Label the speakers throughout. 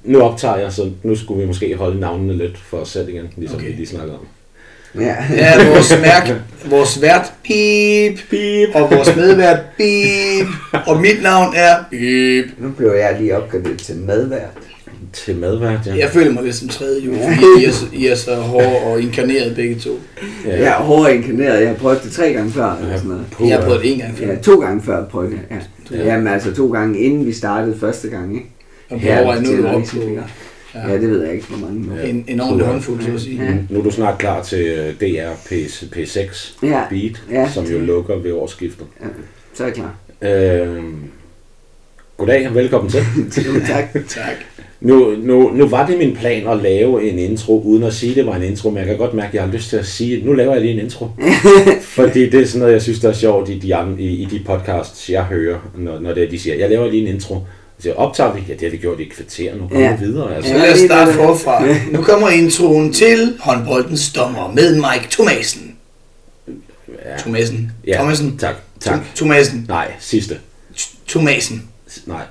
Speaker 1: Nu optager jeg, så nu skulle vi måske holde navnene lidt for os selv igen, ligesom vi lige snakkede om.
Speaker 2: Ja,
Speaker 3: vores vært, beep, og vores medvært, beep, og mit navn er beep.
Speaker 2: Nu blev jeg lige opgraderet til medvært.
Speaker 1: Til medvært, ja.
Speaker 3: Jeg føler mig lidt som tredje jul, fordi I er så hårde og inkarneret begge to.
Speaker 2: Ja. Jeg er hårdt inkarneret. Jeg har prøvet det 3 gange før. Eller sådan noget.
Speaker 3: Jeg har prøvet det 1 gang før.
Speaker 2: Ja, 2 gange før prøvede jeg. Ja. Jamen altså 2 gange inden vi startede første gang, ikke?
Speaker 3: Og på over nu op på.
Speaker 2: Ja, det ved jeg ikke, hvor mange.
Speaker 3: Ja. En ordentlig håndfuld, så at sige.
Speaker 1: Ja. Nu er du snart klar til DR P6 Beat, som jo lukker ved årsskiftet.
Speaker 2: Ja, så er jeg klar.
Speaker 1: Goddag og velkommen til.
Speaker 2: Tak.
Speaker 3: Tak.
Speaker 1: Nu var det min plan at lave en intro, uden at sige, det var en intro, men jeg kan godt mærke, at jeg har lyst til at sige, nu laver jeg lige en intro. Fordi det er sådan noget, jeg synes, der er sjovt i de podcasts, jeg hører, når det er, de siger, jeg laver lige en intro. Så optager vi? Ja, det har vi gjort i et kvarter, nu kommer vi videre. Altså.
Speaker 3: Så lad os starte forfra. Nu kommer introen til håndboldens dommer med Mike Thomasen.
Speaker 1: Ja.
Speaker 3: Thomasen.
Speaker 1: Ja,
Speaker 3: Thomasen.
Speaker 1: tak.
Speaker 3: Thomasen.
Speaker 1: Nej, sidste.
Speaker 3: Thomasen.
Speaker 1: Nej.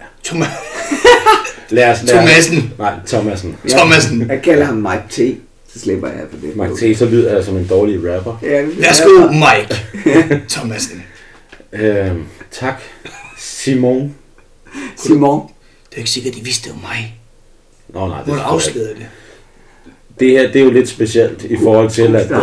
Speaker 3: Thomasen.
Speaker 1: Nej, Thomasen.
Speaker 3: Thomasen.
Speaker 2: Jeg kalder ham Mike T. Så slipper jeg på det.
Speaker 1: Mike T, så lyder jeg som en dårlig rapper.
Speaker 3: Ja, værsgo, Mike Thomasen.
Speaker 1: Tak. Simon.
Speaker 2: Det er
Speaker 3: ikke sikkert, de vidste, det var mig.
Speaker 1: Nå, nej.
Speaker 3: Må du afsløre det?
Speaker 1: Det her, det er jo lidt specielt i forhold til, at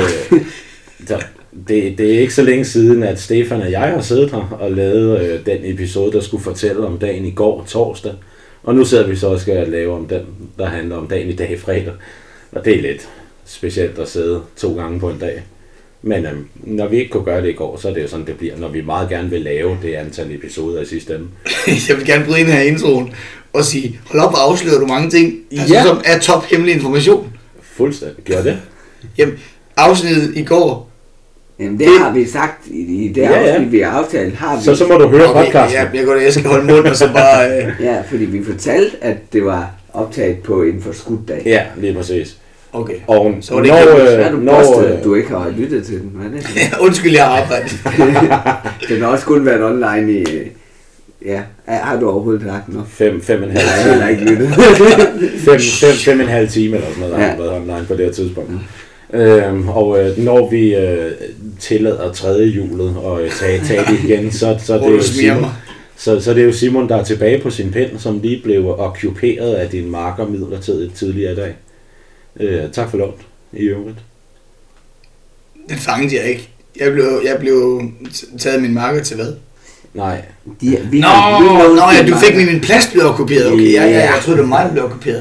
Speaker 1: det er ikke så længe siden, at Stefan og jeg har siddet her og lavet den episode, der skulle fortælle om dagen i går, torsdag. Og nu sidder vi så og skal lave om den, der handler om dagen i dag, fredag. Og det er lidt specielt at sidde 2 gange på en dag. Men når vi ikke kunne gøre det i går, så er det jo sådan, det bliver, når vi meget gerne vil lave det antal episoder i sidste ende.
Speaker 3: Jeg vil gerne bryde ind her i introen og sige, hold op og afslører du mange ting, som er top hemmelig information.
Speaker 1: Fuldstændig. Gør det?
Speaker 3: Jamen, afsnittet i går.
Speaker 2: Jamen, det har vi sagt i det afsnit, vi har aftalt.
Speaker 1: Så må du høre podcasten.
Speaker 3: Jeg skal holde mund og så bare...
Speaker 2: Ja, fordi vi fortalte, at det var optaget på en forskudt dag.
Speaker 1: Ja, lige præcis.
Speaker 3: Okay.
Speaker 1: Og
Speaker 3: så var det ikke
Speaker 2: du ikke har lyttet til den, hvad er det?
Speaker 3: Undskyld, jeg har arbejdet.
Speaker 2: Den har også kun været online i... Ja, har du overhovedet lagt noget?
Speaker 1: 5,5 timer.
Speaker 2: Jeg har ikke lyttet.
Speaker 1: 5,5 timer eller sådan noget, der har været online på det her tidspunkt. Og når vi tillader tredje hjulet og tage det igen, så er det jo Simon. Så det er jo Simon, der er tilbage på sin pind, som lige blev okkuperet af din marker midlertidigt tidligere i dag. Tak for lånt i øvrigt.
Speaker 3: Den fangede jeg ikke. Jeg blev taget min marker til hvad?
Speaker 1: Nej.
Speaker 3: Du fik min plads blev okkuperet. Okay, jeg troede, det var mig, der blev okkuperet.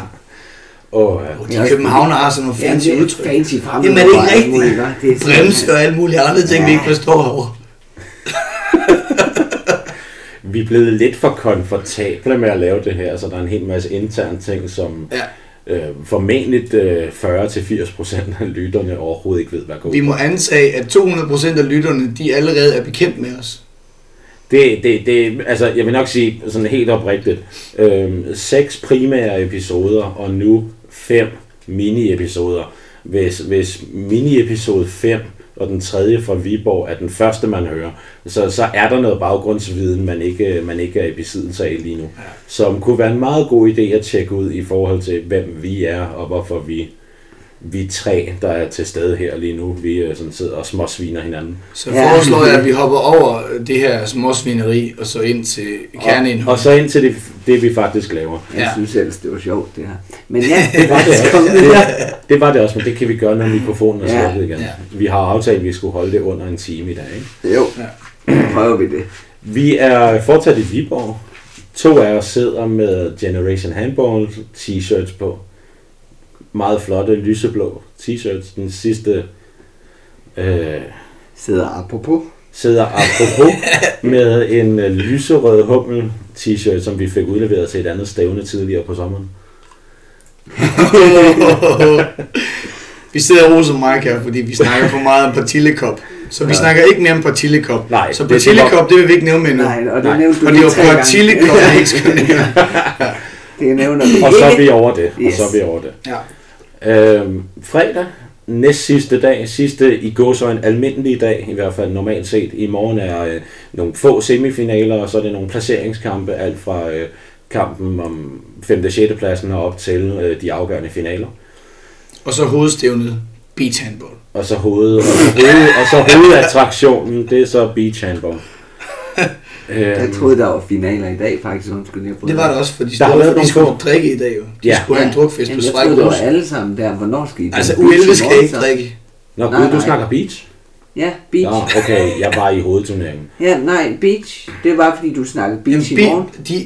Speaker 3: De københavner har sådan nogle fancy udtryk.
Speaker 2: Fancy fremme.
Speaker 3: Jamen er det ikke rigtigt? Bremse og alle mulige andre ting, vi ikke forstår herovre.
Speaker 1: Vi er blevet lidt for komfortable med at lave det her, så der er en hel masse interne ting, som formentlig 40-80% af lytterne overhovedet ikke ved, hvad går ud.
Speaker 3: Vi må antage, at 200% af lytterne, de allerede er bekendt med os.
Speaker 1: Altså, jeg vil nok sige sådan helt oprigtigt, 6 primære episoder, og nu 5 mini-episoder. Hvis mini-episode 5 og den tredje fra Viborg er den første, man hører, så er der noget baggrundsviden, man ikke er i besiddelse af lige nu. Ja. Som kunne være en meget god idé at tjekke ud i forhold til, hvem vi er, og hvorfor vi 3, der er til stede her lige nu, vi sådan sidder og småsviner hinanden.
Speaker 3: Så foreslår jeg, at vi hopper over det her småsvineri, og så ind til kerneindhold.
Speaker 1: Og så ind til det vi faktisk laver.
Speaker 2: Jeg synes ellers, det var sjovt, det her. Men
Speaker 1: det var det også, men det kan vi gøre, når mikrofonen er slukket igen.
Speaker 3: Ja.
Speaker 1: Vi har aftalt, at vi skulle holde det under en time i dag, ikke?
Speaker 2: Jo, prøver vi det.
Speaker 1: Vi er fortsat i Viborg. 2 af os sidder med Generation Handball t-shirts på. Meget flotte, lyseblå t-shirts. Den sidste
Speaker 2: sidder apropos
Speaker 1: med en lyserød hummel t-shirt, som vi fik udleveret til et andet stævne tidligere på sommeren.
Speaker 3: Vi sidder og roser Mike her, fordi vi snakker for meget om Partillekop. Så vi snakker ikke mere om Partillekop.
Speaker 1: Nej,
Speaker 3: så Partillekop, det vil vi ikke nævne med nu.
Speaker 2: Nej, og det nævnte du
Speaker 3: og det var Partillekop, vi ikke skulle nævne.
Speaker 2: Det nævner vi.
Speaker 1: Og så er vi over det.
Speaker 2: Yes.
Speaker 1: Ja. Fredag, næst sidste dag, sidste i gåseøjne almindelige dag, i hvert fald normalt set. I morgen er nogle få semifinaler, og så er det nogle placeringskampe, alt fra kampen om 5. og 6. pladsen og op til de afgørende finaler.
Speaker 3: Og så hovedstævnet beach handball.
Speaker 1: Og så hovedattraktionen, det er så beach handball.
Speaker 2: Jeg troede, der var finaler i dag, faktisk.
Speaker 3: Det var der også, fordi de skulle drikke i dag jo. De skulle have en drukfest på Svejk.
Speaker 2: Jeg troede, det var alle sammen der. Hvornår skal I?
Speaker 3: Altså, U11 skal ikke drikke.
Speaker 1: Nå, gud, du snakker beach?
Speaker 2: Ja, beach.
Speaker 1: Nå, okay, jeg var i hovedturneringen.
Speaker 2: Ja, nej, beach. Det var, fordi du snakkede beach i morgen.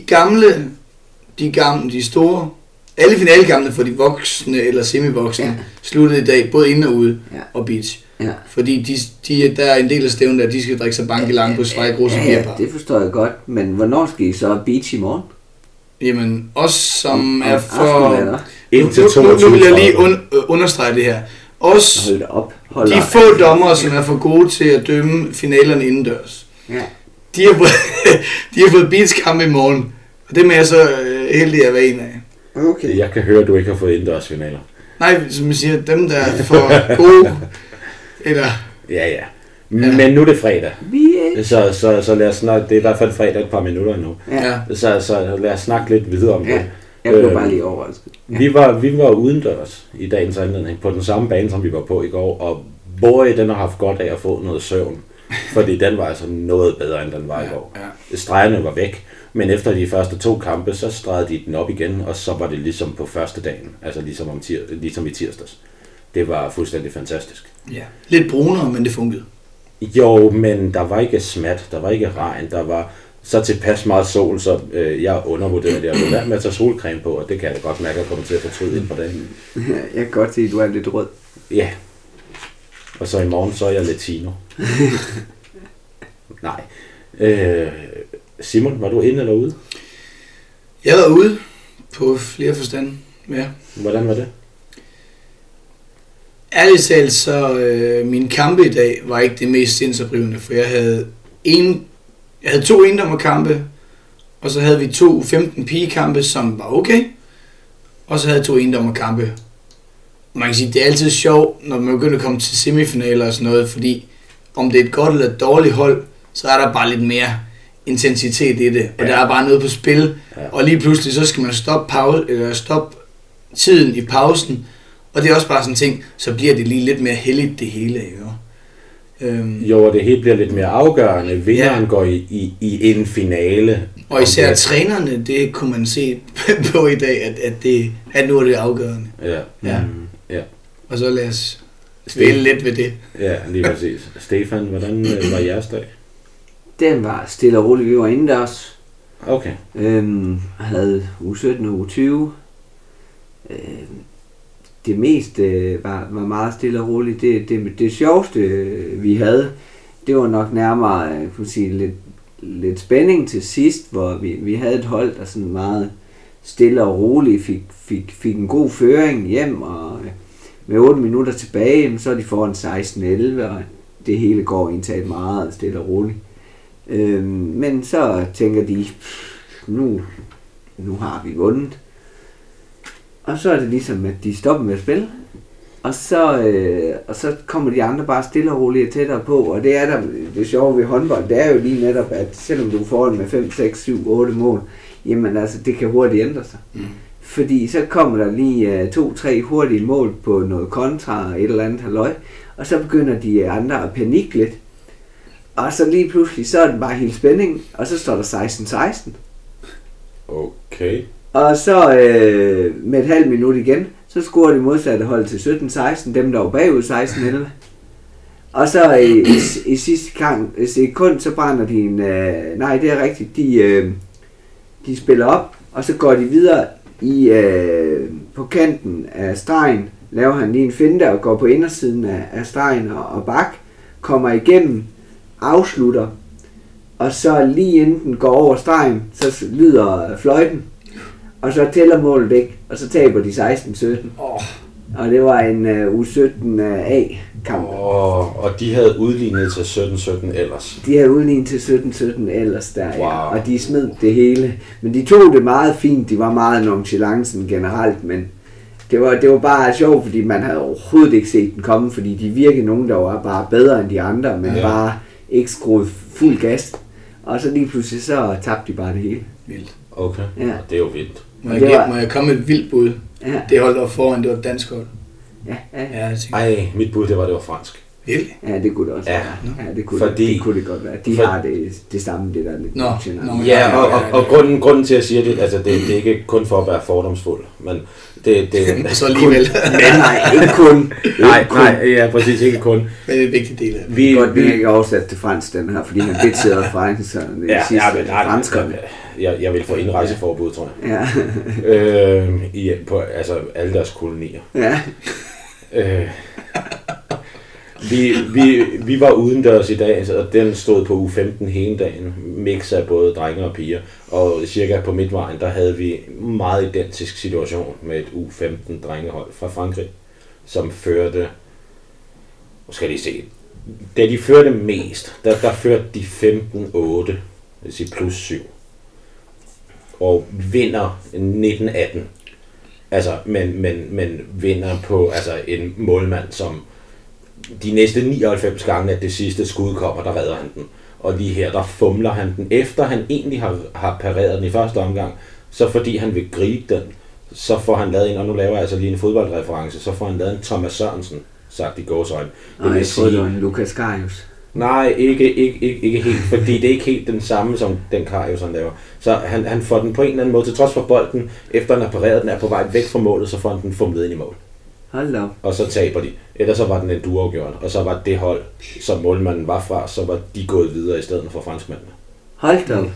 Speaker 3: De gamle, de store, alle finalekampe for de voksne eller semi-voksne, sluttede i dag, både inde og ude, og beach. Ja. Fordi der er en del af stævnen, der de skal drikke sig banke lang på Svejk Rose Bierpark.
Speaker 2: Det forstår jeg godt, men hvornår skal I så beach i morgen?
Speaker 3: Jamen, os som er for...
Speaker 1: Nu
Speaker 3: vil jeg lige understrege det her. De få dommere, som er for gode til at dømme finalerne indendørs, de har fået beachkamp i morgen, og det er jeg så heldig at være en af.
Speaker 2: Okay.
Speaker 1: Jeg kan høre, at du ikke har fået indendørs finaler.
Speaker 3: Nej, som jeg siger, dem der er for gode, eller...
Speaker 1: Ja. Men nu er det fredag, så lad os snakke, det er i hvert fald fredag et par minutter nu, så lad os snakke lidt videre om det.
Speaker 2: Jeg blev bare lige overrasket.
Speaker 1: Ja. Vi var udendørs i dagens anledning på den samme bane, som vi var på i går, og Boy, den har haft godt af at få noget søvn, fordi den var altså noget bedre, end den var i går. Ja. Stregerne var væk, men efter de første 2 kampe, så stregede de den op igen, og så var det ligesom på første dagen, altså ligesom i tirsdags. Det var fuldstændig fantastisk.
Speaker 3: Ja. Lidt brunere, men det fungerede.
Speaker 1: Jo, men der var ikke smat, der var ikke regn, der var så tilpas meget sol, så jeg undervurderede det. Jeg vil være med at tage solcreme på, og det kan jeg da godt mærke, at jeg kommer til at fortryde ind på dagen.
Speaker 2: Jeg kan godt se, at du er lidt rød.
Speaker 1: Ja. Og så i morgen, så er jeg latino. Nej. Simon, var du inde eller ude?
Speaker 3: Jeg var ude på flere forstand, ja.
Speaker 1: Hvordan var det?
Speaker 3: Ærligt talt, så min kampe i dag var ikke det mest sindsoprivende, for jeg havde 2 endommerkampe, og så havde vi 2 15 pigekampe, som var okay, og så havde jeg 2 endommerkampe. Og man kan sige, det er altid sjovt, når man begynder at komme til semifinaler og sådan noget, fordi om det er et godt eller et dårligt hold, så er der bare lidt mere intensitet i det, og der er bare noget på spil, og lige pludselig så skal man stoppe tiden i pausen, og det er også bare sådan en ting, så bliver det lige lidt mere heldigt det hele, jo.
Speaker 1: Jo, og det hele bliver lidt mere afgørende. Vinderen går i en finale.
Speaker 3: Og især trænerne, det kunne man se på i dag, at nu er det afgørende. Ja. Og så lad os spille lidt ved det.
Speaker 1: Ja, lige præcis. Stefan, hvordan var jeres dag?
Speaker 2: Den var stille og roligt. Vi var indendørs.
Speaker 1: Okay.
Speaker 2: Havde uge 17 og uge 20. Det meste var meget stille og roligt. Det sjoveste, vi havde, det var nok nærmere, jeg kunne sige, lidt spænding til sidst, hvor vi havde et hold, der sådan meget stille og roligt fik en god føring hjem, og med 8 minutter tilbage, så er de foran 16-11, og det hele går indtaget meget stille og roligt. Men så tænker de, nu har vi vundet. Og så er det ligesom, at de stopper med at spille. Og så kommer de andre bare stille og roligt tættere på. Og det er der, det sjove ved håndbold, det er jo lige netop, at selvom du får den med 5, 6, 7, 8 mål, jamen altså, det kan hurtigt ændre sig. Fordi så kommer der lige 2-3 hurtige mål på noget kontra og et eller andet halløj. Og så begynder de andre at panikke lidt. Og så lige pludselig, så er det bare helt spænding. Og så står der 16-16.
Speaker 1: Okay.
Speaker 2: Og så med et halvt minut igen, så scorer de modsatte hold til 17-16, dem der var bagud 16-11. Og så i sidste sekund, så brænder de en... nej, det er rigtigt. De spiller op, og så går de videre på kanten af stregen. Laver han lige en finte og går på indersiden af stregen og bak. Kommer igennem, afslutter. Og så lige inden den går over stregen, så lyder fløjten. Og så tæller målet ikke, og så taber de 16-17. Og det var en U17A-kamp.
Speaker 1: Og de havde udlignet til 17-17 ellers.
Speaker 2: De havde udlignet til 17-17 ellers der,
Speaker 1: wow.
Speaker 2: Ja. Og de smed det hele. Men de tog det meget fint, de var meget nonchalancen generelt, men det var bare sjovt, fordi man havde overhovedet ikke set den komme, fordi de virkede nogen, der var bare bedre end de andre, men bare ikke skruet fuld gas. Og så lige pludselig så tabte de bare det hele.
Speaker 3: Vildt.
Speaker 1: Okay,
Speaker 2: Ja.
Speaker 1: det er jo vildt.
Speaker 3: Må jeg komme med et vildt bud?
Speaker 2: Ja.
Speaker 3: Det hold der foran, det var et dansk hold.
Speaker 2: Ja,
Speaker 3: Ja, jeg tænker.
Speaker 1: Ej, mit bud, det var fransk.
Speaker 3: Virkelig?
Speaker 2: ja, det kunne det også
Speaker 1: Ja.
Speaker 2: være. Ja, det kunne,
Speaker 1: Fordi-
Speaker 2: det kunne det godt være. De har det samme, det der lidt.
Speaker 3: Nå,
Speaker 2: generelt.
Speaker 3: nå,
Speaker 1: Ja, og grunden til at sige det, altså det er ikke kun for at være fordomsfuld, men det
Speaker 3: Så alligevel.
Speaker 2: Nej, ikke kun.
Speaker 1: nej, ja, præcis, ikke kun.
Speaker 3: Men det er en vigtig del af det.
Speaker 1: Vi,
Speaker 2: Godt, vi er ikke oversat til fransk, den her, fordi han bitchede fransk, så det
Speaker 1: ja,
Speaker 2: sidste
Speaker 1: men nej,
Speaker 2: franskerne.
Speaker 1: jeg vil få indrejseforbud, tror jeg.
Speaker 2: Ja,
Speaker 1: På altså alle deres kolonier.
Speaker 2: ja,
Speaker 1: Vi var udendørs i dag, og den stod på uge 15 hele dagen, mix af både drenge og piger, og cirka på midtvejen, der havde vi en meget identisk situation med et uge 15 drengehold fra Frankrig, som førte, nu skal jeg lige se, da de førte mest, der førte de 15-8, det vil sige plus 7, og vinder 19-18, altså, men vinder på altså, en målmand, som de næste 99 gange, at det sidste skud kommer, der redder han den. Og lige her, der fumler han den. Efter han egentlig har pareret den i første omgang, så fordi han vil gribe den, så får han lavet en, og nu laver jeg altså lige en fodboldreference, så får han lavet en Thomas Sørensen, sagt i gåseøjne.
Speaker 2: og jeg troede, det var en Lukas Karius.
Speaker 1: Nej, ikke helt, fordi det er ikke helt den samme, som den Karius han laver. Så han får den på en eller anden måde, til trods for bolden, efter han har pareret den, er på vej væk fra målet, så får han den fumlet ind i mål.
Speaker 2: Hold da op.
Speaker 1: Og så taber de. Ellers så var den en duafgjort, og så var det hold, som målmanden var fra, så var de gået videre i stedet for franskmændene.
Speaker 2: Hold da op.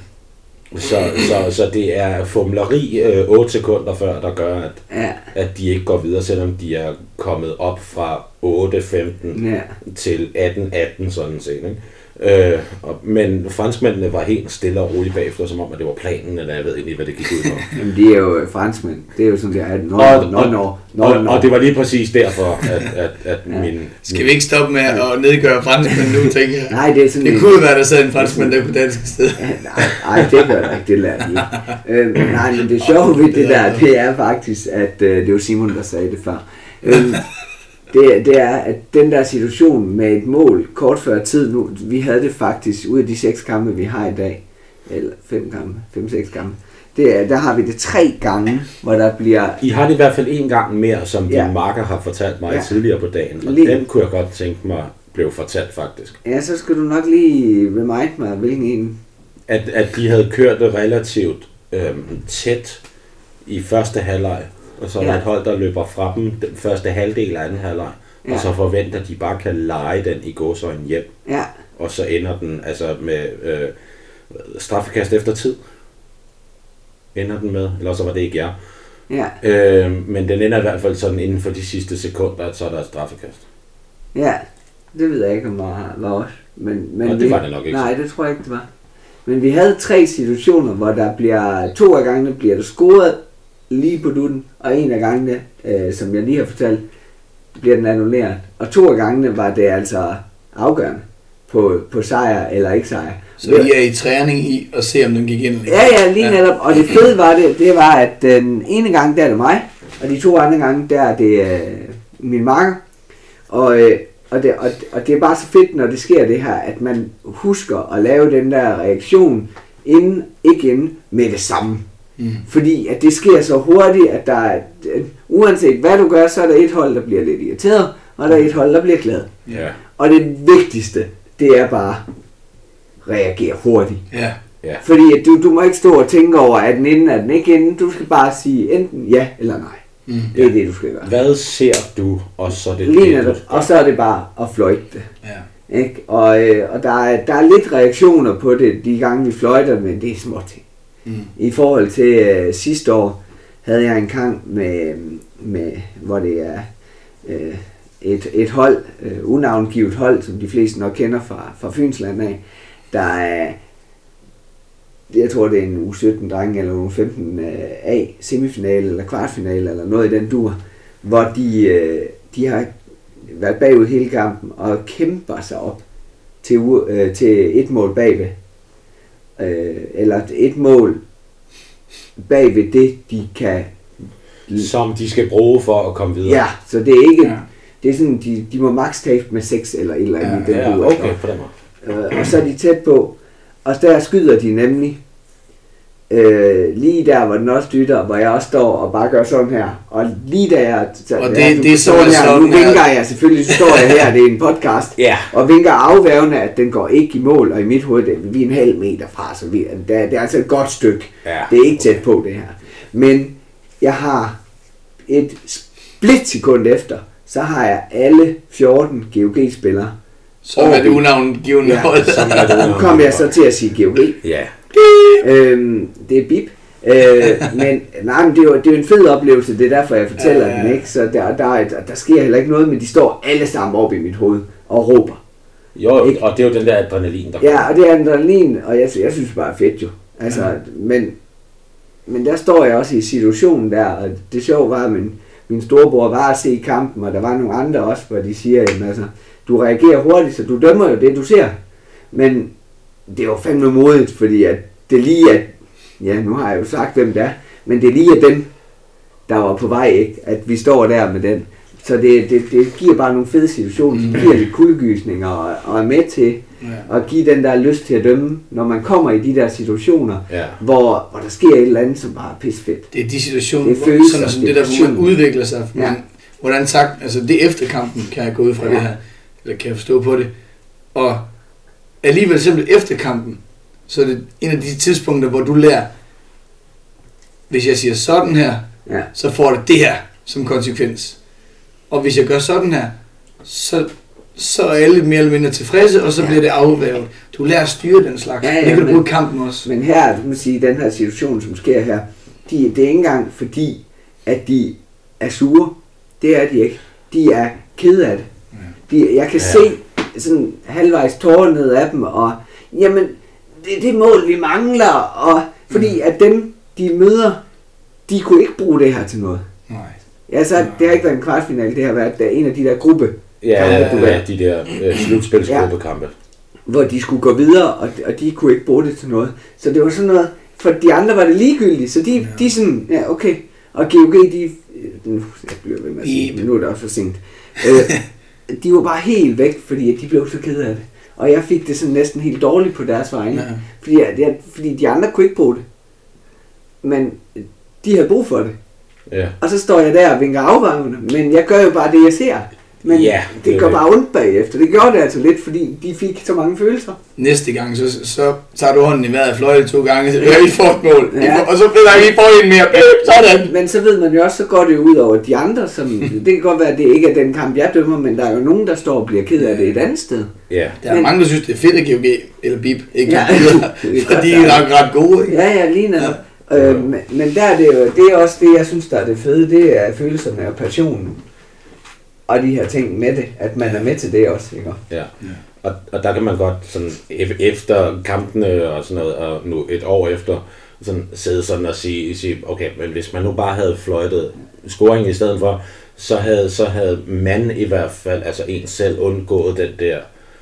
Speaker 1: Så det er fumleri 8 sekunder før, der gør,
Speaker 2: Ja,
Speaker 1: at de ikke går videre, selvom de er kommet op fra 8-15
Speaker 2: ja.
Speaker 1: til 18-18 sådan set. Ikke? Men franskmændene var helt stille og roligt bagefter, som om at det var planen, eller jeg ved ikke, hvad det gik ud på.
Speaker 2: Jamen, de er jo franskmænd. Det er jo sådan, det er
Speaker 1: Og det var lige præcis derfor, at
Speaker 2: Ja.
Speaker 1: min...
Speaker 3: Skal vi ikke stoppe med at nedgøre franskmænd nu, tænker jeg?
Speaker 2: Nej, det er sådan
Speaker 3: Det
Speaker 2: en-
Speaker 3: kunne være, der sad en franskmand der på dansk sted.
Speaker 2: Ja, nej, det gør der ikke, det lader de ikke. Nej, men det sjove ved det der, det er faktisk, at det var Simon, der sagde det før. Det er, at den der situation med et mål kort før tid nu, vi havde det faktisk ud af de 6 kampe, vi har i dag, eller 5-6 kampe, der har vi det 3 gange, hvor der bliver...
Speaker 1: I har det i hvert fald en gang mere, som
Speaker 2: Ja.
Speaker 1: din marker har fortalt mig
Speaker 2: Ja.
Speaker 1: tidligere på dagen, og
Speaker 2: Lige-
Speaker 1: den kunne jeg godt tænke mig blev fortalt faktisk.
Speaker 2: Ja, så skal du nok lige remind mig, hvilken en...
Speaker 1: At de havde kørt det relativt tæt i første halvleg, og så er der
Speaker 2: Ja.
Speaker 1: et hold, der løber fra dem den første halvdel af anden halvleg,
Speaker 2: Ja.
Speaker 1: og så forventer de bare kan lege den i gåseøjne hjem,
Speaker 2: Ja,
Speaker 1: og så ender den altså med straffekast efter tid. Ender den med, eller så var det ikke jer.
Speaker 2: ja,
Speaker 1: Men den ender i hvert fald sådan inden for de sidste sekunder, at så er der et straffekast.
Speaker 2: ja. Det ved jeg ikke, om var også. Men
Speaker 1: Og det var det nok ikke.
Speaker 2: Nej, det tror jeg ikke, det var. Men vi havde 3 situationer, hvor der bliver 2 af gangene bliver der scoret lige på dutten, og en af gangene, som jeg lige har fortalt, bliver den annulleret. Og 2 af gangene var det altså afgørende på sejr eller ikke sejr.
Speaker 3: Så I er i træning i at se, om den gik ind.
Speaker 2: Ja, lige netop. Og det fede var det var, at den ene gang, der er det mig, og de 2 andre gange, der er det min marker. Og det er bare så fedt, når det sker det her, at man husker at lave den der reaktion ikke med det samme.
Speaker 3: Mm.
Speaker 2: Fordi at det sker så hurtigt, at der er, uanset hvad du gør, så er der et hold, der bliver lidt irriteret, og der er et hold, der bliver glad.
Speaker 1: Ja.
Speaker 2: Og det vigtigste, det er bare reagere hurtigt.
Speaker 3: Ja.
Speaker 1: Ja.
Speaker 2: Fordi at du må ikke stå og tænke over, er den inde, er den ikke inde. Du skal bare sige enten ja eller nej.
Speaker 3: Mm.
Speaker 2: Det er det, du skal gøre.
Speaker 1: Hvad ser du, og så er det
Speaker 2: Lige
Speaker 1: det,
Speaker 2: netop.
Speaker 1: du
Speaker 2: Og så er det bare at fløjte det.
Speaker 3: Ja.
Speaker 2: Ikke? Og der er lidt reaktioner på det, de gange vi fløjter, men det er småting.
Speaker 3: Mm.
Speaker 2: I forhold til sidste år, havde jeg en gang med hvor det er et hold, unavngivet hold, som de fleste nok kender fra Fynsland af, der er, jeg tror det er en U17-dreng eller en U15 A semifinale eller kvartfinale eller noget i den dur, hvor de har været bagud hele kampen og kæmper sig op til et mål bagved. Eller et mål bagved det, de kan...
Speaker 1: som de skal bruge for at komme videre.
Speaker 2: Ja, så det er ikke...
Speaker 3: Ja.
Speaker 2: Det er sådan, de må max tabe med 6 eller et eller andet i den dur.
Speaker 1: Ja, okay, på den måde.
Speaker 2: Og så er de tæt på, og der skyder de nemlig lige der, hvor den også dytter, hvor jeg også står og bare gør sådan her. Og lige da jeg...
Speaker 3: Og det er sådan her.
Speaker 2: Nu vinker jeg selvfølgelig, så står jeg her, det er en podcast.
Speaker 1: Ja.
Speaker 2: Og vinker afværgende, at den går ikke i mål, og i mit hoved, vi er en halv meter fra, så det er altså et godt stykke.
Speaker 1: Ja.
Speaker 2: Det er ikke tæt på det her. Men jeg har et splitsekund efter, så har jeg alle 14 GOG-spillere.
Speaker 3: Så er det unavngivende hold.
Speaker 2: Nu kom jeg så til at sige GOG.
Speaker 1: Ja.
Speaker 2: Det er bip. Men det er jo en fed oplevelse, det er derfor jeg fortæller den, ikke? Så der sker heller ikke noget, men de står alle sammen oppe i mit hoved og råber.
Speaker 1: Jo, og det er jo den der adrenalin, der
Speaker 2: Ja, og det er adrenalin, og jeg synes bare er fedt jo. Altså, men der står jeg også i situationen der, og det sjove var, at min storebror var at se kampen, og der var nogle andre også, hvor de siger, jamen, altså, du reagerer hurtigt, så du dømmer jo det, du ser. Men det var fandme modigt, fordi at det lige er, ja, nu har jeg jo sagt, hvem det er, men det lige er den, der var på vej, ikke? At vi står der med den. Så det giver bare nogle fede situationer, det giver lidt kuldegysninger og er med til at give den der lyst til at dømme, når man kommer i de der situationer, hvor der sker et eller andet, som bare er pisfedt.
Speaker 3: Det er de situationer, sådan det der, hvor man udvikler sig. Ja. Hvordan sagt, altså det efter kampen kan jeg gå ud fra det her, eller kan jeg forstå på det, og alligevel simpelthen efter kampen, så er det en af de tidspunkter, hvor du lærer, hvis jeg siger sådan her, så får det det her som konsekvens. Og hvis jeg gør sådan her, så er alle mere eller mindre tilfredse, og så bliver det afværget. Du lærer at styre den slags. Det kan du bruge i kampen også.
Speaker 2: Men her, du må sige, den her situation, som sker her, det er ikke engang fordi, at de er sure. Det er de ikke. De er kede af det. Jeg kan se sådan halvvejs tårer ned af dem, og jamen, det mål, vi mangler, og fordi at dem, de møder, de kunne ikke bruge det her til noget. Nej. Altså, det har ikke været en kvartfinale, det har været en af de der gruppe.
Speaker 1: De der slutspilsgruppekampe.
Speaker 2: Hvor de skulle gå videre, og de kunne ikke bruge det til noget. Så det var sådan noget, for de andre var det ligegyldigt, så de sådan, ja okay. Og GOG, jeg bliver ved med at sige, men nu er det også for sent. De var bare helt væk, fordi de blev så kede af det. Og jeg fik det sådan næsten helt dårligt på deres vegne. Fordi de andre kunne ikke bruge det. Men de havde brug for det. Ja. Og så står jeg der og vinker afvangerne, men jeg gør jo bare det, jeg ser. Men det går bare ondt bagefter. Det gjorde det altså lidt, fordi de fik så mange følelser.
Speaker 3: Næste gang, så tager du hånden i vejret og fløjte 2 gange, så vi får et mål. Og så bliver der, vi får en mere. Sådan.
Speaker 2: Men så ved man jo også, så går det jo ud over de andre. Det kan godt være, at det ikke er den kamp, jeg dømmer, men der er jo nogen, der står og bliver ked af det et andet sted.
Speaker 3: Ja. Der er mange, der synes, det er fedt at GOG eller Bip. Ikke? Fordi de er ret gode. Ikke?
Speaker 2: Ja, lige netop. Men der er det er også det, jeg synes, der er det fede, det er følelserne og passionen. Og de her ting med det, at man er med til det også, ikke?
Speaker 1: Ja. Og der kan man godt sådan efter kampene og sådan noget, og nu et år efter, sådan sidde sådan og sige, okay, men hvis man nu bare havde fløjtet scoring i stedet for, så havde man i hvert fald, altså en selv, undgået den der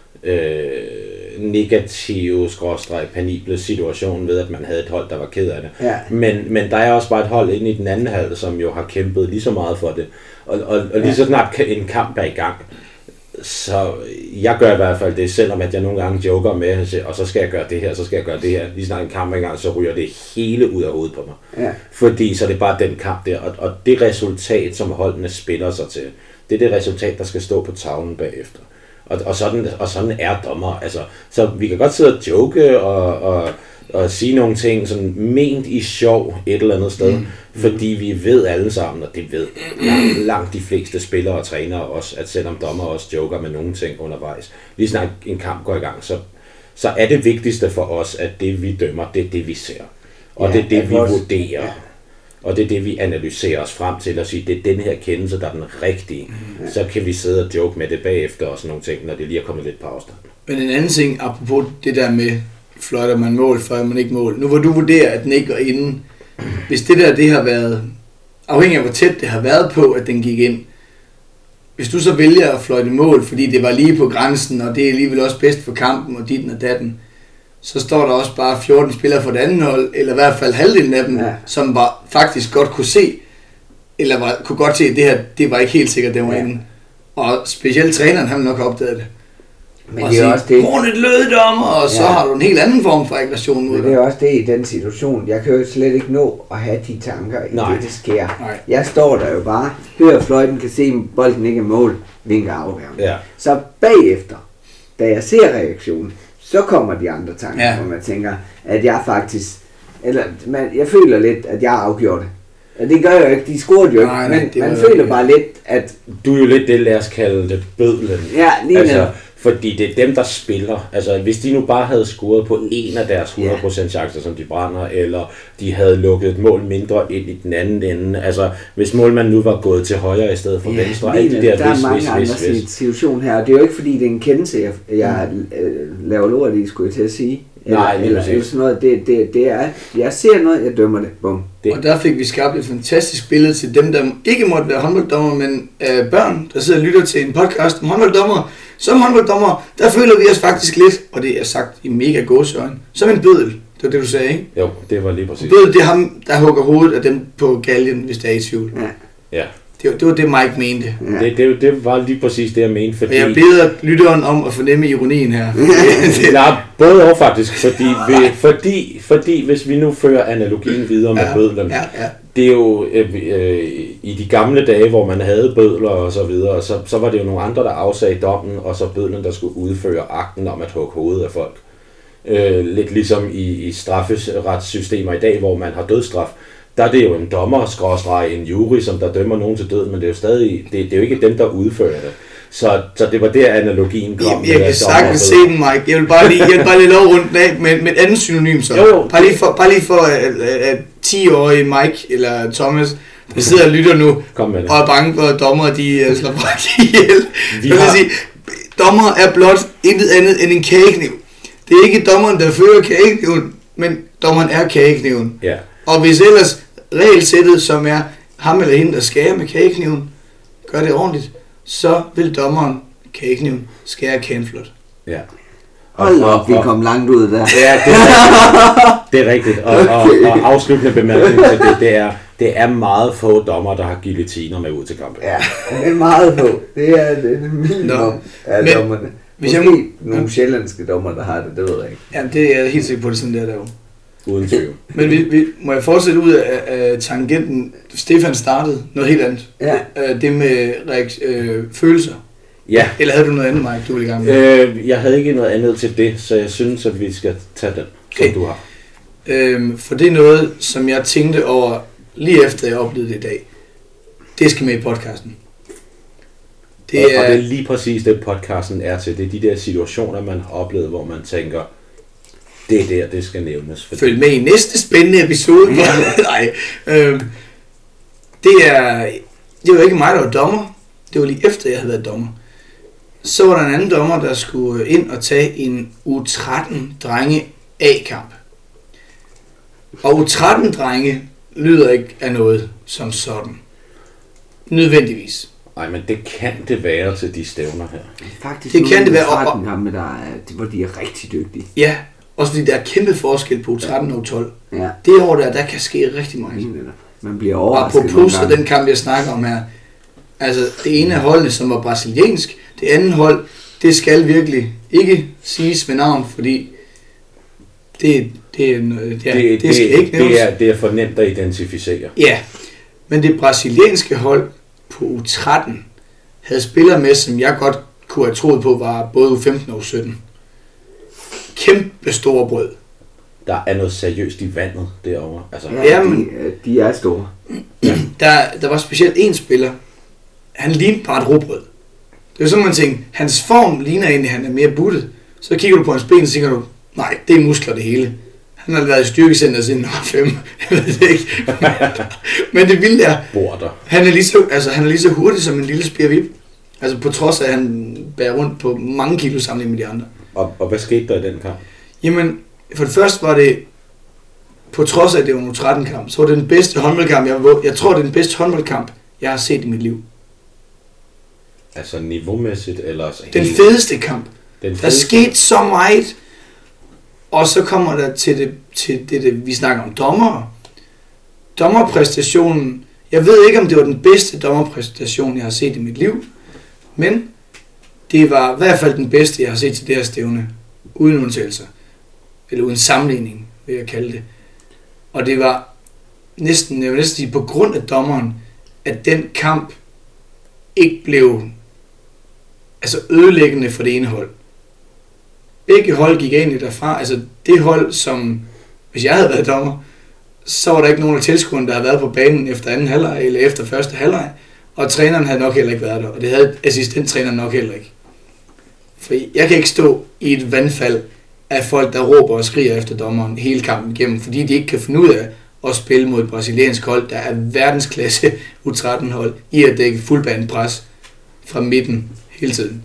Speaker 1: negative, penible situation ved, at man havde et hold, der var ked af det. Ja. Men der er også bare et hold inde i den anden halv, som jo har kæmpet lige så meget for det. Og lige så snart en kamp er i gang, så jeg gør i hvert fald det, selvom at jeg nogle gange joker med, og så skal jeg gøre det her, så skal jeg gøre det her. Lige snart en kamp er i gang, så ryger det hele ud af hovedet på mig. Ja. Fordi så er det bare den kamp der, og det resultat, som holdene spiller sig til, det er det resultat, der skal stå på tavlen bagefter. Og sådan er dommer. Altså, så vi kan godt sidde og joke og sige nogle ting sådan ment i sjov et eller andet sted, fordi vi ved alle sammen, og det ved langt de fleste spillere og trænere også, at selvom dommer også joker med nogle ting undervejs, lige snart en kamp går i gang, så er det vigtigste for os, at det vi dømmer, det er det vi ser. Og det er det vi vurderer. Ja. Og det er det, vi analyserer os frem til at sige, det er den her kendelse, der er den rigtige. Ja. Så kan vi sidde og joke med det bagefter og sådan nogle ting, når det lige er kommet lidt på afstand.
Speaker 3: Men en anden ting, apropos det der med, fløjter man mål, før man ikke mål. Nu hvor du vurderer, at den ikke går inden, hvis det har været, afhængig af hvor tæt det har været på, at den gik ind, hvis du så vælger at fløjte mål, fordi det var lige på grænsen, og det er alligevel også bedst for kampen, og ditten og datten, så står der også bare 14 spillere for det andet hold, eller i hvert fald halvdelen af dem, som faktisk godt kunne se, eller kunne godt se, at det her, det var ikke helt sikkert, det var inde. Og specielt træneren, han nok opdaget det.
Speaker 2: Men
Speaker 3: og
Speaker 2: det er
Speaker 3: sige,
Speaker 2: også det.
Speaker 3: Hornet løddommer, og så har du en helt anden form for aggression mod
Speaker 2: Men
Speaker 3: dig.
Speaker 2: det er også det i den situation. Jeg kan jo slet ikke nå at have de tanker, i det sker.
Speaker 3: Nej.
Speaker 2: Jeg står der jo bare, hører fløjten, kan se, at bolden ikke er mål, vinker afværgen.
Speaker 1: Ja.
Speaker 2: Så bagefter, da jeg ser reaktionen, så kommer de andre tanker, hvor man tænker, at jeg faktisk, jeg føler lidt, at jeg har afgjort det. Ja, det gør jeg jo ikke, de scorede jo ikke, men man føler bare lidt, at...
Speaker 1: Du er jo lidt det, lad os kalde det bødlen.
Speaker 2: Ja, lige
Speaker 1: altså, fordi det er dem, der spiller. Altså, hvis de nu bare havde scoret på en af deres 100% chancer, som de brænder, eller de havde lukket et mål mindre ind i den anden ende. Altså, hvis målmanden nu var gået til højre i stedet for venstre. Alt det der,
Speaker 2: er mange andre situationer her, og det er jo ikke fordi, det er en kendelse, jeg laver lort i, skulle jeg til at sige. Eller sådan noget. Det er, jeg ser noget, jeg dømmer det. Bum.
Speaker 3: Og der fik vi skabt et fantastisk billede til dem, der ikke måtte være håndbolddommer, men børn, der sidder og lytter til en podcast om håndbolddommer. Som håndbolddommer, der føler vi os faktisk lidt, og det er sagt i mega gåseøjne, som en bøddel. Det var det, du sagde, ikke?
Speaker 1: Jo, det var lige præcis.
Speaker 3: Bøddel, det er ham, der hugger hovedet af dem på galgen, hvis der er i tvivl.
Speaker 1: Ja.
Speaker 3: Det var det, Mike mente.
Speaker 1: Ja. Det var lige præcis det, jeg mente. Fordi...
Speaker 3: Og jeg beder lytteren om at fornemme ironien her.
Speaker 1: Nej, både og faktisk. Fordi hvis vi nu fører analogien videre med bødlen, det er jo i de gamle dage, hvor man havde bødler og så videre, så var det jo nogle andre, der afsagde dommen, og så bødlen, der skulle udføre akten om at hugge hovedet af folk. Lidt ligesom i strafferetssystemer i dag, hvor man har dødsstraf. Der er det jo en dommer, en jury, som der dømmer nogen til døden, men det er jo stadig, det er jo ikke dem, der udfører det. Så det var der analogien kom.
Speaker 3: Jeg kan sagtens se den, Mike. Jeg vil bare lige lov rundt af med et andet synonym så.
Speaker 1: Jo.
Speaker 3: Bare lige for at 10-årige Mike eller Thomas, der sidder og lytter nu, og er bange for, at dommer de slår folk ihjel. Sige, dommer er blot intet andet end en kagekniv. Det er ikke dommeren, der fører kagekniven, men dommeren er kagekniven.
Speaker 1: Ja.
Speaker 3: Og hvis ellers regelsættet, som er ham eller hende, der skærer med kagekniven, gør det ordentligt, så vil dommeren, kagekniven, skære kanflot.
Speaker 1: Ja.
Speaker 2: Hold op, vi kom langt ud der.
Speaker 1: Ja, det er rigtigt. Og afsluttende bemærkning til det er meget få dommer, der har guillotiner med ud til kampen.
Speaker 2: Ja, det er meget få. Det er minimum af dommerne. Måske nogle sjællandske dommer, der har det, det ved jeg ikke.
Speaker 3: Ja, det er jeg helt sikker på, det sådan der derovre.
Speaker 1: Uden tvivl.
Speaker 3: Men må jeg fortsætte ud af tangenten? Stefan startede noget helt andet.
Speaker 2: Ja.
Speaker 3: Det med følelser.
Speaker 1: Ja.
Speaker 3: Eller havde du noget andet, Mike, du ville i gang med?
Speaker 1: Jeg havde ikke noget andet til det, så jeg synes, at vi skal tage den, som du har.
Speaker 3: For det er noget, som jeg tænkte over lige efter jeg oplevede det i dag. Det skal med i podcasten.
Speaker 1: Og det er lige præcis det, podcasten er til. Det er de der situationer, man har oplevet, hvor man tænker, det er der, det skal nævnes.
Speaker 3: Følg med i næste spændende episode. Nej. Det var ikke mig, der var dommer. Det var lige efter, jeg havde været dommer. Så var der en anden dommer, der skulle ind og tage en U13-drenge A-kamp. Og U13-drenge lyder ikke af noget som sådan. Nødvendigvis.
Speaker 1: Nej, men det kan det være til de stævner her.
Speaker 2: Faktisk
Speaker 3: det kan det være.
Speaker 2: Hvor de er rigtig dygtige.
Speaker 3: Ja, også fordi der er kæmpe forskel på U13 og U12.
Speaker 2: Ja.
Speaker 3: Det år der kan ske rigtig meget.
Speaker 2: Man bliver overrasket.
Speaker 3: Og på plus af den kamp, jeg snakker om her. Altså, det ene af holdene, som var brasiliansk. Det andet hold, det skal virkelig ikke siges med navn, fordi det skal ikke nævnes.
Speaker 1: Det er for nemt at identificere.
Speaker 3: Ja, men det brasilianske hold på U13 havde spillere med, som jeg godt kunne have troet på, var både U15 og U17. Kæmpe store brød.
Speaker 1: Der er noget seriøst i vandet derovre. Altså.
Speaker 2: Ja, de er store.
Speaker 3: Der var specielt en spiller. Han lignede bare et rugbrød. Det er sådan, man tænker, hans form ligner egentlig, han er mere buttet. Så kigger du på hans ben, og tænker du, nej, det er muskler det hele. Han har været i styrkecenter siden han var 5. Jeg ved det ikke. Men det vilde er, han er lige så hurtig som en lille spirvip. Altså på trods af, at han bærer rundt på mange kilo sammenlignet med de andre.
Speaker 1: Og hvad skete der i den kamp?
Speaker 3: Jamen, for det første var det, på trods af, at det var en U13-kamp, så var det den bedste håndboldkamp, jeg tror, det er den bedste håndboldkamp, jeg har set i mit liv.
Speaker 1: Altså niveaumæssigt, eller...
Speaker 3: Den fedeste kamp. Der skete så meget, og så kommer der til det vi snakker om dommere. Dommerpræstationen, jeg ved ikke, om det var den bedste dommerpræstation, jeg har set i mit liv, men det var i hvert fald den bedste, jeg har set til det her stævne. Uden undtagelser. Eller uden sammenligning, vil jeg kalde det. Og det var næsten, jeg vil næsten sige, på grund af dommeren, at den kamp ikke blev ødelæggende for det ene hold. Begge hold gik egentlig derfra. Altså det hold, som hvis jeg havde været dommer, så var der ikke nogen af tilskuerne, der havde været på banen efter anden halvleg eller efter første halvleg. Og træneren havde nok heller ikke været der. Og det havde assistenttræneren nok heller ikke. For jeg kan ikke stå i et vandfald af folk, der råber og skriger efter dommeren hele kampen igennem, fordi de ikke kan finde ud af at spille mod et brasiliansk hold, der er verdensklasse U13-hold, i at dække fuldbanepres fra midten hele tiden.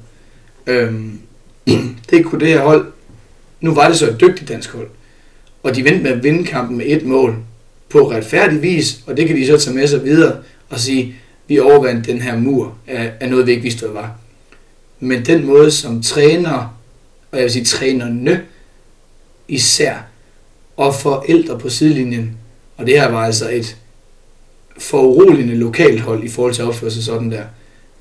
Speaker 3: Det kunne det her hold. Nu var det så et dygtigt dansk hold. Og de vendte med at vinde kampen med 1 mål på retfærdig vis, og det kan de så tage med sig videre og sige, vi overvandt den her mur af noget, vi ikke vidste, hvad var. Men den måde, som træner, og jeg vil sige trænerne især, og forældre på sidelinjen, og det her var altså et foruroligende lokalt hold i forhold til at opføre sig sådan der.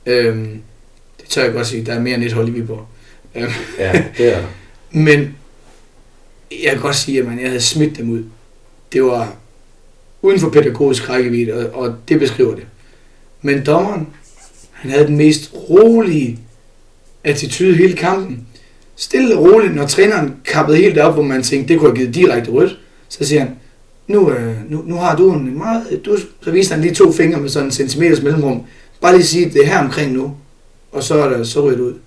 Speaker 3: Det tør jeg godt sige, der er mere end et hold i Viborg.
Speaker 1: Ja, det er der.
Speaker 3: Men jeg kan godt sige, at jeg havde smidt dem ud. Det var uden for pædagogisk rækkevidde, og det beskriver det. Men dommeren, han havde den mest rolige attitude hele kampen. Stille og roligt, når træneren kappede helt op, hvor man tænkte, det kunne have givet direkte rødt, så siger han, nu har du en meget... Så viste han lige 2 fingre med sådan en centimeters mellemrum. Bare lige sige, det er her omkring nu. Og så er der så rødt ud.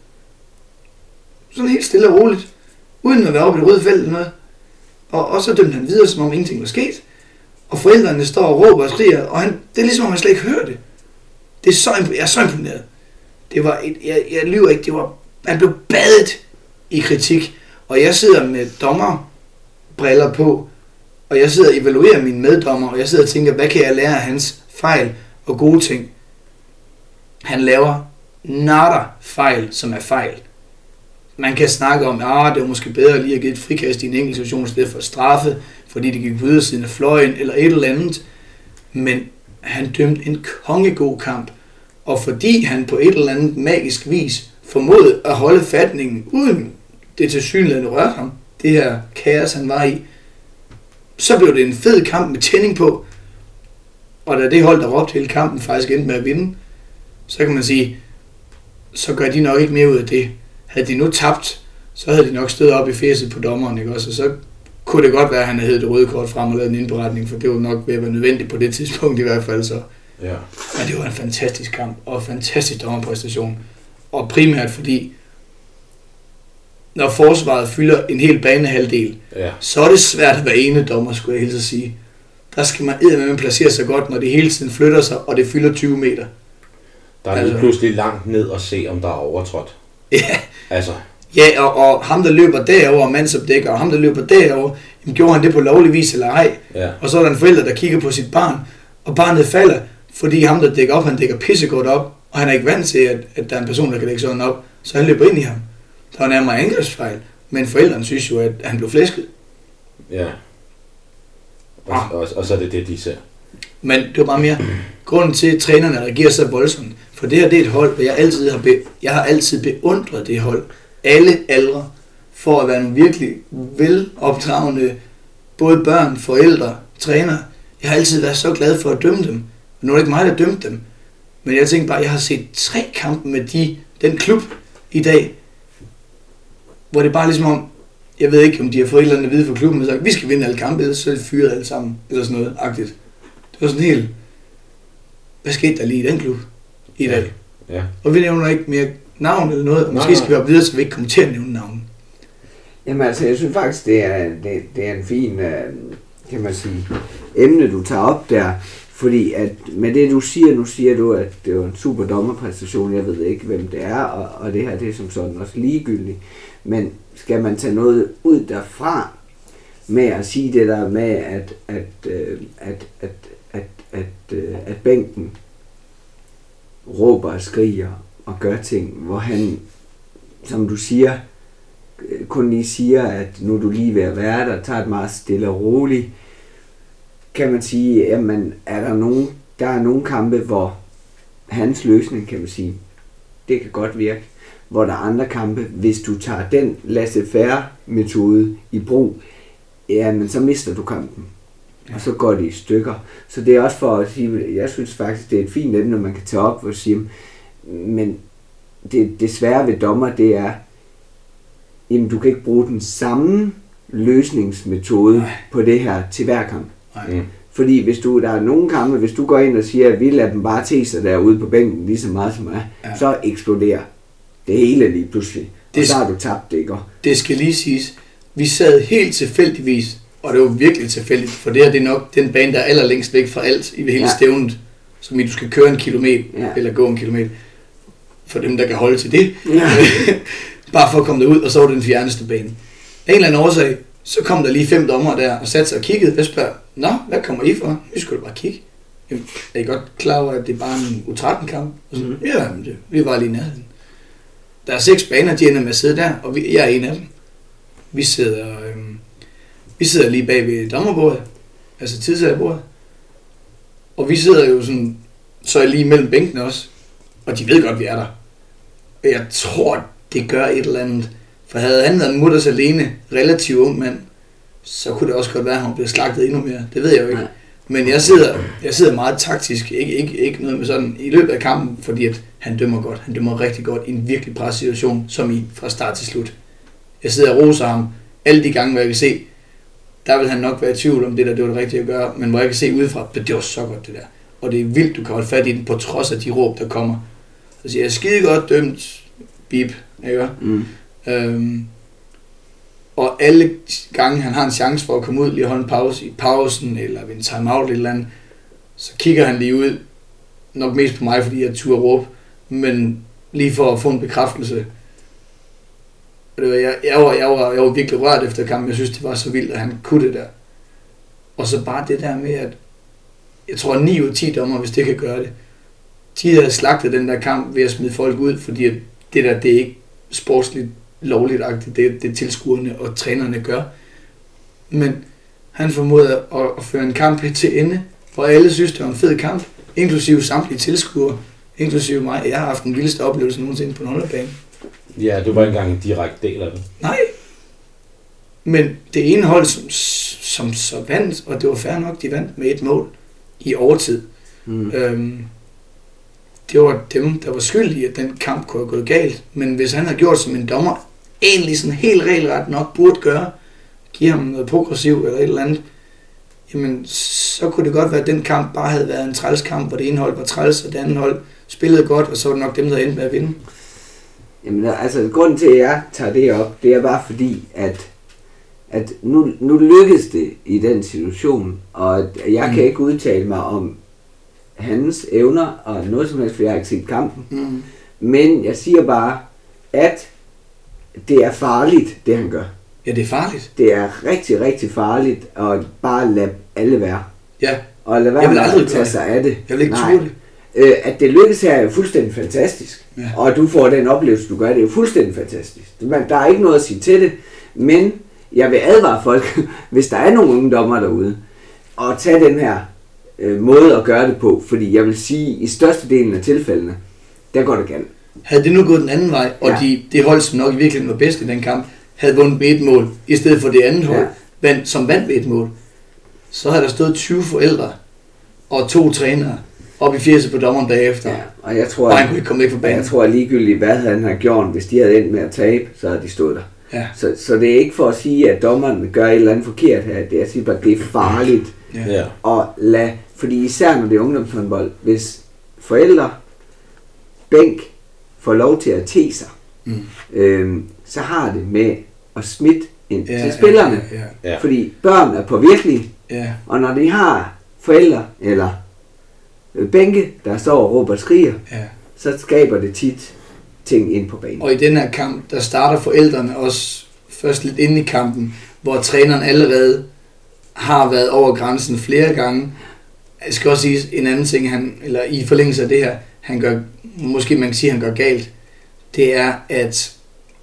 Speaker 3: Sådan helt stille og roligt. Uden at være oppe i det røde felt eller noget. Og så dømte han videre, som om ingenting var sket. Og forældrene står og råber og skriger. Og det er ligesom, om man slet ikke hører det. Jeg er så imponeret. Det var jeg lyver ikke. Han blev badet i kritik. Og jeg sidder med dommerbriller på. Og jeg sidder og evaluerer mine meddommer. Og jeg sidder og tænker, hvad kan jeg lære af hans fejl og gode ting. Han laver nada fejl, som er fejl. Man kan snakke om, det var måske bedre lige at give et frikast i en enkelt situation, i stedet for straffe, fordi det gik på ydersiden af fløjen, eller et eller andet. Men han dømte en kongegod kamp, og fordi han på et eller andet magisk vis formåede at holde fatningen, uden det tilsyneladende rørte ham, det her kaos han var i, så blev det en fed kamp med tænding på, og da det hold, der råbte hele kampen, faktisk endte med at vinde, så kan man sige, så gør de nok ikke mere ud af det. Havde de nu tabt, så havde de nok stået op i fæset på dommeren, ikke også? Og så kunne det godt være, at han havde det røde kort frem og lavet en indberetning, for det var nok ved at være nødvendigt på det tidspunkt i hvert fald så. Ja. Men det var en fantastisk kamp, og en fantastisk dommerpræstation. Og primært fordi, når forsvaret fylder en hel banehalvdel, så er det svært at være ene dommer, skulle jeg helst sige. Der skal man eddermame placere sig godt, når det hele tiden flytter sig, og det fylder 20 meter.
Speaker 1: Der er lige pludselig langt ned og se, om der er overtrådt.
Speaker 3: Ja.
Speaker 1: Altså.
Speaker 3: Ja, og ham, der løber derover, mandsopdækker, og ham, der løber derover, gjorde han det på lovlig vis eller ej? Ja. Og så er der en forælder, der kigger på sit barn, og barnet falder, fordi ham, der dækker op, han dækker pissegodt op, og han er ikke vant til, at der er en person, der kan dække sådan op, så han løber ind i ham. Der var nærmere angrebsfejl, men forældrene synes jo, at han blev flæsket.
Speaker 1: Ja. Og så er det, de ser.
Speaker 3: Men det var bare mere grunden til, at trænerne reagerer så voldsomt. For det her, det er et hold, hvor jeg har altid beundret det hold. Alle aldre, for at være en virkelig velopdragende, både børn, forældre, træner. Jeg har altid været så glad for at dømme dem. Nu er det ikke mig, der dømte dem. Men jeg tænkte bare, at jeg har set 3 kampe med den klub i dag, hvor det bare ligesom om, jeg ved ikke, om de har fået et eller andet at vide fra klubben, og sagt, vi skal vinde alle kampe, ellers så er det fyret alle sammen, eller sådan noget agtigt. Det var sådan helt, hvad skete der lige i den klub i dag? Ja. Og vi nævner ikke mere navn eller noget, og måske skal vi op videre, så vi ikke kommer til at nævne navn.
Speaker 2: Jamen altså, jeg synes faktisk, det er en fin, kan man sige, emne, du tager op der, fordi at med det, du siger, nu siger du, at det var en super dommerpræstation, jeg ved ikke, hvem det er, og det her, det er som sådan også ligegyldigt, men skal man tage noget ud derfra med at sige det der med, at bænken råber og skriger og gør ting, hvor han, som du siger, kun lige siger, at nu er du lige ved at være der, tager et meget stille og roligt, kan man sige, jamen, der er nogle kampe, hvor hans løsning, kan man sige, det kan godt virke. Hvor der er andre kampe, hvis du tager den laissez-faire-metode i brug, men så mister du kampen. Og så går det i stykker. Så det er også for at sige, jeg synes faktisk, det er et fint emne, man kan tage op og sige, men det svære ved dommer, det er, jamen du kan ikke bruge den samme løsningsmetode på det her til hver kamp. Fordi hvis der er nogle kampe, hvis du går ind og siger, at vi lader dem bare te sig derude på bænken lige så meget som er, så eksploderer det hele lige pludselig. Og så har du tabt det, ikke?
Speaker 3: Det skal lige siges. Vi sad helt tilfældigvis, og det var virkelig tilfældigt, for det her det er nok den bane, der er allerlængst væk fra alt i hele stævnet, som du skal køre 1 kilometer, eller gå 1 kilometer, for dem, der kan holde til det. Ja. Bare for at komme derud, og så var det den fjerneste bane. Af en eller anden årsag, så kom der lige 5 dommer der, og satte sig og kiggede, og spørger, nå, hvad kommer I for? Vi skulle bare kigge. Jamen, er I godt klar over, at det er bare en U13-kamp? Og sådan, ja, vi var lige nærheden. Der er 6 baner, de ender med at sidde der, og jeg er en af dem. Vi sidder lige bag ved dommerbordet, altså tidsagerbordet, og vi sidder jo sådan, så er lige mellem bænkene også, og de ved godt, vi er der. Og jeg tror, det gør et eller andet, for havde han været mutters alene, relativt ung mand, så kunne det også godt være, at han blev slagtet endnu mere. Det ved jeg jo ikke. Men jeg sidder meget taktisk, ikke noget med sådan, i løbet af kampen, fordi at han dømmer godt. Han dømmer rigtig godt i en virkelig pressituation, som i fra start til slut. Jeg sidder og roser ham alle de gange, hvor jeg kan se, der vil han nok være i tvivl om det der, det var det rigtige at gøre, men hvor jeg kan se udefra, det var så godt det der. Og det er vildt, du kan holde fat i den, på trods af de råb, der kommer. Så siger jeg, skide godt dømt, bip, ikke? Og alle gange, han har en chance for at komme ud, lige holde en pause i pausen, eller ved en timeout eller andet, så kigger han lige ud, nok mest på mig, fordi jeg turde råbe, men lige for at få en bekræftelse. Jeg var virkelig rørt efter kampen. Jeg synes, det var så vildt, at han kunne det der. Og så bare det der med, at jeg tror 9 ud af 10 dommer, hvis det kan gøre det, de havde slagtet den der kamp ved at smide folk ud, fordi det der, det er ikke sportsligt lovligt-agtigt, det tilskuerne og trænerne gør. Men han formåede at føre en kamp til ende, hvor alle synes, det var en fed kamp, inklusive samtlige tilskuere, inklusive mig. Jeg har haft den vildeste oplevelse nogensinde på en håndboldbane.
Speaker 1: Ja, du var ikke engang en direkte del af det. Nej.
Speaker 3: Men det ene hold, som så vandt, og det var fair nok, de vandt med 1 mål i overtid. Det var dem, der var skyldige, at den kamp kunne have gået galt. Men hvis han havde gjort, som en dommer egentlig sådan helt regelret nok burde gøre, give ham noget progressiv eller et eller andet, jamen så kunne det godt være, at den kamp bare havde været en trælskamp, hvor det ene hold var træls, og det andet hold spillede godt, og så var det nok dem, der endte med at vinde.
Speaker 2: Jamen altså, grunden til, at jeg tager det op, det er bare fordi, at nu lykkedes det i den situation, og jeg kan ikke udtale mig om hans evner og noget som helst, for jeg har ikke set kampen. Men jeg siger bare, at det er farligt, det han gør.
Speaker 3: Ja, det er farligt.
Speaker 2: Det er rigtig, rigtig farligt at bare lade alle være.
Speaker 3: Ja.
Speaker 2: Og lade være med at tage sig af det.
Speaker 3: Jeg vil ikke tro det.
Speaker 2: At det lykkes her er jo fuldstændig fantastisk. Ja. Og du får den oplevelse, du gør, det er jo fuldstændig fantastisk. Der er ikke noget at sige til det, men jeg vil advare folk, hvis der er nogle unge dommer derude, at tage den her måde at gøre det på, fordi jeg vil sige, i størstedelen af tilfældene, der går det galt.
Speaker 3: Havde det nu gået den anden vej, og det hold, som nok i virkeligheden var bedst i den kamp, havde vundet med 1 mål, i stedet for det andet hold, som vandt med 1 mål, så havde der stået 20 forældre og 2 trænere op i fjeset på dommeren bagefter. Ja,
Speaker 2: og jeg tror,
Speaker 3: og han kunne ikke komme væk fra banen.
Speaker 2: Jeg tror ligegyldigt, hvad han har gjort, hvis de havde endt med at tabe, så havde de stået der.
Speaker 3: Ja.
Speaker 2: Så det er ikke for at sige, at dommeren gør et eller andet forkert her. Det er at sige, at det er farligt at lade, fordi især når det er ungdomshåndbold, hvis forældre, bænk, får lov til at te sig, så har det med at smitte ind til spillerne.
Speaker 1: Ja.
Speaker 2: Fordi børn er påvirkelige, og når de har forældre eller bænke, der står og råber og skriger, så skaber det tit ting ind på banen.
Speaker 3: Og i den her kamp, der starter forældrene også først lidt inde i kampen, hvor træneren allerede har været over grænsen flere gange. Jeg skal også sige en anden ting, eller i forlængelse af det her, han gør, måske man kan sige, han gør galt. Det er, at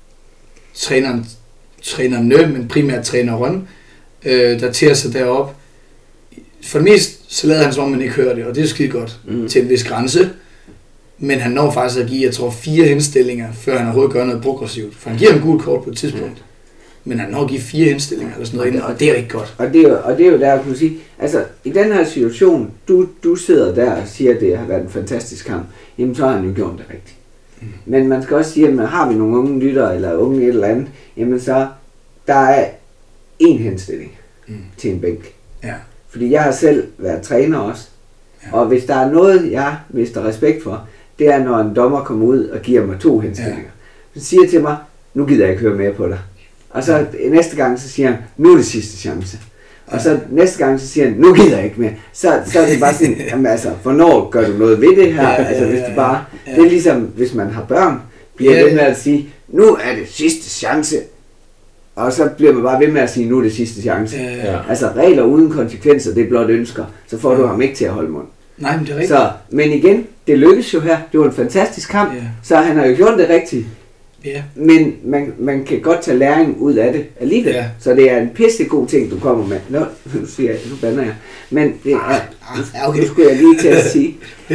Speaker 3: trænerne, men primært træneren, der tager sig derop. For det meste, så lader han som om, man ikke hører det, og det er skide godt til en vis grænse. Men han når faktisk at give, jeg tror, 4 henstillinger, før han overhovedet gør noget progressivt. For han giver en gul kort på et tidspunkt. Men han når at give 4 henstillinger eller sådan noget inden, og det er jo ikke godt.
Speaker 2: Og det er jo der, kunne sige, altså i den her situation, du sidder der og siger, at det har været en fantastisk kamp, jamen så har han jo gjort det rigtigt. Men man skal også sige, at har vi nogle unge lyttere eller unge et eller andet, jamen så der er 1 henstilling til en bænk.
Speaker 3: Ja.
Speaker 2: Fordi jeg har selv været træner også, og hvis der er noget, jeg mister respekt for, det er, når en dommer kommer ud og giver mig 2 henstillinger. Så siger til mig, nu gider jeg ikke høre mere på dig. Og så næste gang, så siger han, nu er det sidste chance. Og så næste gang, så siger han, nu gider jeg ikke mere. Så er det bare sådan, jamen altså, hvornår gør du noget ved det her? Altså hvis du bare, det er ligesom, hvis man har børn, bliver ved med at sige, nu er det sidste chance. Og så bliver man bare ved med at sige, nu er det sidste chance. Altså regler uden konsekvenser, det er blot ønsker. Så får du ham ikke til at holde mund.
Speaker 3: Nej, men det er rigtigt.
Speaker 2: Men igen, det lykkes jo her. Det var en fantastisk kamp. Så han har jo gjort det rigtigt.
Speaker 3: Ja.
Speaker 2: Men man kan godt tage læring ud af det alligevel. Ja. Så det er en pissegod ting, du kommer med. Nå, nu bander jeg. Men det er,
Speaker 3: okay.
Speaker 2: Nu skulle jeg lige til at sige.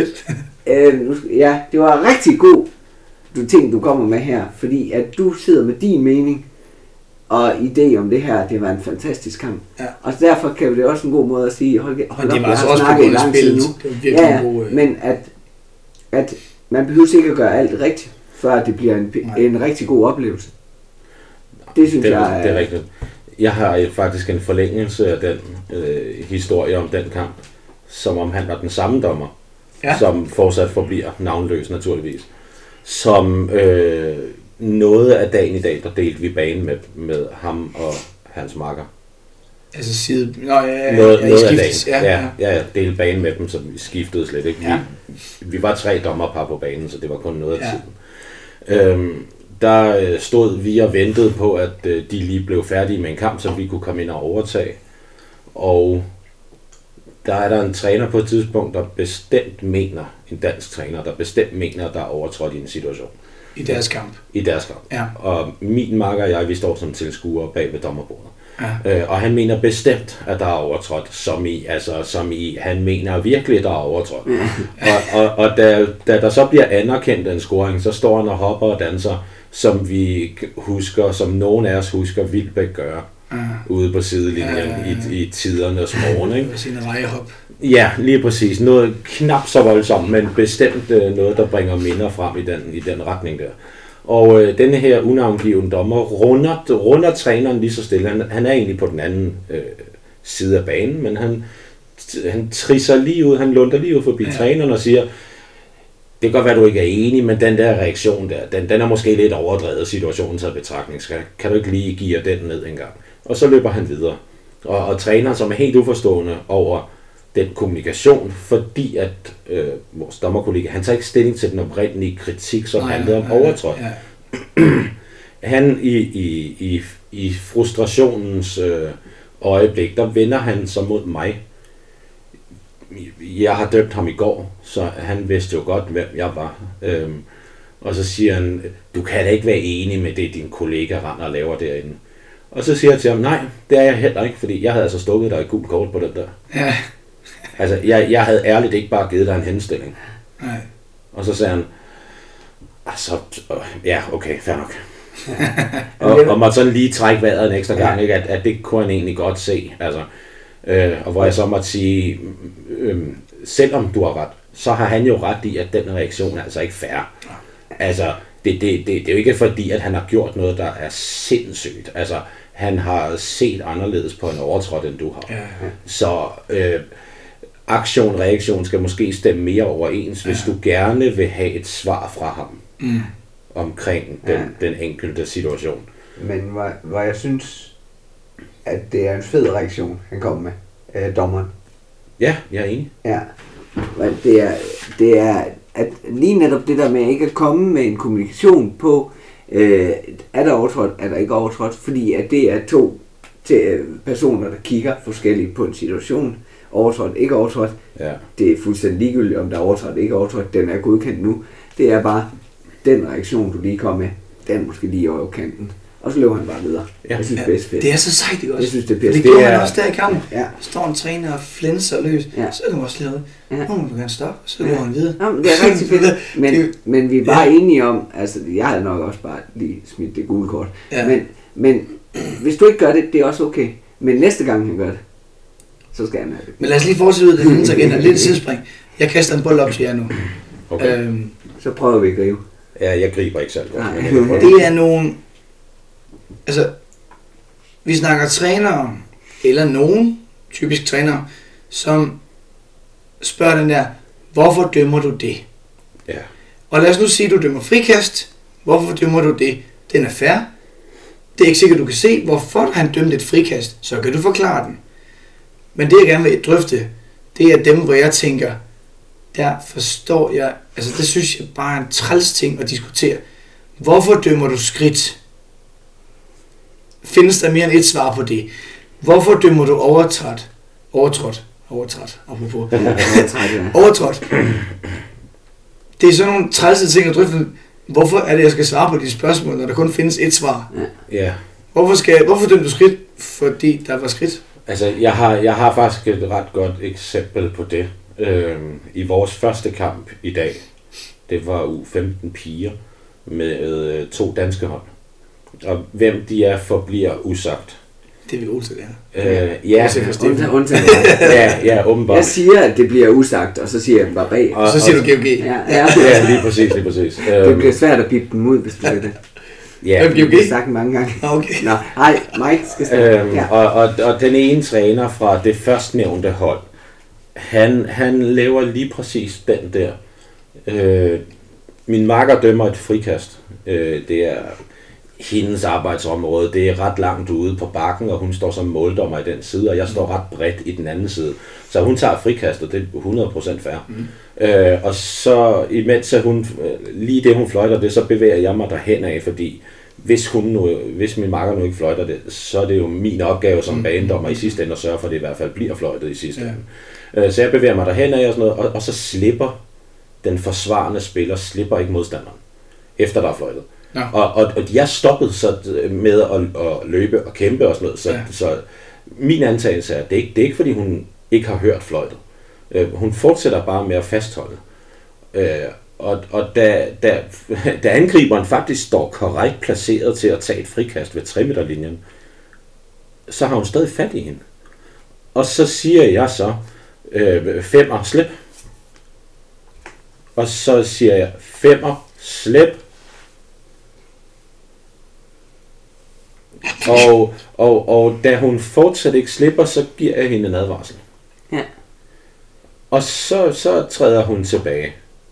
Speaker 2: Det var rigtig god ting, du kommer med her. Fordi at du sidder med din mening og idé om det her. Det var en fantastisk kamp. Ja. Og derfor kan det også en god måde at sige, hold op,
Speaker 3: det var
Speaker 2: jeg har
Speaker 3: også
Speaker 2: snakket i lang tid nu.
Speaker 3: God,
Speaker 2: men at man behøver ikke at gøre alt rigtigt, før det bliver en rigtig god oplevelse. Det synes jeg
Speaker 1: det er rigtigt. Jeg har faktisk en forlængelse af den historie om den kamp, som omhandler den samme dommer, som fortsat forbliver navnløs naturligvis. Som noget af dagen i dag, der delte vi banen med ham og hans makker.
Speaker 3: Altså side...
Speaker 1: Noget af dagen. Ja, delte banen med dem, så vi skiftede slet ikke. Ja. Vi var 3 dommerpar på banen, så det var kun noget af tiden. Der stod vi og ventede på, at de lige blev færdige med en kamp, så vi kunne komme ind og overtage. Og der er der en træner på et tidspunkt, der bestemt mener, en dansk træner, der bestemt mener, der er overtrådt i en situation.
Speaker 3: I deres kamp.
Speaker 1: I deres kamp.
Speaker 3: Ja.
Speaker 1: Og min makker og jeg, vi står som tilskuere bag ved dommerbordet. Ja. Og han mener bestemt, at der er overtrådt, som i han mener virkelig, at der er overtrådt. Og da der så bliver anerkendt en scoring, så står han og hopper og danser, som vi husker, som nogen af os husker, Vilbæk gør ude på sidelinjen i tidernes morgen. Ikke?
Speaker 3: Med sine rejehop.
Speaker 1: Ja, lige præcis. Noget knap så voldsomt, men bestemt noget, der bringer minder frem i den retning der. Og denne her unavngivende dommer runder træneren lige så stille. Han er egentlig på den anden side af banen, men han trisser lige ud, han lunder lige ud forbi træneren og siger, det kan godt være, du ikke er enig, men den der reaktion der, den er måske lidt overdrevet situationen til betragtning. Kan du ikke lige give den ned en gang? Og så løber han videre. Og træneren, som er helt uforstående over den kommunikation, fordi at vores dommerkollega, han tager ikke stilling til den oprindelige kritik, som handlede om overtrådt. Han i frustrationens øjeblik, der vender han sig mod mig. Jeg har dømt ham i går, så han vidste jo godt, hvem jeg var. Og så siger han, du kan da ikke være enig med det, din kollega render og laver derinde. Og så siger jeg til ham, nej, det er jeg heller ikke, fordi jeg havde altså stukket dig et gult kort på den der. Ja. Altså, jeg havde ærligt ikke bare givet dig en henstilling. Nej. Og så sagde han, altså, ja, okay, fair nok. og måtte sådan lige trække vejret en ekstra gang, ikke? At det kunne han egentlig godt se. Altså, og hvor jeg så måtte sige, selvom du har ret, så har han jo ret i, at den reaktion er altså ikke fair. Altså, det er jo ikke fordi, at han har gjort noget, der er sindssygt. Altså, han har set anderledes på en overtrådt, end du har. Ja. Så aktion, reaktion skal måske stemme mere overens, hvis du gerne vil have et svar fra ham omkring den enkelte situation.
Speaker 2: Men hvor jeg synes, at det er en fed reaktion, han kommer med, dommeren.
Speaker 1: Ja, jeg er enig.
Speaker 2: Ja, men det er at lige netop det der med ikke at komme med en kommunikation på, er der overtrådt, er der ikke overtrådt, fordi at det er 2 personer, der kigger forskelligt på en situation. Overtrådt, ikke overtrådt. Ja. Det er fuldstændig ligegyldigt, om der er overtrådt, ikke overtrådt. Den er godkendt nu. Det er bare den reaktion, du lige kom med, den måske lige over kanten. Og så løber han bare videre.
Speaker 1: Ja.
Speaker 2: Jeg synes, det er fedt.
Speaker 3: Det er så sejt, ikke også?
Speaker 2: Jeg synes, det er
Speaker 3: Det
Speaker 2: pisse.
Speaker 3: gjorde
Speaker 1: Det er-
Speaker 3: han også der i kampen.
Speaker 2: Ja.
Speaker 3: Står en træner og flænser løs.
Speaker 2: Ja.
Speaker 3: Så kan man også lade.
Speaker 2: Ja.
Speaker 3: Nu må du gerne stoppe. Så løber han videre.
Speaker 2: Nå, men det er rigtig fedt. Men vi er bare
Speaker 3: Ja.
Speaker 2: enige om, altså jeg havde nok også bare lige smidt det gule kort.
Speaker 3: Ja.
Speaker 2: Men hvis du ikke gør det, det er også okay. Men næste gang han gør det, så skal han have det.
Speaker 3: Men lad os lige fortsætte ud af den agenda. Lidt sidespring. Jeg kaster en bold op til jer nu.
Speaker 1: Okay.
Speaker 2: Så prøver vi at gribe.
Speaker 1: Ja, jeg griber ikke selv godt.
Speaker 2: Nej.
Speaker 1: men jeg kan prøve.
Speaker 3: Det er nogle... Altså, vi snakker trænere, eller nogen, typisk trænere, som spørger den der, hvorfor dømmer du det?
Speaker 1: Ja.
Speaker 3: Og lad os nu sige, at du dømmer frikast. Hvorfor dømmer du det? Den er fair. Det er ikke sikkert, du kan se, hvorfor han dømte et frikast. Så kan du forklare den. Men det, jeg gerne vil drøfte, det er dem, hvor jeg tænker, der forstår jeg, altså det synes jeg bare er en træls ting at diskutere. Hvorfor dømmer du skridt? Findes der mere end et svar på det? Hvorfor dømmer du overtrådt, apropos. Overtrådt. Det er sådan nogle trælse ting at drøfte. Hvorfor er det, jeg skal svare på de spørgsmål, når der kun findes et svar?
Speaker 1: Ja.
Speaker 3: Hvorfor dømte du skridt? Fordi der var skridt.
Speaker 1: Altså, jeg har faktisk et ret godt eksempel på det. I vores første kamp i dag, det var U15 piger med 2 danske hold. Og hvem de er, forbliver usagt.
Speaker 3: Det er vi gode til, det her.
Speaker 1: Ja,
Speaker 2: Undtagen.
Speaker 1: ja, åbenbart.
Speaker 2: Jeg siger, at det bliver usagt, og så siger jeg bare bag.
Speaker 3: Og så siger du GOG.
Speaker 2: Ja.
Speaker 1: Ja, lige præcis.
Speaker 2: Det bliver svært at pippe dem ud, hvis du gør det.
Speaker 1: Ja,
Speaker 3: Hvem
Speaker 2: Det har sagt mange gange.
Speaker 3: Okay.
Speaker 2: Nå, hej, Mike skal snakke. Ja.
Speaker 1: og den ene træner fra det førstnævnte hold, han laver lige præcis den der. Min makker dømmer et frikast. Det er hendes arbejdsområde. Det er ret langt ude på bakken, og hun står som måldommer i den side, og jeg står ret bredt i den anden side. Så hun tager frikastet, det er 100% fair. Og så imens hun, lige det hun fløjter det, så bevæger jeg mig derhen af, fordi hvis min makker nu ikke fløjter det, så er det jo min opgave som banedommer i sidste ende at sørge for, at det i hvert fald bliver fløjtet i sidste ende. Så jeg bevæger mig derhen af og sådan noget, og så slipper den forsvarende spiller ikke modstanderen, efter der er fløjtet.
Speaker 3: Ja.
Speaker 1: Og jeg stoppede så med at løbe og kæmpe og sådan noget, så min antagelse er, at det er ikke fordi hun ikke har hørt fløjtet. Hun fortsætter bare med at fastholde. Og da angriberen faktisk står korrekt placeret til at tage et frikast ved 3-meterlinjen, så har hun stadig fat i hende. Og så siger jeg så, 5'er, slip. Og så siger jeg, 5'er, slip. Og da hun fortsat ikke slipper, så giver jeg hende en advarsel.
Speaker 2: Ja.
Speaker 1: Og så træder hun tilbage.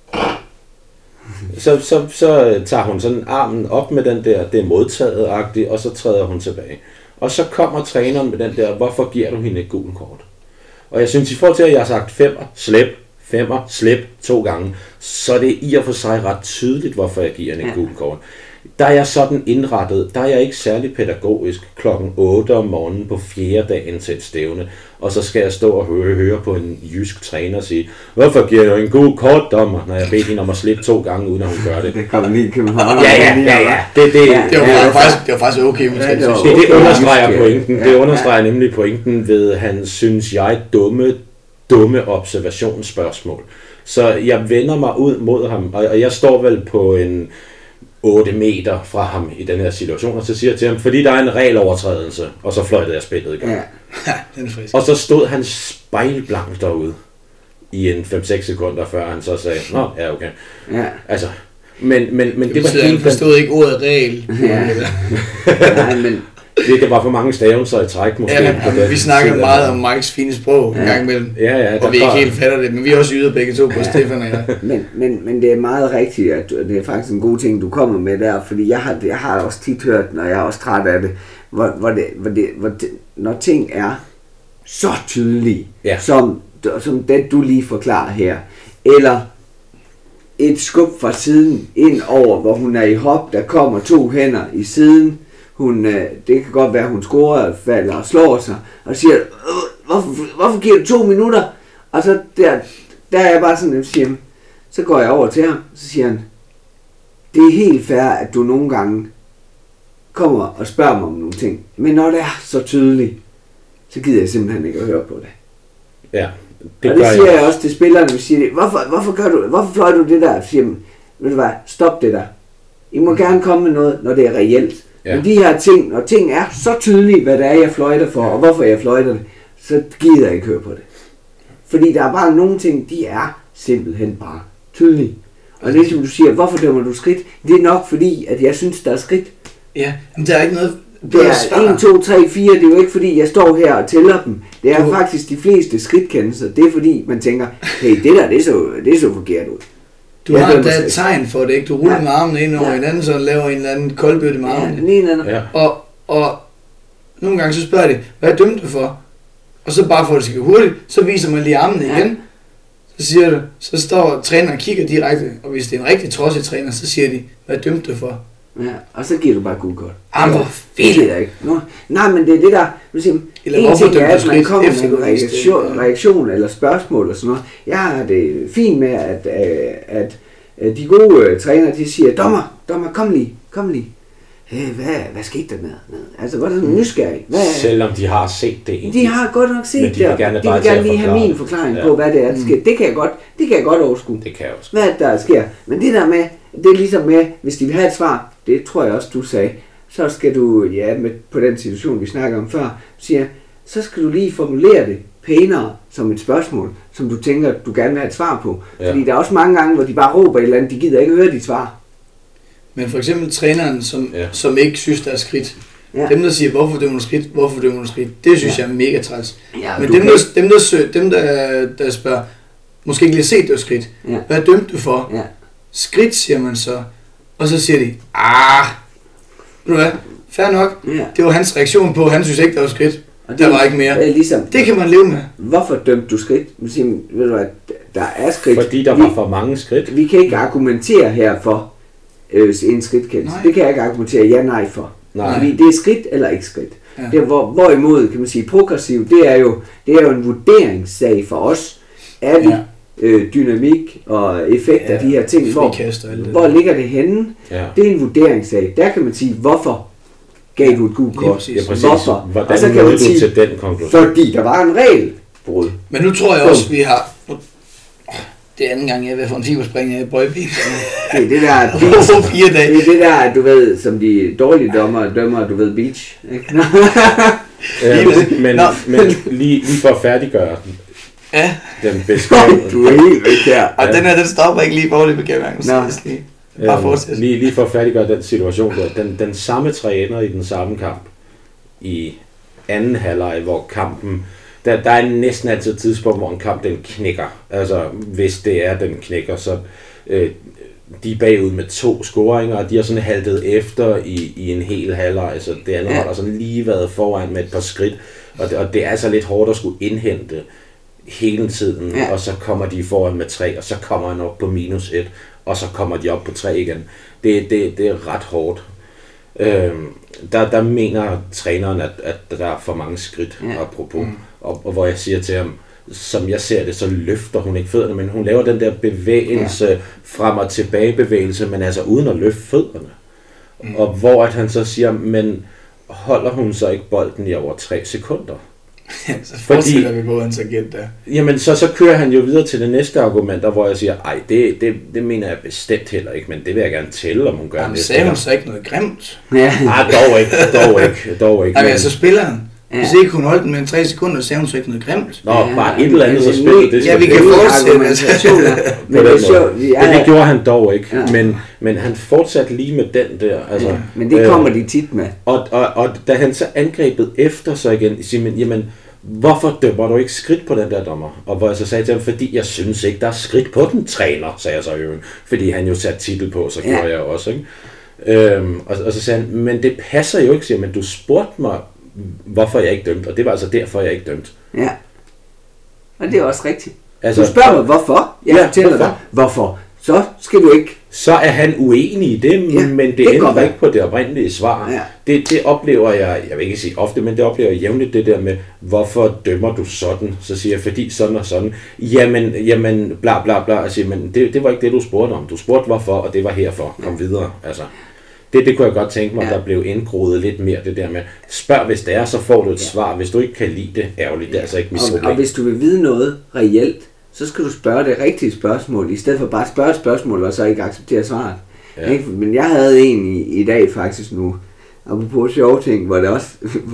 Speaker 1: Så tager hun sådan armen op med den der, det er modtaget-agtigt, og så træder hun tilbage. Og så kommer træneren med den der, hvorfor giver du hende et gult kort? Og jeg synes, i forhold til, at jeg har sagt 5'er, slip 2 gange, så er det i og for sig ret tydeligt, hvorfor jeg giver hende et gult kort. Der er jeg sådan indrettet, der er jeg ikke særlig pædagogisk klokken 8 om morgenen på 4. dagen til et stævne, og så skal jeg stå og høre på en jysk træner sige, hvorfor giver jeg en god kort dommer, når jeg beder hende om at slippe 2 gange, uden at hun gør det.
Speaker 2: Det kommer lige i København.
Speaker 1: Ja.
Speaker 3: Det var faktisk okay udtalt.
Speaker 1: Det understreger pointen. Det understreger nemlig pointen ved hans, synes jeg, dumme observationsspørgsmål. Så jeg vender mig ud mod ham, og jeg står vel på en 8 meter fra ham i den her situation, og så siger jeg til ham, fordi der er en regelovertrædelse, og så fløjtede jeg spillet i gang.
Speaker 2: Ja.
Speaker 3: Den er frisk.
Speaker 1: Og så stod han spejlblank derude i en 5-6 sekunder, før han så sagde, nå, ja, okay.
Speaker 2: Ja.
Speaker 1: Altså, men det var
Speaker 3: betyder,
Speaker 1: helt...
Speaker 3: han forstod ikke ordet regel.
Speaker 2: Ja. Nej, men
Speaker 1: Det var for mange stavelser i træk, måske.
Speaker 3: Ja, vi snakker meget om Mikes fine sprog en gang imellem.
Speaker 1: Ja,
Speaker 3: og vi ikke helt fatter det, men vi er også yder begge to på Stefan og jeg.
Speaker 2: Men det er meget rigtigt, at det er faktisk en god ting, du kommer med der, fordi jeg har også tit hørt, når jeg er også træt af det, hvor når ting er så tydelige, som det du lige forklarer her, eller et skub fra siden ind over, hvor hun er i hop, der kommer 2 hænder i siden, det kan godt være, at hun scorer, falder og slår sig, og siger, hvorfor giver du 2 minutter? Og så der er jeg bare sådan, at siger, så går jeg over til ham, så siger han, det er helt fair, at du nogle gange kommer og spørger mig om nogle ting. Men når det er så tydeligt, så gider jeg simpelthen ikke at høre på det.
Speaker 1: Ja,
Speaker 2: og det siger jeg også til spillerne, vi siger det, hvorfor fløj du det der? Jeg siger, ved du hvad, stop det der. I må gerne komme med noget, når det er reelt. Ja. Men de her ting, når ting er så tydelige, hvad det er, jeg fløjter for, og hvorfor jeg fløjter det, så gider jeg ikke høre på det. Fordi der er bare nogle ting, de er simpelthen bare tydelige. Og det som du siger, hvorfor dømmer du skridt? Det er nok fordi, at jeg synes, der er skridt.
Speaker 3: Ja, men der er ikke noget...
Speaker 2: Det er 1, 2, 3, 4, det er jo ikke fordi, jeg står her og tæller dem. Det er faktisk de fleste skridtkendelser. Det er fordi, man tænker, hey, det der, det så forkert ud.
Speaker 3: Du har da et tegn for det, ikke? Du ruller med armene ind over hinanden, så laver en eller anden koldbøtte med armene.
Speaker 2: Ja.
Speaker 3: Og nogle gange så spørger de, hvad dømte du for? Og så bare for det skal gå hurtigt, så viser man lige armene igen. Så siger du, så står træneren og kigger direkte, og hvis det er en rigtig trodsig træner, så siger de, hvad dømte du for?
Speaker 2: Ja, og så giver du bare gult kort.
Speaker 3: Hvor fedt!
Speaker 2: Det er ikke. Nej, men det er det der, du siger, en ting er, at man kommer med en reaktion eller spørgsmål og sådan noget. Jeg har det fint med, at de gode trænere, de siger, dommer, kom lige. Hvad skete der med? Altså, hvor er det nysgerrig?
Speaker 1: Selvom de har set det egentlig.
Speaker 2: De har godt nok set det. De vil gerne lige have min forklaring på, hvad det er, der sker. Det kan jeg godt overskue.
Speaker 1: Det kan jeg også.
Speaker 2: Hvad der sker. Men det der med, det er ligesom med, hvis de vil have et svar, det tror jeg også, du sagde, så skal du, på den situation, vi snakker om før, siger, så skal du lige formulere det pænere som et spørgsmål, som du tænker, du gerne vil have et svar på. Ja. Fordi der er også mange gange, hvor de bare råber et eller andet, de gider ikke høre dit svar.
Speaker 3: Men for eksempel træneren, som ikke synes, der er skridt. Ja. Dem, der siger, hvorfor dømmer du skridt, det synes jeg er mega træls. Ja, men dem, der spørger, måske ikke lige set det skridt. Ja. Hvad dømte du for? Ja. Skridt, siger man så. Og så siger de, ved du hvad, fair nok. Ja. Det var hans reaktion på, han synes ikke, der var skridt. Og der var ikke mere.
Speaker 2: Ligesom,
Speaker 3: det kan man leve med.
Speaker 2: Hvorfor dømte du skridt? Ved du hvad, der er skridt.
Speaker 1: Fordi der var for mange skridt.
Speaker 2: Vi kan ikke argumentere her for en skridtkendelse. Det kan jeg ikke argumentere nej for. Nej. Fordi det er skridt eller ikke skridt. Ja. Det er, hvorimod, kan man sige, progressiv, det er jo en vurderingssag for os. Er vi dynamik og effekt af de her ting, hvor ligger det henne? Ja. Det er en vurderingssag. Der kan man sige, hvorfor gav du et gult kort?
Speaker 1: Ja, hvorfor? Hvordan så kan man sige, til den konklusion?
Speaker 2: Fordi der var en regelbrud.
Speaker 3: Men nu tror jeg også, vi har... Det er anden gang, jeg er ved at få en fiberspring af bøjben.
Speaker 2: Det er det der...
Speaker 3: 4 dage.
Speaker 2: Det er det der, du ved, som de dårlige dømmer, du ved, beach. Ikke?
Speaker 1: men lige for at færdiggøre den.
Speaker 3: Ja.
Speaker 1: Den beskrevet.
Speaker 2: Du er helt væk her.
Speaker 3: Og den stopper ikke lige forhåbentlig på gennemgangen.
Speaker 1: Lige for at færdiggøre den situation der. Den samme træner i den samme kamp i anden halvleg, hvor kampen... Der er næsten altid et tidspunkt, hvor en kamp den knækker. Altså, hvis det er, den knækker, så de er bagud med 2 scoringer, og de har sådan haltet efter i en hel halvleg, så det andet har der sådan lige været foran med et par skridt, og det er altså lidt hårdt at skulle indhente hele tiden, og så kommer de foran med 3, og så kommer han op på -1, og så kommer de op på 3 igen. Det er ret hårdt. Der mener træneren, at der er for mange skridt, apropos. Og hvor jeg siger til ham, som jeg ser det, så løfter hun ikke fødderne, men hun laver den der bevægelse, frem og tilbage bevægelse, men altså uden at løfte fødderne. Og hvor at han så siger, men holder hun så ikke bolden i over 3 sekunder?
Speaker 3: Ja, så fortsætter vi på en tangent der.
Speaker 1: Jamen, så kører han jo videre til det næste argument, hvor jeg siger, ej, det mener jeg bestemt heller ikke, men det vil jeg gerne tælle, om hun gør næste.
Speaker 3: Sagde hun så ikke noget grimt?
Speaker 1: Ja. Dog ikke.
Speaker 3: Altså spilleren. Hvis ikke hun holdt den med 3 sekunder, så sagde hun så ikke noget grimt.
Speaker 1: Bare et eller andet, så spillede det.
Speaker 3: Ja, vi kan fortsætte.
Speaker 1: Men det gjorde han dog ikke. Men han fortsatte lige med den der. Altså,
Speaker 2: men det kommer de tit med.
Speaker 1: Og da han så angrebet efter så igen, siger man, jamen, hvorfor dømmer du ikke skridt på den der dommer? Og hvor jeg så sagde til ham, fordi jeg synes ikke, der er skridt på den træner, sagde jeg så i øvrigt. Fordi han jo satte titel på, så gjorde jeg også, ikke? Og så sagde han, men det passer jo ikke, siger men du spurgte mig, hvorfor jeg ikke dømt, og det var altså derfor, jeg ikke dømt.
Speaker 2: Ja, og det er også rigtigt. Altså, du spørger mig, hvorfor? Jeg fortæller dig, hvorfor. Så skal du ikke...
Speaker 1: Så er han uenig i det, men det ændrer ikke på det oprindelige svar. Ja. Det oplever jeg vil ikke sige ofte, men det oplever jeg jævnligt, det der med, hvorfor dømmer du sådan? Så siger jeg, fordi sådan og sådan. Jamen, bla bla bla. Jeg siger, men det var ikke det, du spurgte om. Du spurgte hvorfor, og det var herfor. Kom videre, altså. Det kunne jeg godt tænke mig, der blev indgroet lidt mere, det der med, spørg hvis det er, så får du et svar. Hvis du ikke kan lide det, ærgerligt, det er altså ikke mit problem.
Speaker 2: Og hvis du vil vide noget reelt, så skal du spørge det rigtige spørgsmål, i stedet for bare at spørge et spørgsmål, og så ikke acceptere svaret. Ja. Ikke? Men jeg havde en i dag faktisk nu, apropos sjove ting, hvor det også,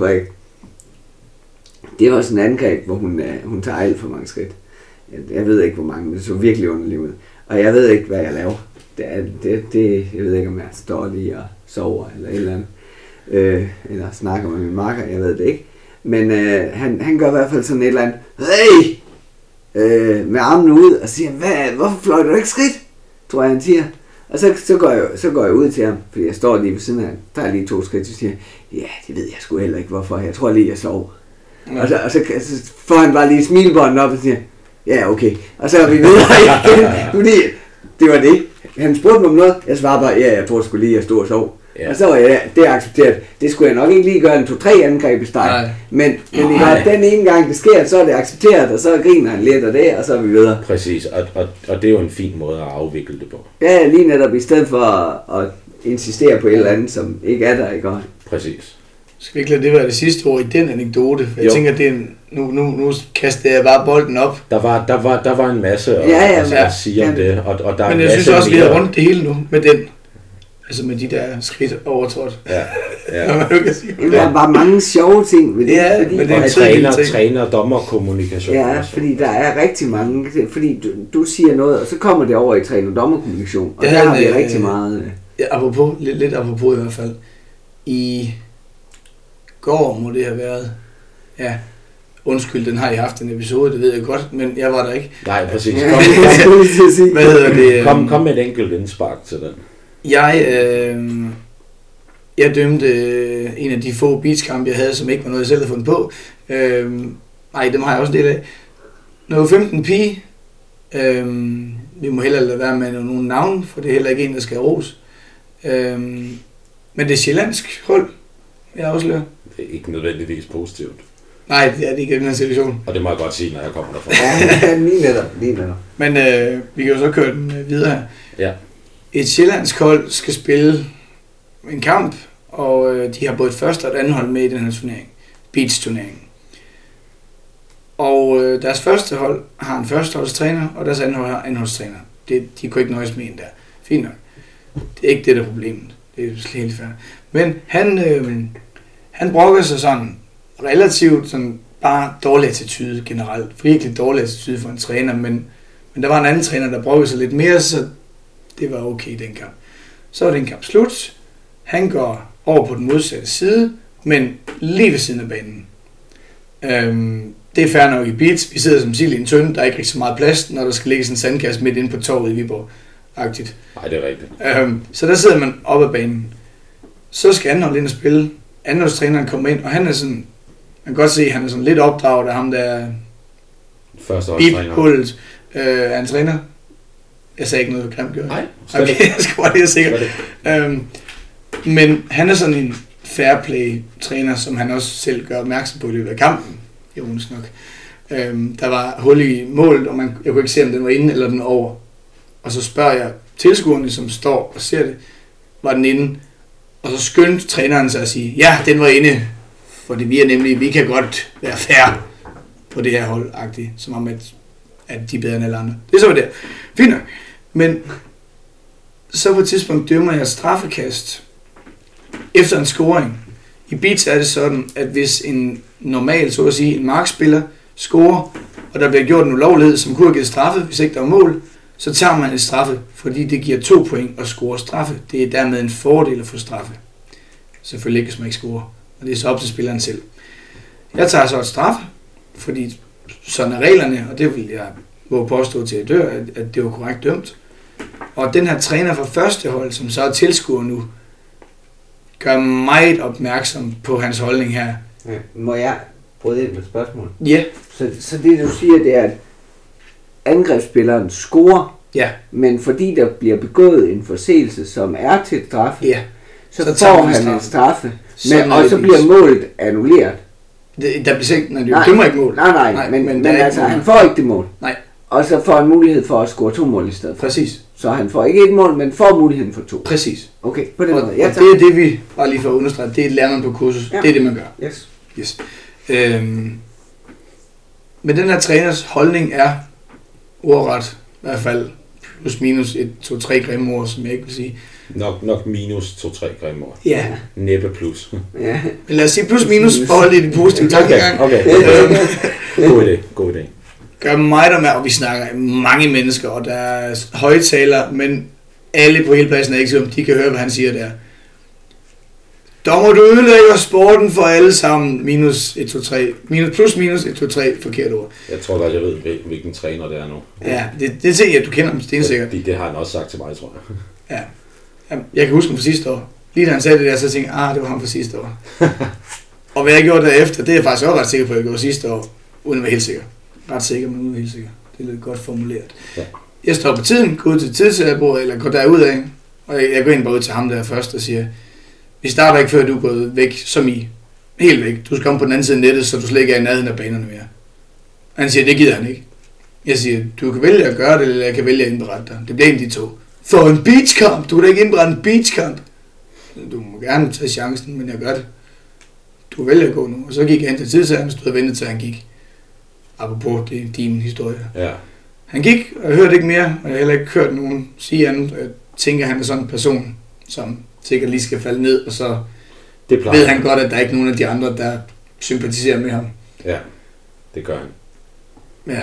Speaker 2: det var sådan en angreb, hvor hun tager alt for mange skridt. Jeg ved ikke hvor mange, men det så virkelig underligt ud. Og jeg ved ikke, hvad jeg laver. Jeg ved ikke, om jeg står lige og sover eller et eller andet. Eller snakker med min makker, jeg ved det ikke. Men han gør i hvert fald sådan et eller andet, hey! Med armene ud og siger, hvorfor fløjter du ikke skridt? Tror jeg, han siger. Og så går jeg ud til ham, fordi jeg står lige ved siden af ham, tager lige 2 skridt, og siger, ja, det ved jeg sgu heller ikke, hvorfor. Jeg tror lige, jeg sover. Ja. Og så får han bare lige smilebåndet op og siger, ja, okay. Og så er vi videre igen, fordi det var det. Han spurgte mig om noget, jeg svarede bare, ja, jeg tror sgu lige, jeg stod og sov. Ja. Og så var jeg, det er accepteret. Det skulle jeg nok ikke lige gøre en 2-3 angreb i steg. Men den ene gang det sker, så er det accepteret, og så griner han lidt af det, og så er vi videre.
Speaker 1: Præcis, og det er jo en fin måde at afvikle det på.
Speaker 2: Ja, lige netop, i stedet for at insistere på et eller andet, som ikke er der, ikke?
Speaker 1: Præcis.
Speaker 3: Skal vi ikke lade det være det sidste ord i den anekdote? For jeg tænker, det er nu kaster jeg bare bolden op.
Speaker 1: Der var en masse at sige om det. Og der
Speaker 3: men jeg synes også, vi har rundt det hele nu med den. Altså med de der skridt overtrådt.
Speaker 1: Ja.
Speaker 2: Der er bare mange sjove ting ved det.
Speaker 3: Ja,
Speaker 2: fordi,
Speaker 3: men det er
Speaker 1: træner, dommer, kommunikation.
Speaker 2: Ja, fordi der er rigtig mange. Fordi du siger noget, og så kommer det over i træner, dommer, kommunikation. Og der har vi rigtig meget.
Speaker 3: Ja, apropos, lidt apropos i hvert fald. I går må det have været. Ja. Undskyld, den har I haft en episode, det ved jeg godt, men jeg var der ikke.
Speaker 1: Nej, præcis. Kom med et enkelt indspark til den.
Speaker 3: Jeg dømte en af de få beachkampe, jeg havde, som ikke var noget, jeg selv havde fundet på. Nej, dem har jeg også en del af. Når 15 pige, vi må hellere lade være med nogle navn, for det er heller ikke en, der skal ros. Men det er sjællandsk hold, jeg afslører.
Speaker 1: Det er ikke nødvendigvis positivt.
Speaker 3: Nej, det er det ikke i den her situation.
Speaker 1: Og det må jeg godt sige, når jeg kommer derfra.
Speaker 2: Ja, lige netop.
Speaker 3: Men vi kan jo så køre den videre her.
Speaker 1: Ja.
Speaker 3: Et sjællandsk hold skal spille en kamp, og de har både et første og et andet hold med i den her turnering. Beach-turneringen. Og deres første hold har en førsteholdstræner, og deres andet hold har en andenholdstræner. De kunne ikke nøjes med en der. Fint nok. Det er ikke det, der er problemet. Det er slet helt fair. Men han brokker sig sådan relativt sådan bare dårlig attitude generelt. Virkelig dårlig attitude for en træner, men der var en anden træner, der brokkede sig lidt mere, så det var okay den kamp. Så var den kamp slut. Han går over på den modsatte side, men lige ved siden af banen. Det er fair nok i beats. Vi sidder som sild i en tønde, der er ikke rigtig så meget plads, når der skal ligge sådan en sandkasse midt inde på torvet i Viborg-agtigt.
Speaker 1: Nej, det er rigtigt.
Speaker 3: Så der sidder man oppe af banen. Så skal anden hold ind og spille. Andenholdstræneren kommer ind, og han er sådan, man kan godt se, at han er sådan lidt opdraget af ham, der bip-hullet er en træner. Jeg sagde ikke noget grimt, gjorde jeg?
Speaker 1: Nej.
Speaker 3: Okay, jeg skal bare lige sikkert. Men han er sådan en fair play træner, som han også selv gør opmærksom på i løbet af kampen. Ironisk nok. Der var hul i målet, og jeg kunne ikke se, om den var inde eller den over. Og så spørger jeg tilskuerne, som står og ser det, var den inde? Og så skyndte træneren sig at sige, ja, den var inde. Fordi vi kan godt være fair på det her hold-agtigt, som om at de er bedre end alle andre. Det er så var det. Fint nok. Men så på et tidspunkt dømmer jeg et straffekast efter en scoring. I beats er det sådan, at hvis en normal, så at sige, en markspiller scorer, og der bliver gjort en ulovlighed, som kunne have givet straffe, hvis ikke der var mål, så tager man et straffe, fordi det giver 2 point at score straffe. Det er dermed en fordel at få straffe. Selvfølgelig ikke, hvis man ikke scorer. Og det er så op til spilleren selv. Jeg tager så et straffe, fordi sådan er reglerne, og det vil jeg våge påstå til at dør, at det var korrekt dømt. Og den her træner fra første hold, som så er tilskuer nu, gør meget opmærksom på hans holdning her.
Speaker 2: Ja, må jeg bryde ind med et spørgsmål?
Speaker 3: Ja.
Speaker 2: Så det du siger, det er, at angrebsspilleren scorer,
Speaker 3: ja,
Speaker 2: men fordi der bliver begået en forseelse, som er til straffe,
Speaker 3: ja,
Speaker 2: så får han en straffe, og så bliver målet annulleret.
Speaker 3: Der bliver ikke, når du dømmer ikke mål.
Speaker 2: Nej, men altså, han får ikke det mål.
Speaker 3: Nej.
Speaker 2: Og så får han mulighed for at score 2 mål i stedet.
Speaker 3: Præcis.
Speaker 2: Så han får ikke et mål, men får muligheden for 2.
Speaker 3: Præcis.
Speaker 2: Okay, på den måde.
Speaker 3: Og det er det, vi, bare lige for at understrege, det lærer man på kursus. Ja. Det er det, man gør.
Speaker 2: Yes.
Speaker 3: Men den her træners holdning er ordret, i hvert fald plus minus 2-3 grimme ord, som jeg ikke vil sige.
Speaker 1: Nok minus 2-3 grimme ord.
Speaker 3: Ja.
Speaker 1: Næppe plus.
Speaker 2: Ja.
Speaker 3: Men lad os sige plus minus forhold i det positive tankegang.
Speaker 1: Okay. God idé.
Speaker 3: Gør mig der med, og vi snakker mange mennesker, og der er højtaler, men alle på hele pladsen er ikke sikker, om de kan høre, hvad han siger der. Dommer, du ødelægger sporten for alle sammen. Minus 1, 2, 3. Plus minus 1, 2, 3. Forkert ord.
Speaker 1: Jeg tror godt, jeg ved, hvilken træner det er nu.
Speaker 3: Ja, det tænker jeg, du kender ham stensikkert.
Speaker 1: Det har han også sagt til mig, tror jeg.
Speaker 3: Ja. Jeg kan huske ham fra sidste år. Lige da han sagde det der, så tænkte jeg, det var ham fra sidste år. Og hvad jeg gjorde derefter, det er jeg faktisk også ret sikker på, at jeg gjorde sidste år, uden at være helt sikker. Ret sikker, men uden at være helt sikker. Det er lidt godt formuleret. Ja. Jeg står på tiden, går ud til tidsbordet, eller går derud af, og jeg går ind bare ud til ham der først og siger, vi starter ikke før du er gået væk, som i helt væk. Du skal komme på den anden side af nettet, så du slet ikke er i nærheden af banerne mere. Og han siger, det gider han ikke. Jeg siger, du kan vælge at gøre det, eller jeg kan vælge at indberette dig. Det bliver en af de to. For en beachkamp! Du kan da ikke indberette en beachkamp. Du må gerne tage chancen, men jeg gør det. Du vælger at gå nu. Og så gik jeg hen til tidsherren, stod og ventede til han gik. Apropos, det er din historie. Ja. Han gik, og jeg hørte ikke mere, og jeg har heller ikke hørt nogen sige andet. Jeg tænker, han er sådan en person, som sikkert lige skal falde ned, og så ved han godt, at der er ikke nogen af de andre, der sympatiserer med ham.
Speaker 1: Ja, det gør han.
Speaker 3: Ja.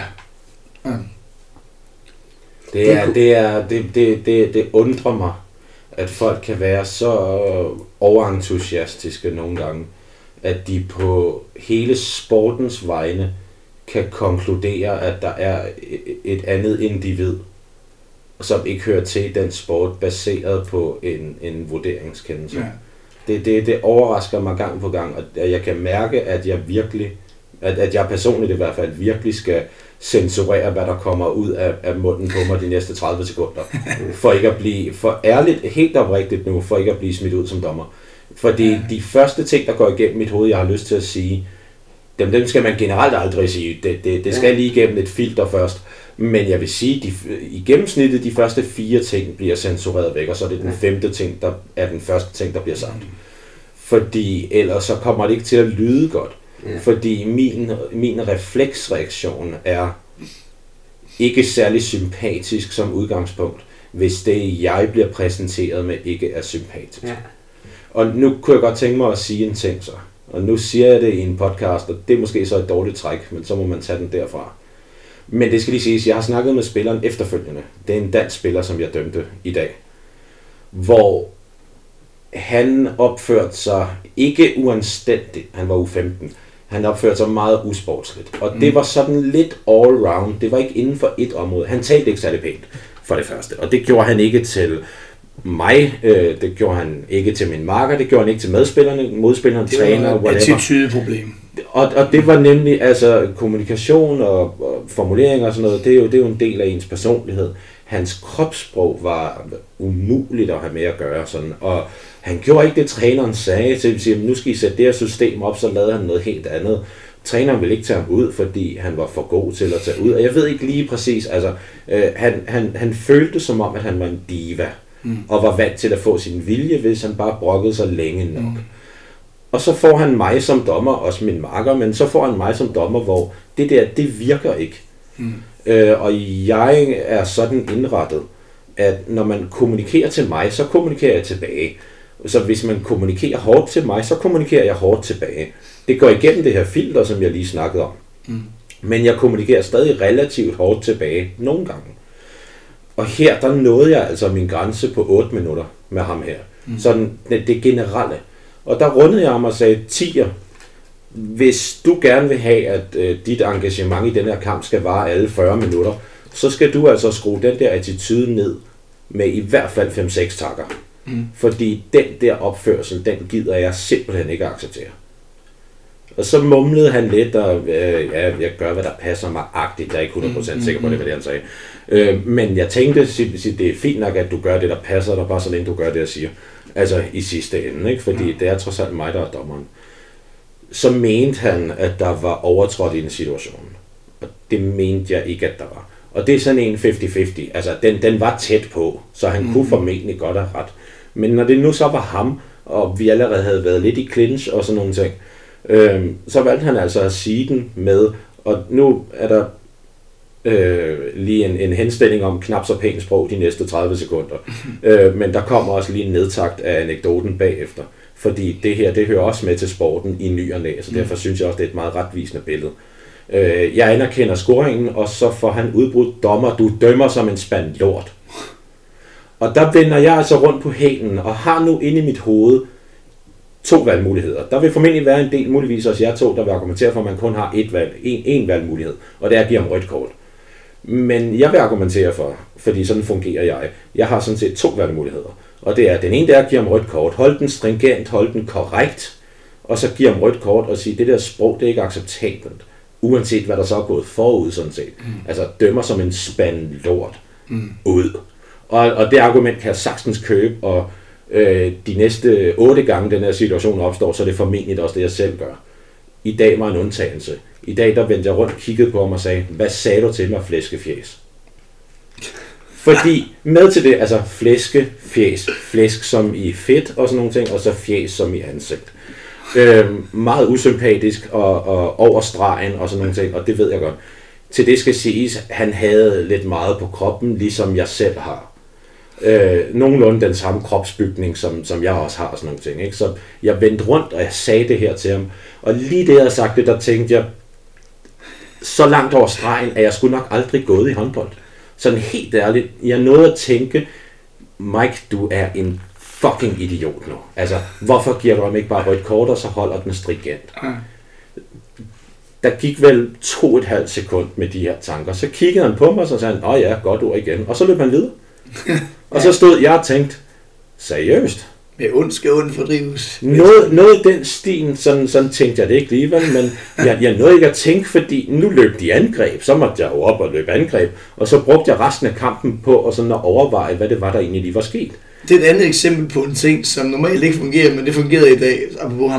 Speaker 1: Det undrer mig, at folk kan være så overentusiastiske nogle gange, at de på hele sportens vegne kan konkludere, at der er et andet individ, som ikke hører til den sport, baseret på en vurderingskendelse. Ja. Det overrasker mig gang på gang, og jeg kan mærke, at jeg virkelig, at jeg personligt i hvert fald virkelig skal censurere, hvad der kommer ud af munden på mig de næste 30 sekunder, for ikke at blive, for ærligt, helt oprigtigt nu, for ikke at blive smidt ud som dommer. Fordi de første ting, der går igennem mit hoved, jeg har lyst til at sige, dem skal man generelt aldrig sige. Det skal lige igennem et filter først. Men jeg vil sige, i gennemsnittet de første 4 ting bliver censureret væk, og så er det den 5. ting, der er den første ting, der bliver sagt. Fordi ellers så kommer det ikke til at lyde godt. Fordi min refleksreaktion er ikke særlig sympatisk som udgangspunkt, hvis det jeg bliver præsenteret med ikke er sympatisk. Ja. Og nu kunne jeg godt tænke mig at sige en ting så. Og nu siger jeg det i en podcast, og det er måske så et dårligt træk, men så må man tage den derfra. Men det skal lige siges, jeg har snakket med spilleren efterfølgende. Det er en dansk spiller, som jeg dømte i dag. Hvor han opførte sig ikke uanstændigt. Han var U15. Han opførte sig meget usportsligt. Og det var sådan lidt all round. Det var ikke inden for et område. Han talte ikke særlig pænt, for det første. Og det gjorde han ikke til mig. Det gjorde han ikke til min marker. Det gjorde han ikke til modspillerne, træner, whatever.
Speaker 3: Det var et attitudeproblem.
Speaker 1: Og det var nemlig, altså kommunikation og formuleringer og sådan noget, det er jo en del af ens personlighed. Hans kropssprog var umuligt at have med at gøre sådan, og han gjorde ikke det, træneren sagde til at nu skal I sætte det her system op, så lavede han noget helt andet. Træneren ville ikke tage ham ud, fordi han var for god til at tage ud, og jeg ved ikke lige præcis, altså han følte som om, at han var en diva, og var vant til at få sin vilje, hvis han bare brokkede sig længe nok. Og så får han mig som dommer, også min marker, men så får han mig som dommer, hvor det virker ikke. Og jeg er sådan indrettet, at når man kommunikerer til mig, så kommunikerer jeg tilbage. Så hvis man kommunikerer hårdt til mig, så kommunikerer jeg hårdt tilbage. Det går igennem det her filter, som jeg lige snakkede om. Men jeg kommunikerer stadig relativt hårdt tilbage, nogle gange. Og her, der nåede jeg altså min grænse på 8 minutter med ham her. Sådan det generelle. Og der rundede jeg ham og sagde, Tier, hvis du gerne vil have, at dit engagement i den her kamp skal vare alle 40 minutter, så skal du altså skrue den der attitude ned med i hvert fald 5-6 takker. Fordi den der opførsel, den gider jeg simpelthen ikke acceptere. Og så mumlede han lidt, og jeg gør, hvad der passer mig agtigt. Jeg er ikke 100% sikker på det, hvad det han sagde. Men jeg tænkte, det er fint nok, at du gør det, der passer dig, bare så længe du gør det, jeg siger. Altså i sidste ende, ikke? Fordi det er trods alt mig, der er dommeren. Så mente han, at der var overtrådt i en situation. Og det mente jeg ikke, at der var. Og det er sådan en 50-50. Altså, den var tæt på, så han kunne formentlig godt have ret. Men når det nu så var ham, og vi allerede havde været lidt i clinch og sådan nogle ting, så valgte han altså at sige den med, og nu er der lige en henstilling om knap så pænt sprog de næste 30 sekunder. Men der kommer også lige en nedtakt af anekdoten bagefter. Fordi det her, det hører også med til sporten i ny og næ, så derfor synes jeg også, det er et meget retvisende billede. Jeg anerkender scoringen, og så får han udbrudt: dommer, du dømmer som en spand lort. Og der vender jeg altså rundt på hælen, og har nu inde i mit hoved 2 valgmuligheder. Der vil formentlig være en del, muligvis også jer 2, der vil argumentere for, at man kun har en valgmulighed, og det er at give ham rødt kort. Men jeg vil argumentere for, fordi sådan fungerer jeg. Jeg har sådan set 2 valgmuligheder. Og det er, den ene der er at give ham rødt kort. Hold den stringent, hold den korrekt, og så give ham rødt kort og sige, det der sprog, det er ikke acceptabelt. Uanset hvad der så er gået forud, sådan set. Altså dømmer som en spand lort ud. Og det argument kan jeg sagtens købe, og de næste 8 gange den her situation opstår, så er det formentlig også det, jeg selv gør. I dag var en undtagelse. I dag der vendte jeg rundt og kiggede på ham og sagde, hvad sagde du til mig, flæskefjæs? Fordi med til det, altså flæskefjæs, flæsk som i fedt og sådan nogle ting, og så fjæs som i ansigt. Meget usympatisk og over stregen og sådan nogle ting, og det ved jeg godt. Til det skal siges, han havde lidt meget på kroppen, ligesom jeg selv har. Nogenlunde den samme kropsbygning, som jeg også har og sådan nogle ting. Ikke? Så jeg vendte rundt, og jeg sagde det her til ham. Og lige det, jeg havde sagt det, der tænkte jeg, så langt over stregen, at jeg skulle nok aldrig gået i håndbold. Sådan helt ærligt, jeg nåede at tænke, Mike, du er en fucking idiot nu. Altså, hvorfor giver du ham ikke bare rødt kort, og så holder den stringent? Der gik vel 2,5 sekund med de her tanker. Så kiggede han på mig, og så sagde han, åh ja, godt ord igen. Og så løb han videre. Og så stod jeg og tænkte, seriøst?
Speaker 3: Med ond skal ond fordrives.
Speaker 1: Noget i den stil, sådan tænkte jeg det ikke alligevel, men jeg nåede ikke at tænke, fordi nu løb de angreb, så måtte jeg jo op og løbe angreb, og så brugte jeg resten af kampen på at overveje, hvad det var, der egentlig lige var sket.
Speaker 3: Det er et andet eksempel på en ting, som normalt ikke fungerer, men det fungerede i dag.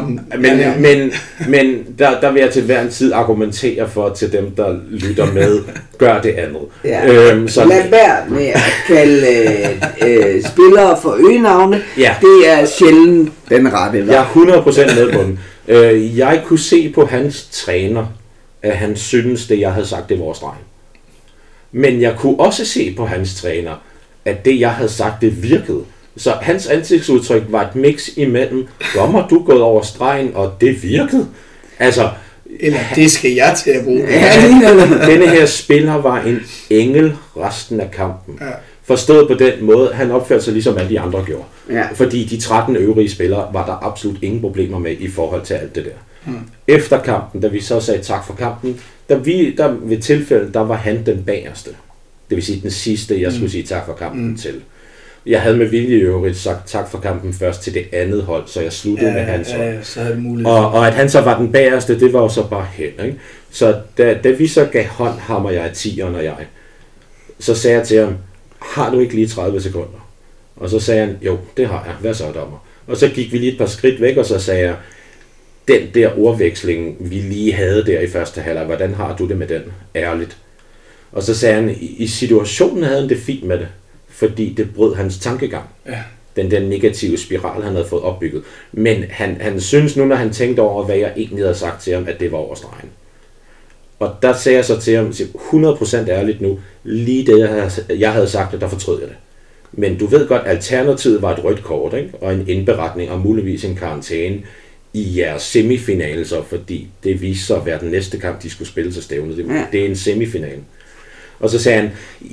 Speaker 1: Men der vil jeg til hver en tid argumentere for til dem, der lytter med, gør det andet.
Speaker 2: Ja. Lad være med at kalde spillere for øgenavne. Ja. Det er sjældent den rette.
Speaker 1: Jeg er 100% med på den. Jeg kunne se på hans træner, at han synes, det jeg havde sagt, det var stregen. Men jeg kunne også se på hans træner, at det jeg havde sagt, det virkede. Så hans ansigtsudtryk var et mix imellem, dommer, du gået over stregen, og det virkede. Altså,
Speaker 3: eller det skal jeg til at bruge.
Speaker 1: Denne her spiller var en engel resten af kampen. Ja. Forstået på den måde, han opførte sig ligesom alle de andre gjorde. Ja. Fordi de 13 øvrige spillere var der absolut ingen problemer med i forhold til alt det der. Efter kampen, da vi så sagde tak for kampen, der ved tilfælde, der var han den bagerste. Det vil sige den sidste, jeg skulle sige tak for kampen til. Jeg havde med vilje i øvrigt sagt tak for kampen først til det andet hold, så jeg sluttede med hans hold.
Speaker 3: Så havde det muligt.
Speaker 1: Og at han så var den bagerste, det var jo så bare held. Ikke? Så da vi så gav hånd, ham og jeg, 10'eren og jeg, så sagde jeg til ham, har du ikke lige 30 sekunder? Og så sagde han, jo, det har jeg. Hvad så, dommer? Og så gik vi lige et par skridt væk, og så sagde jeg, den der ordveksling, vi lige havde der i første halvleg, hvordan har du det med den? Ærligt. Og så sagde han, i situationen havde han det fint med det, fordi det brød hans tankegang. Ja. Den der negative spiral, han havde fået opbygget. Men han synes nu, når han tænkte over, hvad jeg egentlig havde sagt til ham, at det var over stregen. Og der sagde jeg så til ham, 100% ærligt nu, lige det jeg havde sagt, og der fortrød jeg det. Men du ved godt, alternativet var et rødt kort, ikke? Og en indberetning og muligvis en karantæne i jeres semifinale, så, fordi det viste sig at være den næste kamp, de skulle spille til stævnet. Det er en semifinale. Og så sagde han,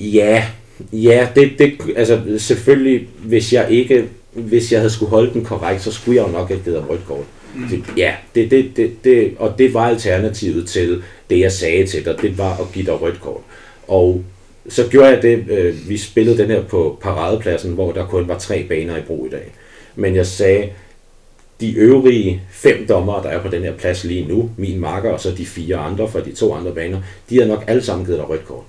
Speaker 1: ja, det altså selvfølgelig, hvis jeg havde skulle holde den korrekt, så skulle jeg jo nok have givet ham rødt kort. Ja, det, og det var alternativet til det, jeg sagde til dig, det var at give dig rødt kort. Og så gjorde jeg det, vi spillede den her på paradepladsen, hvor der kun var 3 baner i brug i dag. Men jeg sagde, de øvrige 5 dommere, der er på den her plads lige nu, min marker og så de 4 andre fra de 2 andre baner, de har nok alle sammen givet dig rødt kort.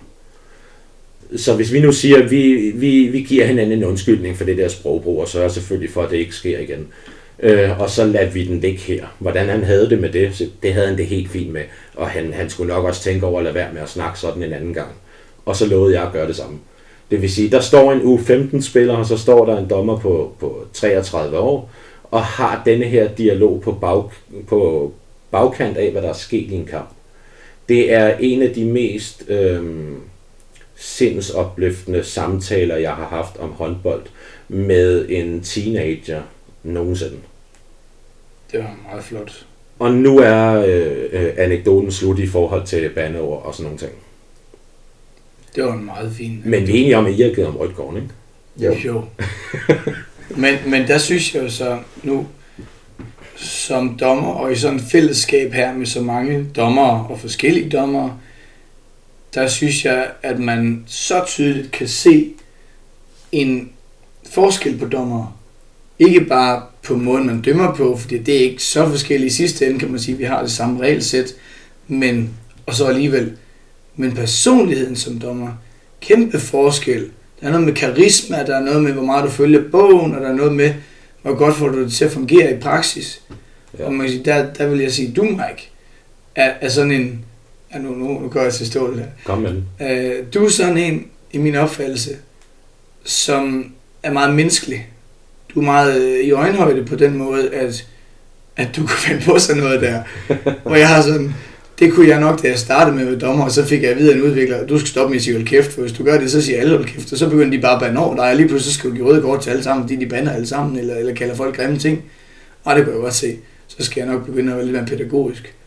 Speaker 1: Så hvis vi nu siger, at vi giver hinanden en undskyldning for det der sprogbrug, og sørger selvfølgelig for, at det ikke sker igen. Og så lader vi den ligge her. Hvordan han havde det med det, det havde han det helt fint med. Og han skulle nok også tænke over at lade være med at snakke sådan en anden gang. og så lovede jeg at gøre det samme. Det vil sige, der står en U15-spiller, og så står der en dommer på 33 år, og har denne her dialog på bagkant af, hvad der er sket i en kamp. Det er en af de mest sindsopløftende samtaler, jeg har haft om håndbold med en teenager nogensinde.
Speaker 3: Det var meget flot.
Speaker 1: Og nu er anekdoten slut i forhold til bandeord og sådan nogle ting.
Speaker 3: Det var en meget fin.
Speaker 1: Men vi er enige om, at I har givet om rødt kort, ikke?
Speaker 3: Jo. men der synes jeg jo så nu, som dommer og i sådan et fællesskab her med så mange dommere og forskellige dommere, der synes jeg, at man så tydeligt kan se en forskel på dommere. Ikke bare på måden, man dømmer på, fordi det er ikke så forskelligt. I sidste ende kan man sige, at vi har det samme regelsæt, og så alligevel. Men personligheden som dommer, kæmpe forskel. Der er noget med karisma, der er noget med, hvor meget du følger bogen, og der er noget med, hvor godt får du det til at fungere i praksis. Ja. Og man kan sige, der vil jeg sige, du Mike, er sådan en... Ja, nu går jeg til stålet her.
Speaker 1: Kom med den.
Speaker 3: Du er sådan en, i min opfattelse, som er meget menneskelig. Du er meget i øjenhøjde på den måde, at du kan finde på sådan noget der. Hvor jeg har sådan... Det kunne jeg nok, da jeg startede med dommer, og så fik jeg at vide af en udvikler, du skal stoppe med at sige hold kæft, for hvis du gør det, så siger alle hold kæft, og så begynder de bare at bande over dig, og lige pludselig så skal du give røde kort til alle sammen, fordi de bander alle sammen, eller kalder folk grimme ting. Og det kan jeg godt se. Så skal jeg nok begynde at være lidt mere pædagogisk.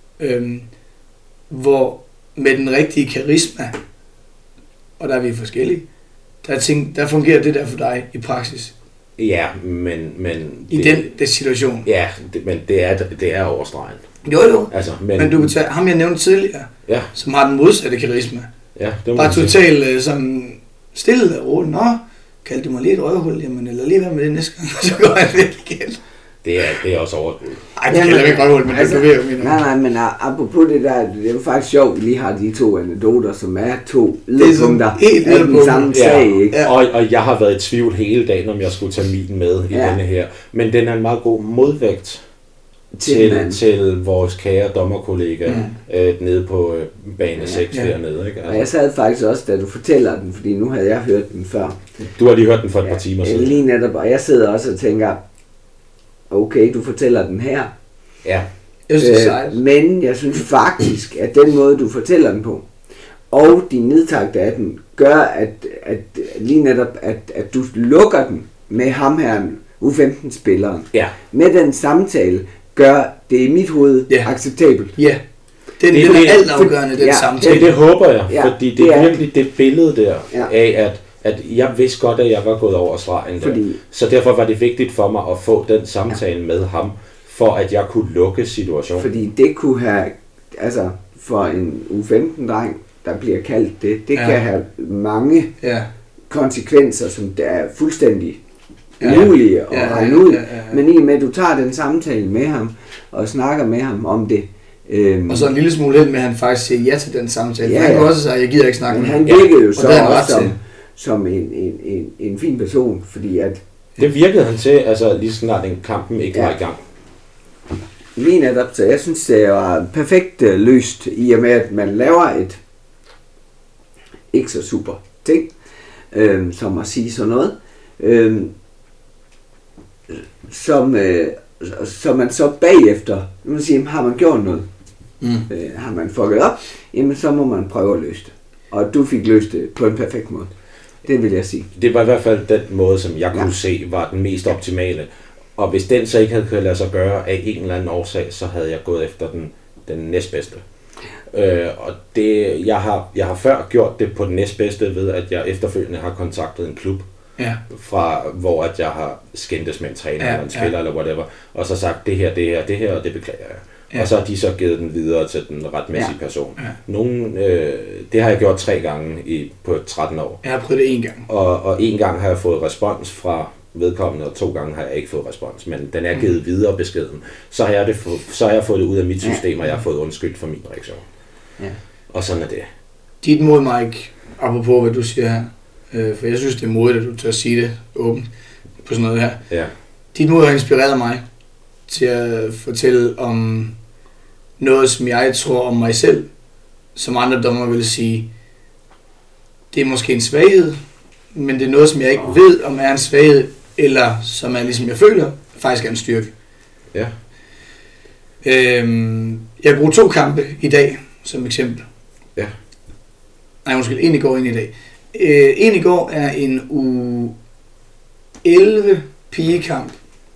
Speaker 3: Hvor med den rigtige karisma, og der er vi forskellige, der fungerer det der for dig i praksis.
Speaker 1: Ja, men
Speaker 3: i den situation.
Speaker 1: Ja, men det er overstregen.
Speaker 3: Jo.
Speaker 1: Altså,
Speaker 3: men du kan tage ham, jeg nævnte tidligere,
Speaker 1: ja,
Speaker 3: som har den modsatte karisma.
Speaker 1: Ja, det
Speaker 3: bare totalt sådan stille og roligt. Nå, kaldte du mig lige et røvhul, jamen, eller lige hvad med det næste gang, så går jeg væk igen.
Speaker 1: Det er også overskud.
Speaker 3: Ej, det kalder ikke røvhul, men altså, det kan vi jo.
Speaker 2: Nej, men apropos det der, det er jo faktisk sjovt, vi lige har de to anekdoter, som er to yderpunkter af den samme sag, ikke?
Speaker 1: Ja. Og jeg har været i tvivl hele dagen, om jeg skulle tage min med i denne her. Men den er en meget god modvægt til vores kære dommerkollega nede på bane 6 dernede. Ikke? Altså.
Speaker 2: Og jeg sad faktisk også, da du fortæller den, fordi nu havde jeg hørt den før.
Speaker 1: Du har lige hørt den for et par timer siden.
Speaker 2: Lige netop, og jeg sidder også og tænker, okay, du fortæller den her.
Speaker 1: Ja.
Speaker 2: Men jeg synes faktisk, at den måde, du fortæller den på, og din nedtakt af den, gør, at lige netop, at du lukker den med ham her, U15-spilleren.
Speaker 1: Ja.
Speaker 2: Med den samtale, gør det i mit hoved acceptabelt.
Speaker 3: Ja. Den er altafgørende, den samtale.
Speaker 1: Det håber jeg, fordi det er virkelig det billede der af, at jeg vidste godt, at jeg var gået over stregen der. Så derfor var det vigtigt for mig at få den samtale med ham, for at jeg kunne lukke situationen.
Speaker 2: Fordi det kunne have, altså for en U15-dreng, der bliver kaldt det kan have mange konsekvenser, som der er fuldstændig umulige at regne ud. Men i og med, at du tager den samtale med ham, og snakker med ham om det.
Speaker 3: Og så en lille smule hen med, at han faktisk siger ja til den samtale. Han kunne også sige, at jeg gider ikke snakke med ham.
Speaker 2: Han virkede jo så også som en fin person, fordi at...
Speaker 1: Det virkede han til, altså lige snart den kampen ikke var i gang.
Speaker 2: Lige netop, så jeg synes, det var perfekt løst, i og med, at man laver et ikke så super ting, som at sige sådan noget, som man så bagefter, man siger, har man gjort noget, har man fucket op, jamen så må man prøve at løse det. Og du fik løst det på en perfekt måde. Det vil jeg sige.
Speaker 1: Det var i hvert fald den måde, som jeg kunne se, var den mest optimale. Og hvis den så ikke havde kunnet lade sig gøre af en eller anden årsag, så havde jeg gået efter den næstbedste. Og det, jeg har før gjort det på den næstbedste ved, at jeg efterfølgende har kontaktet en klub, fra hvor at jeg har skændtes med en træner eller en spiller eller whatever, og så sagt det her, og det beklager jeg. Ja. Og så har de så givet den videre til den retmæssige person. Ja. Det har jeg gjort 3 gange på 13 år.
Speaker 3: Jeg har prøvet det 1 gang.
Speaker 1: Og 1 gang har jeg fået respons fra vedkommende, og 2 gange har jeg ikke fået respons. Men den er givet videre beskeden. Så har jeg fået det ud af mit system, og jeg har fået undskyldt for min reaktion. Ja. Og sådan er det.
Speaker 3: Dit mod, Mike, apropos hvad du siger her, for jeg synes det er modigt, at du tør sige det åbent på sådan noget her.
Speaker 1: Ja.
Speaker 3: Dit mod har inspireret mig til at fortælle om noget, som jeg tror om mig selv, som andre dommer vil sige, det er måske en svaghed, men det er noget, som jeg ikke ved, om er en svaghed, eller som er ligesom jeg føler, faktisk er en styrke.
Speaker 1: Ja.
Speaker 3: Jeg bruger 2 kampe i dag, som eksempel.
Speaker 1: Ja.
Speaker 3: Nej, undskyld, en i går, en i dag. En i går er en U11 pigekamp.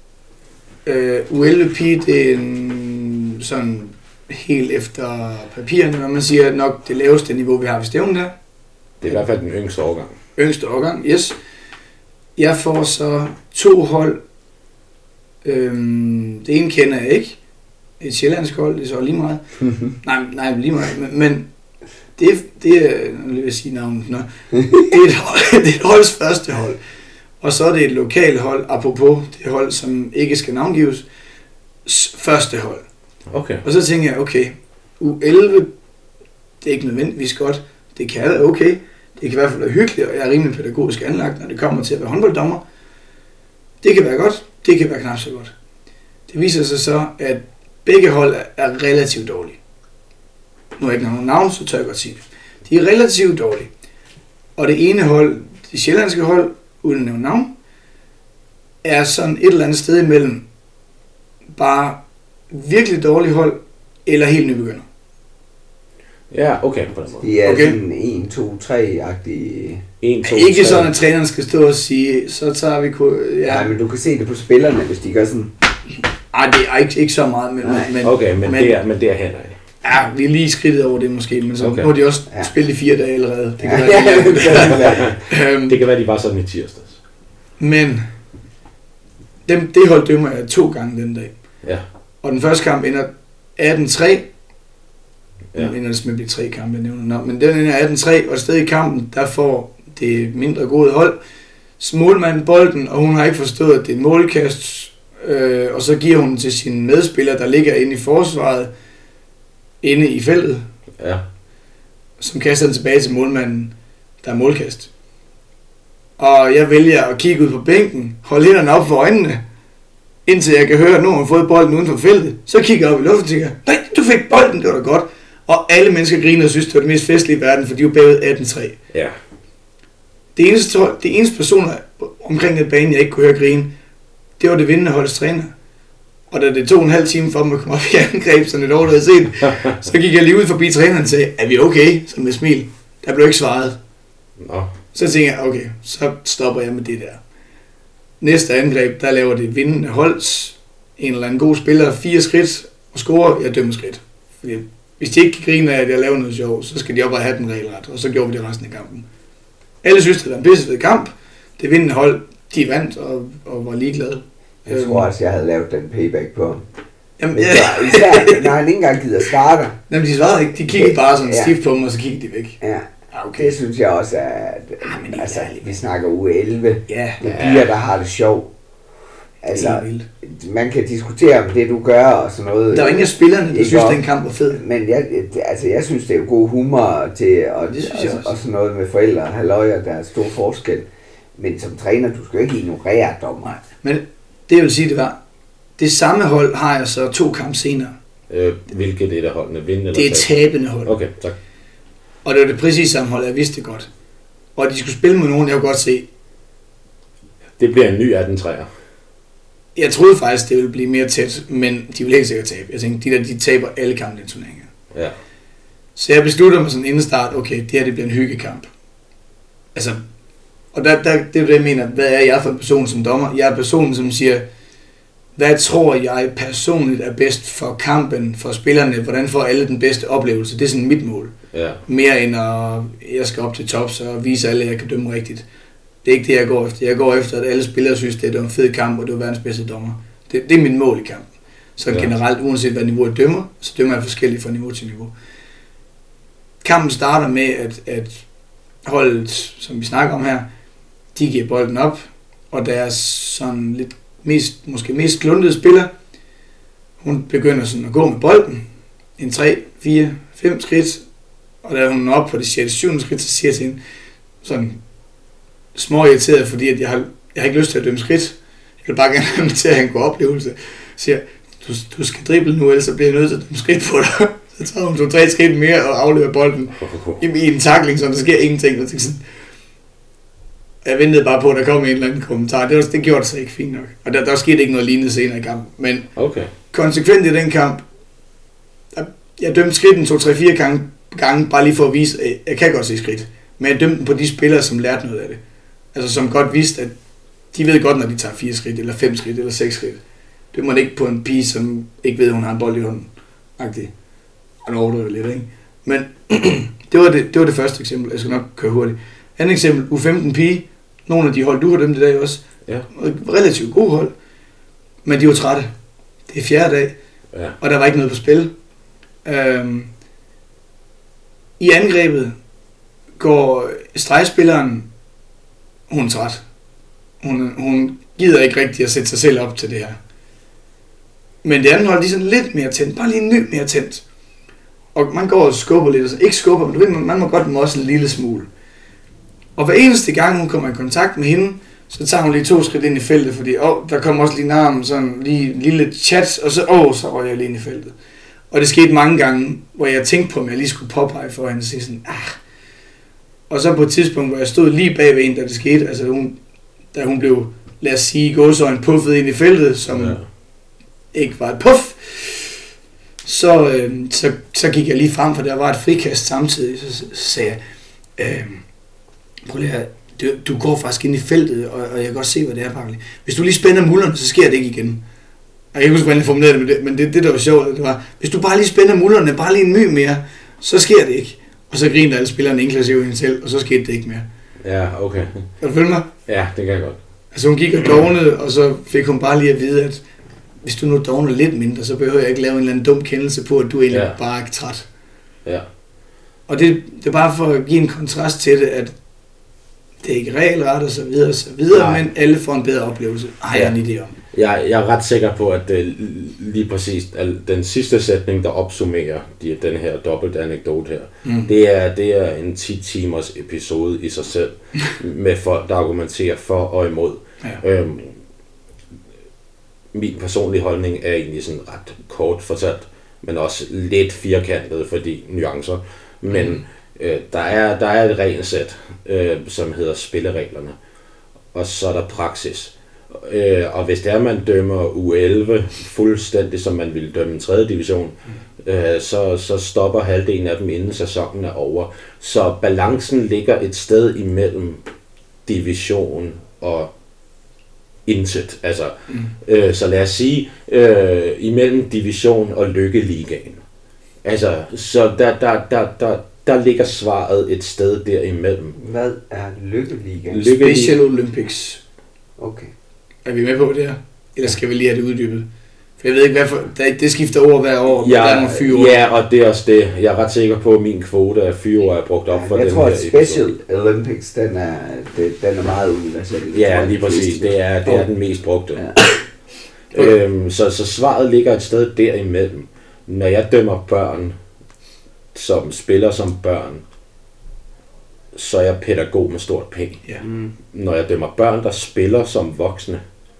Speaker 3: U11 pige, det er en sådan helt efter papirerne, når man siger nok det laveste niveau, vi har ved stævnen der.
Speaker 1: Det er i hvert fald den yngste årgang.
Speaker 3: Yngste årgang, yes. Jeg får så 2 hold. Det ene kender jeg ikke. Et sjællandsk hold, det er så lige meget. nej, lige meget. Men det er, nu vil jeg sige navnet, det er et holds første hold. Og så er det et lokalt hold, apropos det hold, som ikke skal navngives, første hold.
Speaker 1: Okay.
Speaker 3: Og så tænker jeg, okay, U11, det er ikke nødvendigvis godt. Det kan være okay. Det kan i hvert fald være hyggeligt, og jeg er rimelig pædagogisk anlagt, når det kommer til at være håndbolddommer. Det kan være godt, det kan være knap så godt. Det viser sig så, at begge hold er relativt dårlige. Nu har jeg ikke nogen navn, så tør jeg godt sige det. De er relativt dårlige. Og det ene hold, det sjællandske hold, uden at nævne navn, er sådan et eller andet sted imellem bare virkelig dårlige hold, eller helt nybegynder.
Speaker 1: Ja, okay, på den måde.
Speaker 2: De er
Speaker 3: Okay.
Speaker 2: sådan 1-2-3-agtige.
Speaker 1: 1, 2,
Speaker 3: Ikke
Speaker 1: 3.
Speaker 3: sådan, at træneren skal stå og sige, så tager vi...
Speaker 2: Ja, men du kan se det på spillerne, hvis de gør sådan.
Speaker 3: Ej, det er ikke så meget, men
Speaker 1: Okay, men det er hen af.
Speaker 3: ja, vi er lige skridtet over det måske, men så
Speaker 1: Okay.
Speaker 3: nu har de også
Speaker 2: Ja.
Speaker 3: spillet i 4 dage allerede. Det kan
Speaker 2: Ja,
Speaker 3: være,
Speaker 1: Det kan være, de var sådan i tirsdags.
Speaker 3: Men det hold dømmer jeg 2 gange den dag.
Speaker 1: Ja.
Speaker 3: Og den første kamp ender 18-3.
Speaker 1: Ja.
Speaker 3: Den ender det med at blive 3 kampe, jeg nævner. Men den ender 18-3, og stadig i kampen, der får det mindre gode hold målmanden bolden, og hun har ikke forstået, at det er en målkast, og så giver hun til sine medspillere, der ligger inde i forsvaret, inde i feltet,
Speaker 1: Ja.
Speaker 3: som kaster den tilbage til målmanden, der er målkast. Og jeg vælger at kigge ud på bænken, holde hænderne op for øjnene, indtil jeg kan høre, at nu har man fået bolden uden for feltet. Så kigger jeg op i luften og tænker, nej, du fik bolden, det var da godt. Og alle mennesker griner og synes, det var det mest festlige i verden, for de var bagud 18-3.
Speaker 1: Ja.
Speaker 3: Det eneste personer omkring den bane, jeg ikke kunne høre grine, det var det vindende holds træner. Og da det tog en halv time for mig at komme op i angreb, sådan et år, der havde set, så gik jeg lige ud forbi træneren og sagde, er vi okay? Så med smil. Der blev ikke svaret.
Speaker 1: Nå.
Speaker 3: Så tænkte jeg, okay, så stopper jeg med det der. Næste angreb, der laver det vindende holds, en eller anden god spiller, 4 skridt, og scorer, jeg dømmer skridt. Fordi hvis de ikke kan grine af, at jeg laver noget sjov, så skal de op og have den regelret, og så gjorde vi det resten af kampen. Alle synes, det var en pissefed kamp. Det vindende hold, de vandt og var ligeglade.
Speaker 2: Jeg tror også, jeg havde lavet den payback på ham.
Speaker 3: Jamen,
Speaker 2: Især, når han ikke engang gider svare dig.
Speaker 3: Jamen, de svarede ikke. De kiggede bare sådan
Speaker 2: Ja.
Speaker 3: stift på mig, og så kiggede de væk.
Speaker 2: Ja,
Speaker 3: Okay.
Speaker 2: det synes jeg også er...
Speaker 3: men det er
Speaker 2: Altså,
Speaker 3: dejligt.
Speaker 2: vi snakker U11.
Speaker 3: Ja,
Speaker 2: Det er piger, der har det sjovt.
Speaker 3: det er
Speaker 2: Altså,
Speaker 3: vildt.
Speaker 2: man kan diskutere om det, du gør og sådan noget.
Speaker 3: Der var ingen af spillerne, der
Speaker 2: Ikke
Speaker 3: synes,
Speaker 2: op.
Speaker 3: den kamp var fed.
Speaker 2: Men jeg synes, det er jo god humor til, og,
Speaker 3: Det synes jeg også.
Speaker 2: og sådan noget med forældre og halløjer, der er stor forskel. Men som træner, du skal jo ikke ignorere dommer.
Speaker 3: Nej, men det jeg vil sige, det var, det samme hold har jeg så 2 kampe senere.
Speaker 1: Hvilket et af holdene vinde eller
Speaker 3: Det er tabende hold.
Speaker 1: Okay, tak.
Speaker 3: Og det var det præcis samme hold, jeg vidste det godt. Og de skulle spille med nogen, jeg kunne godt se.
Speaker 1: Det bliver en ny 18-3'er.
Speaker 3: Jeg troede faktisk, det ville blive mere tæt, men de ville helt sikkert tabe. Jeg tænkte, de taber alle kampe i den turnering.
Speaker 1: Ja.
Speaker 3: Så jeg beslutter mig sådan inden start, okay, det her det bliver en hyggekamp. Altså, og det er det, jeg mener, hvad er jeg for en person som dommer? Jeg er personen, som siger, hvad tror jeg personligt er bedst for kampen, for spillerne, hvordan får alle den bedste oplevelse? Det er sådan mit mål.
Speaker 1: Ja.
Speaker 3: Mere end at jeg skal op til tops og vise alle, at jeg kan dømme rigtigt. Det er ikke det, jeg går efter. Jeg går efter, at alle spillere synes, det er en fed kamp, og det er verdens bedste dommer. Det er mit mål i kampen. Så generelt, uanset hvad niveau jeg dømmer, så dømmer jeg forskelligt fra niveau til niveau. Kampen starter med, at holdet, som vi snakker om her, de giver bolden op, og deres sådan lidt måske mest klundede spiller, hun begynder sådan at gå med bolden, en 3, 4, 5 skridt, og da hun er oppe på det 6. 7. skridt, så siger jeg til hende, sådan små irriteret, fordi at jeg har ikke lyst til at dømme skridt. Jeg vil bare gerne have til at have en god oplevelse. Så siger jeg, du skal drible nu, ellers så bliver jeg nødt til at dømme skridt på dig. Så tager hun 2-3 skridt mere og afleverer bolden i en tackling, så der sker ingenting. Og sådan, jeg ventede bare på, at der kom en eller anden kommentar. Det gjorde det så ikke fint nok. Og der skete ikke noget lignende senere i kampen. Men konsekvent i den kamp, jeg dømte skridten 2-3-4 gange, bare lige for at vise, at jeg kan godt se skridt. Men jeg dømte den på de spillere, som lærte noget af det. Altså som godt vidste, at de ved godt, når de tager 4 skridt, eller 5 skridt, eller 6 skridt. Det må man ikke på en pige, som ikke ved, at hun har en bold i hånden. Agtigt. Og nu overdriver lidt, ikke? Men det var det første eksempel. Jeg skal nok køre hurtigt. Andet eksempel, U15 pige. Nogle af de hold, du har dømt i dag også.
Speaker 1: Ja.
Speaker 3: Relativt gode hold. Men de var trætte. Det er 4. dag.
Speaker 1: Ja.
Speaker 3: Og der var ikke noget på spil. I angrebet går stregspilleren, hun er træt. Hun gider ikke rigtig at sætte sig selv op til det her. Men det andet hold, de er sådan lidt mere tændt. Bare lige en ny mere tændt. Og man går og skubber lidt. Altså ikke skubber, men du ved, man må godt mosse en lille smule. Og hver eneste gang, hun kommer i kontakt med hende, så tager hun lige 2 skridt ind i feltet, fordi der kommer også lige en arm, sådan lige en lille chat, og så røg jeg lige ind i feltet. Og det skete mange gange, hvor jeg tænkte på, om jeg lige skulle påpege for hende og sige sådan, Og så på et tidspunkt, hvor jeg stod lige bag ved en, da det skete, altså da hun blev, lad os sige, gåsøjne puffet ind i feltet, som ikke var et puff, så gik jeg lige frem, for der var et frikast samtidig, så sagde jeg, prøv lige her, du går faktisk ind i feltet, og jeg kan godt se, hvad det er, Parli. Hvis du lige spænder mullerne, så sker det ikke igen. Og jeg kan ikke huske, hvordan jeg formulerede det, men det der var sjovt, det var, hvis du bare lige spænder mullerne, bare lige en my mere, så sker det ikke. Og så griner alle spillerne inklusive hende selv, og så skete det ikke mere.
Speaker 1: Ja, okay.
Speaker 3: Kan du følge mig?
Speaker 1: Ja, det kan jeg godt.
Speaker 3: Altså hun gik og dognede, og så fik hun bare lige at vide, at hvis du nu dogner lidt mindre, så behøver jeg ikke lave en eller anden dum kendelse på, at du egentlig bare er træt. Ja. Og det er bare for at give en kontrast til det, at det er ikke regelret og så videre, men alle får en bedre oplevelse. Har jeg en idé om. Jeg
Speaker 1: er ret sikker på, at lige præcis den sidste sætning, der opsummerer den her dobbelt anekdote her, det er en 10 timers episode i sig selv, med folk, der argumenterer for og imod. Ja. Min personlige holdning er egentlig sådan ret kort fortalt, men også lidt firkantet for de nuancer. Men der er et regelsæt, som hedder spillereglerne, og så er der praksis. Og hvis det er, man dømmer U11 fuldstændig, som man ville dømme en 3. division, så stopper halvdelen af dem, inden sæsonen er over. Så balancen ligger et sted imellem division og intet. Altså, så lad os sige, imellem division og Lykkeligaen. Altså, så der ligger svaret et sted derimellem.
Speaker 2: Hvad er Lykkeligaen?
Speaker 3: Special Olympics.
Speaker 2: Okay.
Speaker 3: Er vi med på det her? Eller skal vi lige have det uddybet? For jeg ved ikke, det skifter ord hver år,
Speaker 1: ja, der er nogle fyre. Ja, og det er også det. Jeg er ret sikker på, at min kvote af fyre er brugt op for den her episode. Jeg tror,
Speaker 2: at Special Olympics, den er meget universel.
Speaker 1: Ja, lige præcis. Det er den mest brugte. Ja. Så svaret ligger et sted derimellem. Når jeg dømmer børn, som spiller som børn, så er jeg pædagog med stort P. Ja. Når jeg dømmer børn, der spiller som voksne,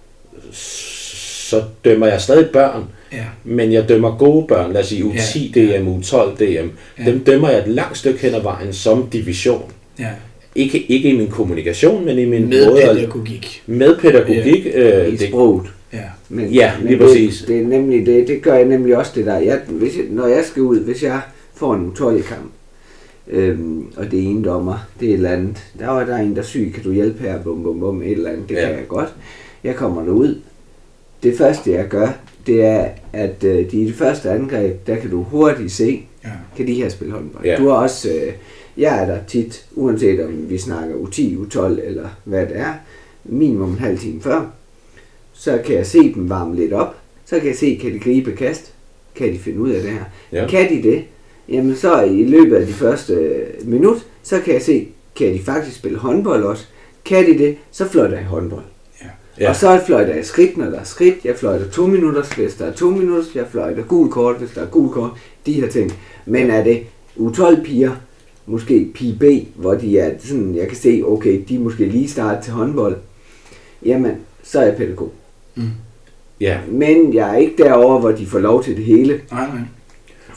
Speaker 1: så dømmer jeg stadig børn, men jeg dømmer gode børn, lad os sige U10 DM, U12 DM, dem dømmer jeg et langt stykke hen ad vejen som division. Ja. Ikke i min kommunikation, men i min
Speaker 3: pædagogik.
Speaker 1: Med pædagogik.
Speaker 2: I sproget.
Speaker 1: Ja, men lige præcis.
Speaker 2: Det er nemlig det gør jeg nemlig også det der. Når jeg skal ud, hvis jeg får en 12-kamp, og det er en dommer, det er et eller andet, der er en, der er syg, kan du hjælpe her, et eller andet, det kan jeg godt. Jeg kommer derud. Det første jeg gør, det er, at i det første angreb, der kan du hurtigt se, kan de her spille håndbold. Ja. Du har også, jeg er der tit, uanset om vi snakker U10, U12 eller hvad det er, minimum en halv time før, så kan jeg se dem varme lidt op, så kan jeg se, kan de gribe kast, kan de finde ud af det her. Ja. Kan de det, jamen så i løbet af de første minut, så kan jeg se, kan de faktisk spille håndbold også. Kan de det, så fløjter jeg håndbold. Ja. Og så fløjter jeg skridt, når der er skridt. Jeg fløjter 2 minutter, hvis der er 2 minutter. Jeg fløjter gul kort, hvis der er gul kort. De her ting. Men er det U12 piger, måske pige B, hvor de er sådan, jeg kan se, okay, de er måske lige startet til håndbold. Jamen, så er jeg pædagog. Men jeg er ikke derovre, hvor de får lov til det hele.
Speaker 3: Nej.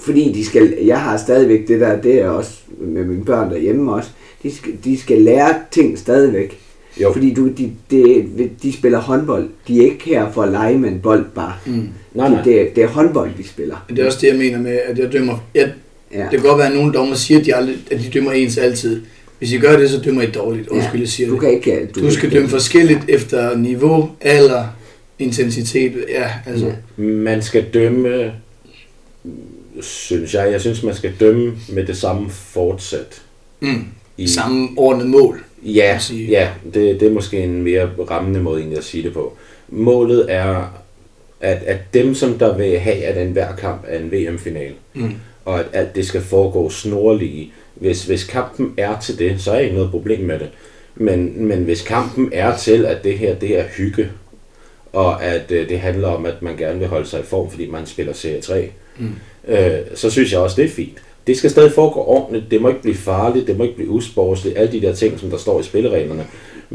Speaker 2: Fordi jeg har stadigvæk det der, det er også med mine børn derhjemme også, de skal lære ting stadigvæk. Jo. Fordi de spiller håndbold. De er ikke her for at lege med en bold bare. Nej. Det er håndbold, de spiller.
Speaker 3: Det er også det, jeg mener med, at jeg dømmer. Det kan godt være, at nogle dommer siger, at de dømmer ens altid. Hvis I gør det, så dømmer I dårligt. Undskyld, jeg siger det. Du skal dømme forskelligt efter niveau, alder, intensitet. Ja, altså.
Speaker 1: Man skal dømme, synes jeg man skal dømme med det samme fortsæt.
Speaker 3: Samme ordnet mål.
Speaker 1: Ja, det er måske en mere rammende måde egentlig at sige det på. Målet er, at dem, som der vil have, at enhver kamp er en VM-final, og at alt det skal foregå snorlige. Hvis kampen er til det, så er ikke noget problem med det. Men hvis kampen er til, at det her det er hygge, og at det handler om, at man gerne vil holde sig i form, fordi man spiller Serie 3, så synes jeg også, det er fint. Det skal stadig foregå ordentligt, det må ikke blive farligt, det må ikke blive usportsligt, alle de der ting, som der står i spillereglerne.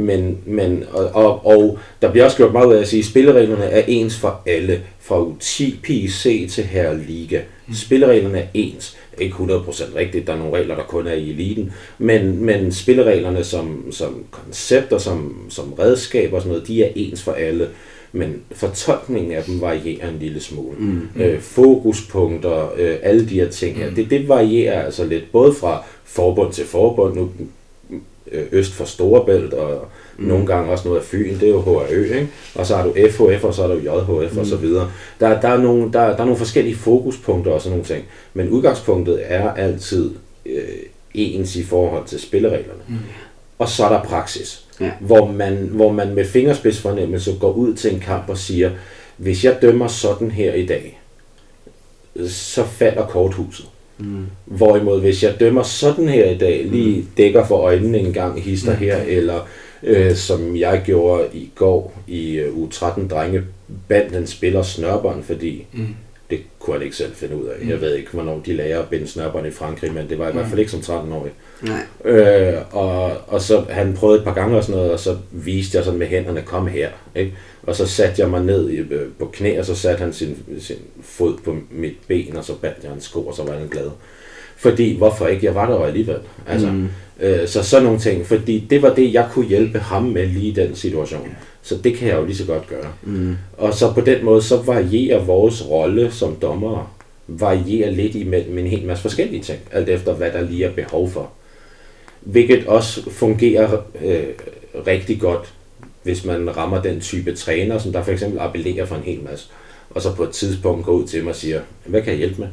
Speaker 1: Og der bliver også gjort meget ud af at sige, at spillereglerne er ens for alle, fra U10, PIC til her liga. Spillereglerne er ens, ikke 100% rigtigt, der er nogle regler, der kun er i eliten, men spillereglerne som koncepter, som redskaber og sådan noget, de er ens for alle. Men fortolkningen af dem varierer en lille smule. Fokuspunkter, alle de her ting her, det varierer altså lidt, både fra forbund til forbund, nu øst for Storebælt, og nogle gange også noget af Fyn, det er jo HRØ, ikke? Og så har du FHF, og så er der jo JHF og så videre. Der er nogle forskellige fokuspunkter og sådan nogle ting, men udgangspunktet er altid ens i forhold til spillereglerne. Og så er der praksis, hvor man med fingerspidsfornemmelse går ud til en kamp og siger, hvis jeg dømmer sådan her i dag, så falder korthuset. Hvorimod hvis jeg dømmer sådan her i dag, lige dækker for øjnene en gang, hister her, eller som jeg gjorde i går i U13 drenge, bandt en spiller snørbånd, fordi det kunne han ikke selv finde ud af. Jeg ved ikke, hvornår de lærer at binde snørbånd i Frankrig, men det var i hvert fald ikke som 13-årig. Og så han prøvede et par gange og sådan noget, og så viste jeg sådan med hænderne, kom her, ikke? Og så satte jeg mig ned på knæ, og så satte han sin fod på mit ben, og så bandt jeg en sko, og så var han glad. Fordi, hvorfor ikke? Jeg var der jo alligevel. Altså, så sådan nogle ting, fordi det var det, jeg kunne hjælpe ham med lige i den situation. Så det kan jeg jo lige så godt gøre. Og så på den måde, så varierer vores rolle som dommere, varierer lidt imellem en hel masse forskellige ting, alt efter hvad der lige er behov for. Hvilket også fungerer rigtig godt, hvis man rammer den type træner, som der for eksempel appellerer for en hel masse, og så på et tidspunkt går ud til mig og siger, hvad kan jeg hjælpe med?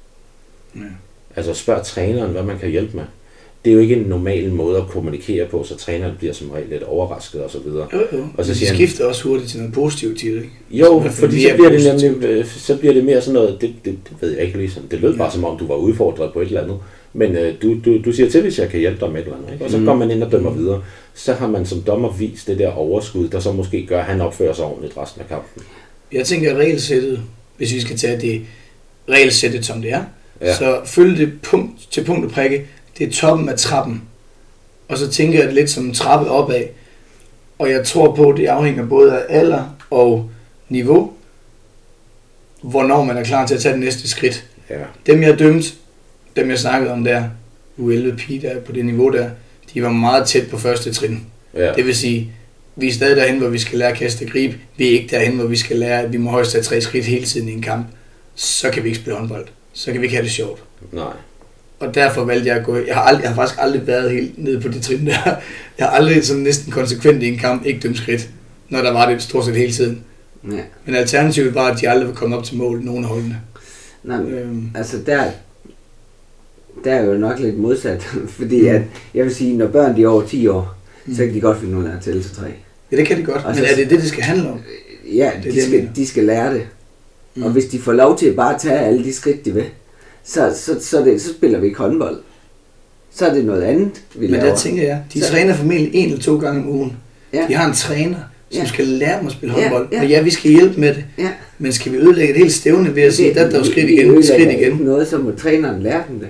Speaker 1: Altså spørg træneren, hvad man kan hjælpe med. Det er jo ikke en normal måde at kommunikere på, så træneren bliver som regel lidt overrasket og så videre.
Speaker 3: Og så siger skifter også hurtigt til noget positivt til det, ikke?
Speaker 1: Jo, fordi så bliver det mere sådan noget, det ved jeg ikke lige sådan. Det lød bare som om, du var udfordret på et eller andet. Men du siger til, hvis jeg kan hjælpe dig med et eller andet, ikke? Og så går man ind og dømmer videre. Så har man som dommer vist det der overskud, der så måske gør, at han opfører sig ordentligt resten af kampen.
Speaker 3: Jeg tænker, at regelsættet, hvis vi skal tage det regelsættet, som det er, så følg det punkt og prikke, det er toppen af trappen. Og så tænker jeg det lidt som en trappe opad. Og jeg tror på, at det afhænger både af alder og niveau, hvornår man er klar til at tage det næste skridt. Dem jeg dømt, dem jeg snakkede om der, U11 pige der på det niveau der, de var meget tæt på første trin. Det vil sige, vi er stadig derhen, hvor vi skal lære at kaste og gribe. Vi er ikke derhen, hvor vi skal lære, at vi må højst tage 3 skridt hele tiden i en kamp. Så kan vi ikke spille håndbold. Så kan vi ikke have det sjovt.
Speaker 1: Nej.
Speaker 3: Og derfor valgte jeg at gå. Jeg har faktisk aldrig været helt nede på det trin der. Jeg har aldrig sådan næsten konsekvent i en kamp ikke dømt skridt, når der var det stort set hele tiden. Men alternativet var, at de aldrig var kommet op til mål, nogen af holdene.
Speaker 2: Nej, altså der er jo nok lidt modsat, fordi at, jeg vil sige, når børn de er over 10 år, så kan de godt finde ud af at tælle til 3.
Speaker 3: Ja, det kan de godt, men er det skal handle om?
Speaker 2: Ja, de skal lære det. Og hvis de får lov til at bare tage alle de skridt, de vil, så spiller vi ikke håndbold. Så er det noget andet, vi laver.
Speaker 3: Men der tænker jeg, de træner formentlig 1 eller 2 gange om ugen. De har en træner, som skal lære dem at spille håndbold. Og vi skal hjælpe med det. Men skal vi ødelægge et helt stævne ved at sige, der er skridt igen, skridt igen?
Speaker 2: Noget, så må træneren lære dem det.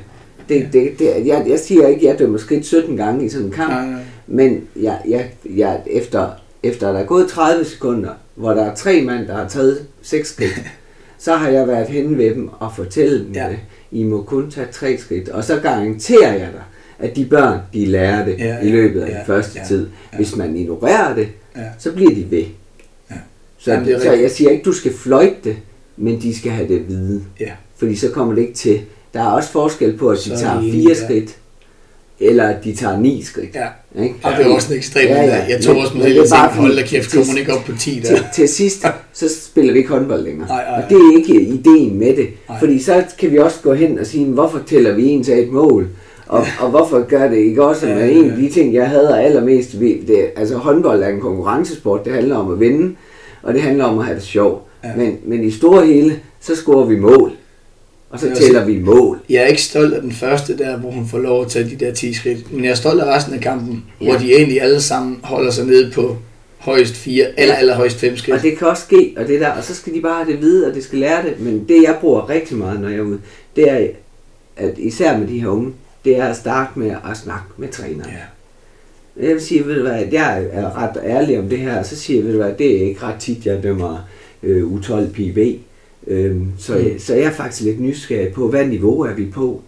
Speaker 2: Jeg siger ikke, at jeg dømmer skridt 17 gange i sådan en kamp. Men jeg efter der er gået 30 sekunder, hvor der er 3 mand, der har taget 6 skridt, så har jeg været henne ved dem og fortælle dem det. I må kun tage 3 skridt. Og så garanterer jeg dig, at de børn, de lærer det i løbet af den første tid. Hvis man ignorerer det, så bliver de ved.
Speaker 3: Ja.
Speaker 2: Så jeg siger ikke, du skal fløjte det, men de skal have det at vide.
Speaker 3: Ja.
Speaker 2: Fordi så kommer det ikke til. Der er også forskel på, at de tager 4 skridt, eller at de tager 9 skridt.
Speaker 3: Ja. Ikke? Og det er også en ekstrem. Jeg tog også mig selv at hold da kæft, kommer ikke op på 10 der.
Speaker 2: Til sidst, så spiller vi ikke håndbold længere. Og det er ikke ideen med det. Fordi så kan vi også gå hen og sige, hvorfor tæller vi en til et mål? Og hvorfor gør det ikke også? Med en af de ting, jeg hader allermest ved det. Altså håndbold er en konkurrencesport, det handler om at vinde, og det handler om at have det sjovt. Men i store hele, så scorer vi mål. Og så tæller vi mål. Jeg
Speaker 3: er ikke stolt af den første der, hvor hun får lov at tage de der 10 skridt. Men jeg er stolt af resten af kampen, hvor de egentlig alle sammen holder sig nede på højst 4 eller højst 5 skridt.
Speaker 2: Og det kan også ske, og det der, og så skal de bare have det vide, og det skal lære det. Men det jeg bruger rigtig meget, når jeg er ude, det er, at især med de her unge, det er at starte med at snakke med træneren. Jeg vil sige, ved du hvad, at jeg er ret ærlig om det her, og så siger jeg, ved du hvad, det er ikke ret tit, jeg dømmer U12 PV. Så jeg er faktisk lidt nysgerrig på, hvad niveau er vi på?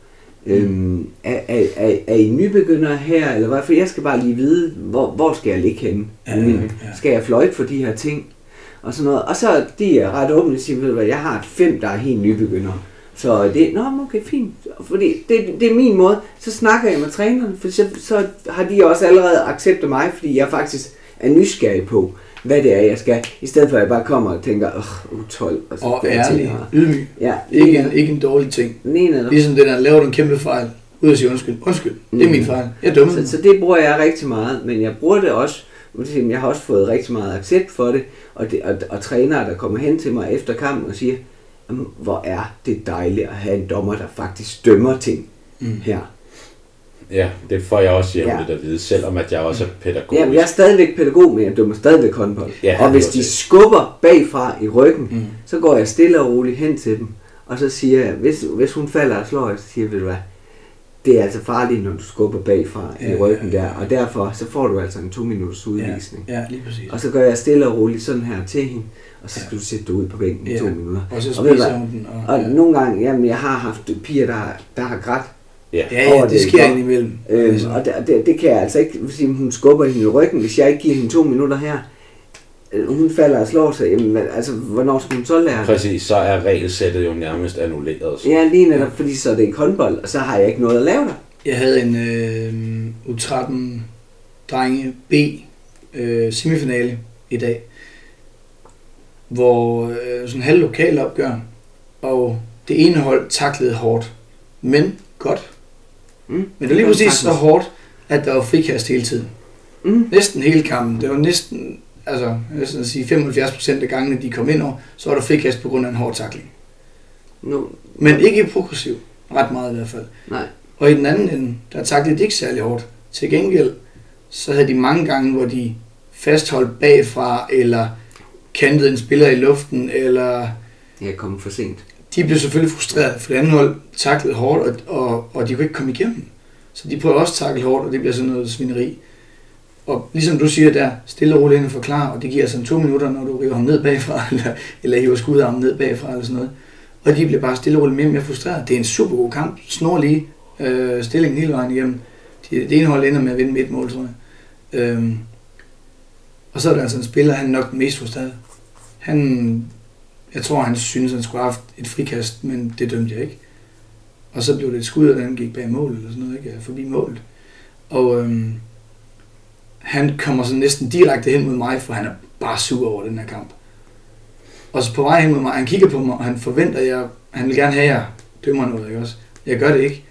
Speaker 2: Er I nybegyndere her, eller hvad? For jeg skal bare lige vide, hvor skal jeg ligge henne? Skal jeg fløjte for de her ting? Og sådan noget. Og så de er ret åbne og siger, ved du hvad, jeg har 5, der er helt nybegyndere. Så det okay, fint. Fordi det er min måde. Så snakker jeg med træneren, for så har de også allerede accepteret mig, fordi jeg faktisk er nysgerrig på, hvad det er, jeg skal. I stedet for, at jeg bare kommer og tænker, U12.
Speaker 3: Og ærlig, ydmyg.
Speaker 2: Ja,
Speaker 3: ikke en dårlig ting. Ligesom den der, laver du en kæmpe fejl, ud og sige undskyld. Det er min fejl. Jeg er dum.
Speaker 2: Så det bruger jeg rigtig meget, men jeg bruger det også. Jeg har også fået rigtig meget accept for det, og trænere, der kommer hen til mig efter kampen og siger, hvor er det dejligt at have en dommer, der faktisk dømmer ting her.
Speaker 1: Ja, det får jeg også jævnligt at vide, selvom at jeg også er pædagog.
Speaker 2: Ja, jeg er stadigvæk pædagog, men jeg dømmer stadigvæk håndbold. Og hvis de skubber bagfra i ryggen, så går jeg stille og roligt hen til dem, og så siger jeg, hvis hun falder og slår, så siger jeg, ved du hvad, det er altså farligt, når du skubber bagfra i ryggen der, og derfor så får du altså en 2 minutters udvisning.
Speaker 3: Ja, lige præcis.
Speaker 2: Og så gør jeg stille og roligt sådan her til hende, og så skal du sætte dig ud på bænken i 2 minutter.
Speaker 3: Og så spiser hun den.
Speaker 2: Og nogle gange, jamen jeg har haft piger, der har grædt.
Speaker 3: Ja, det sker indimellem.
Speaker 2: Og det kan jeg altså ikke, hvis hun skubber hende i ryggen, hvis jeg ikke giver hende 2 minutter her, hun falder og slår sig, jamen, altså hvornår skal hun så lære?
Speaker 1: Præcis, så er regelsættet jo nærmest annulleret. Så.
Speaker 2: Ja, lige netop, fordi så er det ikke håndbold, og så har jeg ikke noget at lave der.
Speaker 3: Jeg havde en U13 drenge B semifinale i dag, hvor sådan en halv lokal opgør, og det ene hold taklede hårdt, men godt. Men det var lige præcis så hårdt, at der var frikast hele tiden. Næsten hele kampen. Det var næsten, altså at sige 75% af gangene, de kom ind over, så var der frikast på grund af en hård tackling. Men ikke progressiv. Ret meget i hvert fald.
Speaker 2: Nej.
Speaker 3: Og i den anden ende, der taklede de ikke særlig hårdt. Til gengæld, så havde de mange gange, hvor de fastholdt bagfra, eller kantede en spiller i luften, eller...
Speaker 2: Jeg kom for sent.
Speaker 3: De blev selvfølgelig frustreret, for det andet hold taklede hårdt, og de kunne ikke komme igennem. Så de prøver også at takle hårdt, og det bliver sådan noget svineri. Og ligesom du siger der, stille og roligt ind og forklare, og det giver sådan 2 minutter, når du river ham ned bagfra, eller hiver skudarmen ned bagfra, eller sådan noget. Og de bliver bare stille og roligt mere og mere frustreret. Det er en super god kamp, snorlige stilling hele vejen igennem. Det ene hold ender med at vinde med 1 mål, tror jeg. Og så er der altså en spiller, han er nok den mest frustreret. Jeg tror, han synes, han skulle have haft et frikast, men det dømte jeg ikke. Og så blev det et skud, og den gik bag mål, eller sådan noget, ikke? Forbi målet. Og han kommer så næsten direkte hen mod mig, for han er bare sur over den her kamp. Og så på vej hen mod mig, han kigger på mig, og han forventer, han vil gerne have, at jeg dømmer noget, ikke også? Jeg gør det ikke.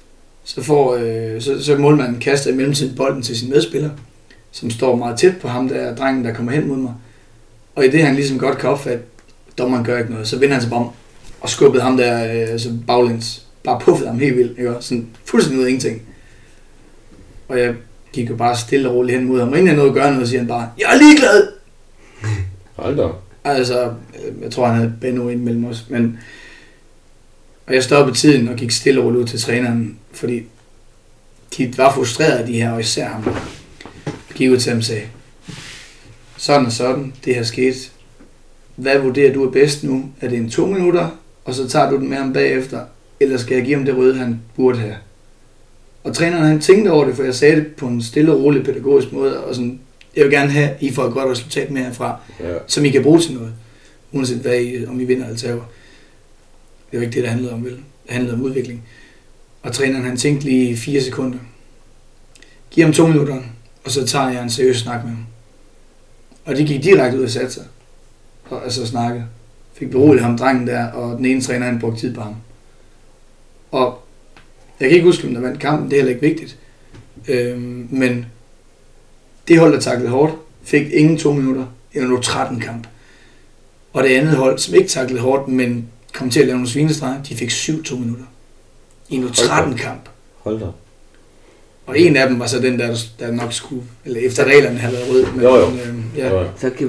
Speaker 3: Så målmanden kaster i mellemtiden bolden til sin medspiller, som står meget tæt på ham, der er drengen, der kommer hen mod mig. Og i det, han ligesom godt kan opfatte, dommeren gør ikke noget, så vender han sig bare om og skubbede ham der baglæns. Bare puffede ham helt vildt, ikke? Sådan fuldstændig ud af ingenting. Og jeg gik jo bare stille og roligt hen mod ham, og inden jeg nåede at gøre noget, siger han bare, jeg er ligeglad!
Speaker 1: Hold da.
Speaker 3: Altså, jeg tror, han havde Benno ind mellem os, men... Og jeg stoppede tiden og gik stille og roligt ud til træneren, fordi de var frustrerede, de her, og især ham. Jeg gik ud til ham og sagde, sådan og sådan, det her skete. hvad vurderer du er bedst nu? Er det en 2 minutter, og så tager du den med ham bagefter, eller skal jeg give ham det røde, han burde have? Og træneren han tænkte over det, for jeg sagde det på en stille og rolig pædagogisk måde, og sådan, jeg vil gerne have, I får et godt resultat med herfra, som I kan bruge til noget, uanset hvad om I vinder eller taber. Det var ikke det, der handlede om, vel? Det handlede om udvikling. Og træneren han tænkte lige 4 sekunder. Giv ham 2 minutter, og så tager jeg en seriøs snak med ham. Og de gik direkte ud og satte sig, og altså snakkede. Fik beroliget ham, drengen der, og den ene træner han brugte tid på ham. Og jeg kan ikke huske, om der vandt kampen, det er heller ikke vigtigt. Men det hold, der taklede hårdt, fik ingen 2 minutter i en 13 kamp. Og det andet hold, som ikke taklede hårdt, men kom til at lave nogle svinestreger, de fik 7 minutter i en 13 kamp.
Speaker 1: Hold da.
Speaker 3: Og en af dem var så den, der nok skulle, eller efter reglerne havde været rød. Men,
Speaker 1: jo.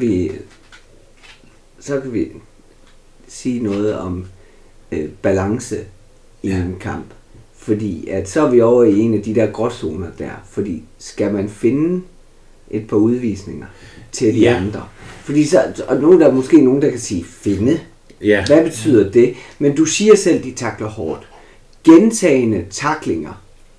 Speaker 2: Så kan vi sige noget om balance i en kamp. Fordi at så er vi over i en af de der gråzoner der. Fordi skal man finde et par udvisninger til de andre? Fordi så, og nu er der måske nogen, der kan sige finde. Ja. Hvad betyder det? Men du siger selv, de takler hårdt. Gentagende taklinger,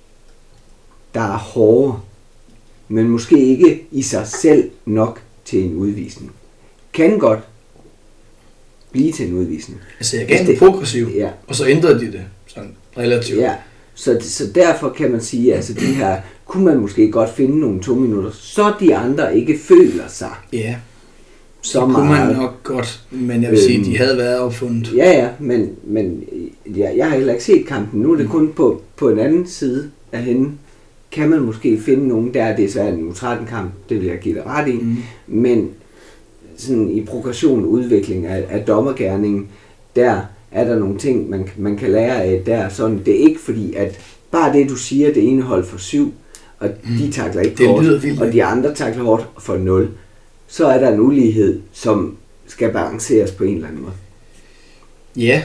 Speaker 2: der er hårde, men måske ikke i sig selv nok til en udvisning, kan godt blive til en udvisning.
Speaker 3: Altså jeg gav den progressiv, og så ændrede de det sådan relativt.
Speaker 2: Ja, så derfor kan man sige, altså de her, kunne man måske godt finde nogle 2 minutter, så de andre ikke føler sig.
Speaker 3: Ja, så kunne man nok godt, men jeg vil sige, de havde været opfundet.
Speaker 2: Ja, men jeg har heller ikke set kampen. Nu er det kun på en anden side af hende. Kan man måske finde nogen der, det er svært en U13-kamp, det vil jeg give dig ret i, men sådan i progression og udvikling af dommergerningen, der er der nogle ting, man kan lære af der. Sådan, det er ikke fordi, at bare det, du siger, det ene hold for 7, og de takler ikke hårdt, og de andre takler hårdt for 0, så er der en ulighed, som skal balanceres på en eller anden måde.
Speaker 3: Ja.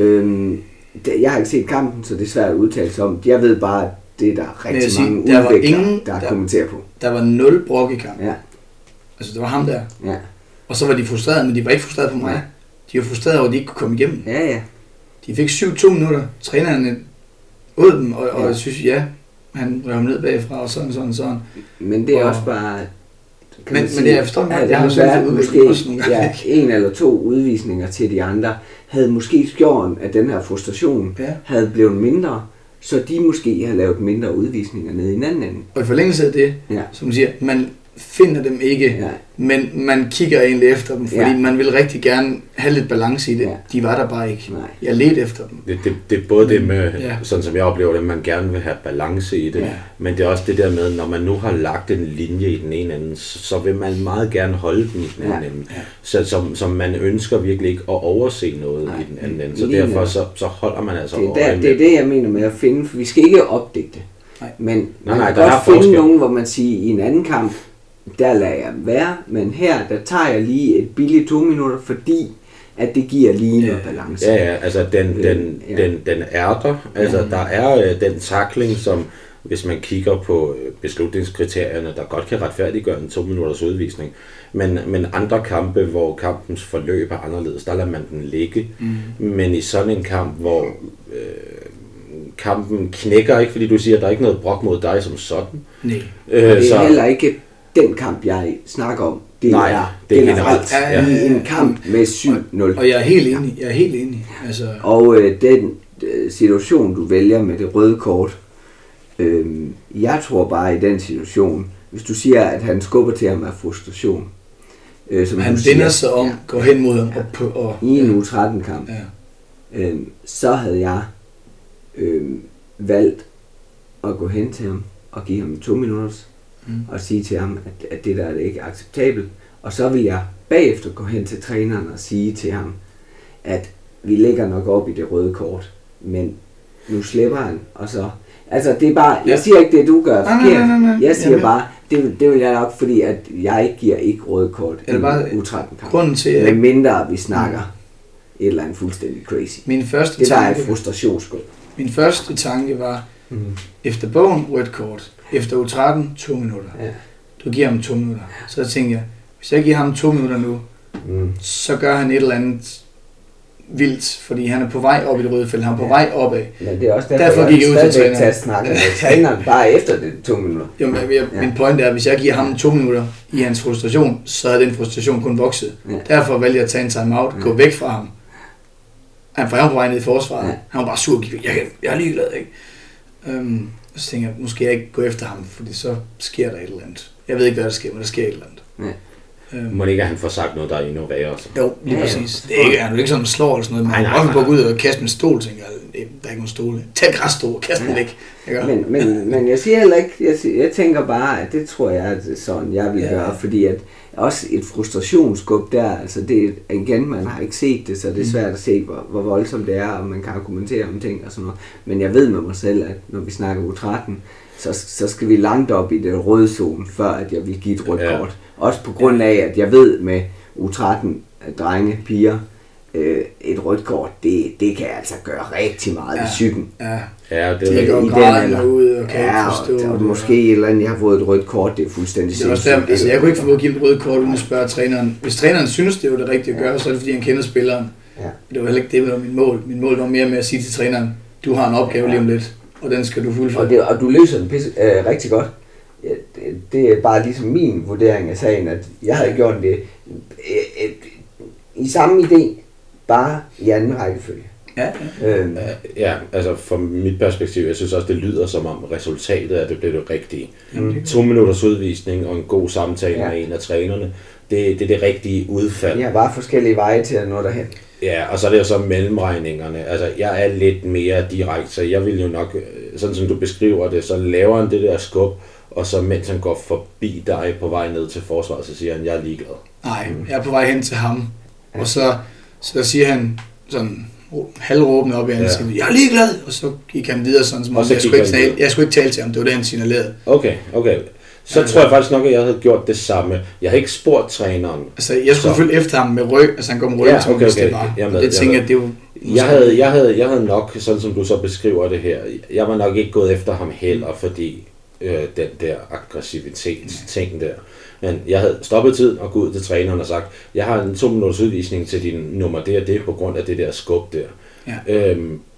Speaker 2: Jeg har ikke set kampen, så det er svært at udtale sig om. Jeg ved bare, at det er der rigtig mange udviklere, der kommenterer på.
Speaker 3: Der var 0 brok i kampen.
Speaker 2: Ja.
Speaker 3: Altså, det var ham der.
Speaker 2: Ja.
Speaker 3: Og så var de frustrerede, men de var ikke frustrerede på mig. Ja. De var frustrerede over, at de ikke kunne komme igennem.
Speaker 2: Ja.
Speaker 3: De fik 2 minutter. Trænerne ud dem, og jeg synes, han rev ned bagfra, og sådan. Men
Speaker 2: det er også bare...
Speaker 3: Men det jeg forstår mig,
Speaker 2: jeg har været måske 1 eller 2 udvisninger til de andre, havde måske skjort, at den her frustration havde blevet mindre, så de måske har lavet mindre udvisninger nede i en anden ende.
Speaker 3: Og i forlængelse af det, som du siger, man finder dem ikke, men man kigger egentlig efter dem, fordi man vil rigtig gerne have lidt balance i det. De var der bare ikke.
Speaker 2: Nej.
Speaker 3: Jeg ledte efter dem.
Speaker 1: Det er både det med, sådan som jeg oplever det, man gerne vil have balance i det, men det er også det der med, når man nu har lagt en linje i den ene ende, så vil man meget gerne holde den i den anden ende. Så man ønsker virkelig ikke at overse noget i den anden ende, så derfor så holder man altså
Speaker 2: det er det, jeg mener med at finde, for vi skal ikke opdigte. Men man kan
Speaker 1: godt
Speaker 2: finde nogen, hvor man siger, i en anden kamp, der lader jeg være, men her, der tager jeg lige et billigt 2 minutter, fordi at det giver lige noget balance.
Speaker 1: Ja, altså den er der. Altså der er den tackling, som hvis man kigger på beslutningskriterierne, der godt kan retfærdiggøre en 2 minutters udvisning. Men andre kampe, hvor kampens forløb er anderledes, der lader man den ligge. Men i sådan en kamp, hvor kampen knækker, ikke fordi du siger, at der er ikke noget brok mod dig som sådan.
Speaker 3: Nej.
Speaker 2: Det er heller ikke den kamp, jeg snakker om. Det er generelt en kamp med 7-0.
Speaker 3: Og jeg er helt enig. Altså...
Speaker 2: Og den situation, du vælger med det røde kort, jeg tror bare i den situation, hvis du siger, at han skubber til ham af frustration,
Speaker 3: som han vender sig om, går hen mod ham
Speaker 2: i en U13-kamp, så havde jeg valgt at gå hen til ham og give ham 2 minutter og sige til ham, at det der er ikke acceptabelt. Og så vil jeg bagefter gå hen til træneren og sige til ham, at vi lægger nok op i det røde kort, men nu slipper han, og så... Altså, det er bare... Jeg siger ikke det, du gør forkert.
Speaker 3: Nej.
Speaker 2: Jeg siger bare, det vil jeg nok, fordi at jeg giver ikke røde kort i U13-kamp.
Speaker 3: Grunden til...
Speaker 2: Med mindre vi snakker et eller andet fuldstændig crazy.
Speaker 3: Min første
Speaker 2: det der er et frustrationsskuld.
Speaker 3: Min første tanke var, efter bogen rødt kort, efter U13 2 minutter. Du giver ham 2 minutter. Så tænkte jeg, hvis jeg giver ham 2 minutter nu, så gør han et eller andet vildt, fordi han er på vej op i det røde felt, han er på vej opad.
Speaker 2: Men det er også derfor
Speaker 3: gik jeg ud til træneren.
Speaker 2: Tage snakken med træneren bare efter det 2 minutter.
Speaker 3: Jo, men min point er, at hvis jeg giver ham 2 minutter i hans frustration, så er den frustration kun vokset. Ja. Derfor vælger jeg at tage en timeout, gå væk fra ham. Han var på vej ned i forsvaret. Ja. Han var bare sur. Jeg er ligeglad, ikke? Så tænker jeg, måske jeg ikke gå efter ham, fordi så sker der et eller andet. Jeg ved ikke, hvad der sker, men der sker et eller andet.
Speaker 2: Ja.
Speaker 1: Må ikke, at han får sagt noget, der er endnu værre? Så.
Speaker 3: Jo, lige præcis. Det er ikke, han er jo ikke sådan, man slår eller sådan noget, men han går ud og kaster en stol, tænker jeg, der er ikke nogen stol. Tag en græsstol og kast den væk.
Speaker 2: Men jeg siger heller ikke, jeg tænker bare, at det tror jeg, at det er sådan, jeg vil gøre, fordi at også et frustrationsskub der, altså det igen, man har ikke set det, så det er svært at se, hvor voldsomt det er, og man kan argumentere om ting og sådan noget. Men jeg ved med mig selv, at når vi snakker U13, så skal vi langt op i det røde zone, før at jeg vil give et rødt kort. Også på grund af, at jeg ved med U13 drenge, piger, et rødt kort, det kan altså gøre rigtig meget i psyken.
Speaker 1: Ja, det
Speaker 3: er
Speaker 1: jo
Speaker 3: i den alder. Ud og kan forstå,
Speaker 2: og måske et eller andet, jeg har fået et rødt kort, det er fuldstændig sindssygt.
Speaker 3: Altså, jeg kunne ikke få at give et rødt kort uden at spørge træneren. Hvis træneren synes, det var det rigtige at gøre, så er det fordi, han kender spilleren. Ja. Det var heller ikke det, der var mit mål. Mit mål var mere med at sige til træneren, du har en opgave lige om lidt, og den skal du fuldføre.
Speaker 2: Og du løser den rigtig godt. Det er bare ligesom min vurdering af sagen, at jeg havde gjort det i samme idé, bare i anden rækkefølge.
Speaker 1: Ja, altså fra mit perspektiv, jeg synes også, det lyder som om resultatet af det blev det rigtige. 2 minutters udvisning og en god samtale med en af trænerne, det er det rigtige udfald.
Speaker 2: Ja, bare forskellige veje til at nå derhen.
Speaker 1: Ja, og så er det jo så mellemregningerne. Altså, jeg er lidt mere direkte, så jeg vil jo nok, sådan som du beskriver det, så laver han det der skub, og så mens han går forbi dig på vej ned til forsvaret, så siger han, jeg er ligeglad.
Speaker 3: Nej, jeg er på vej hen til ham, og så siger han sådan halvråbende op i ansigtet, jeg er ligeglad, og så gik han videre sådan, som om jeg skulle ikke tale til ham, det var det, han signalerede.
Speaker 1: Okay. Så tror jeg faktisk nok, at jeg havde gjort det samme. Jeg havde ikke spurgt træneren.
Speaker 3: Altså, jeg skulle følge efter ham med ryg, altså han kom med ryggen til mig, det var. Det tænker jeg, det var...
Speaker 1: Jeg havde nok, sådan som du så beskriver det her, jeg var nok ikke gået efter ham heller, fordi den der aggressivitet-ting der. Men jeg havde stoppet tiden og gået ud til træneren og sagt, jeg har en 2 minutters udvisning til din nummer, det på grund af det der skub der. Ja.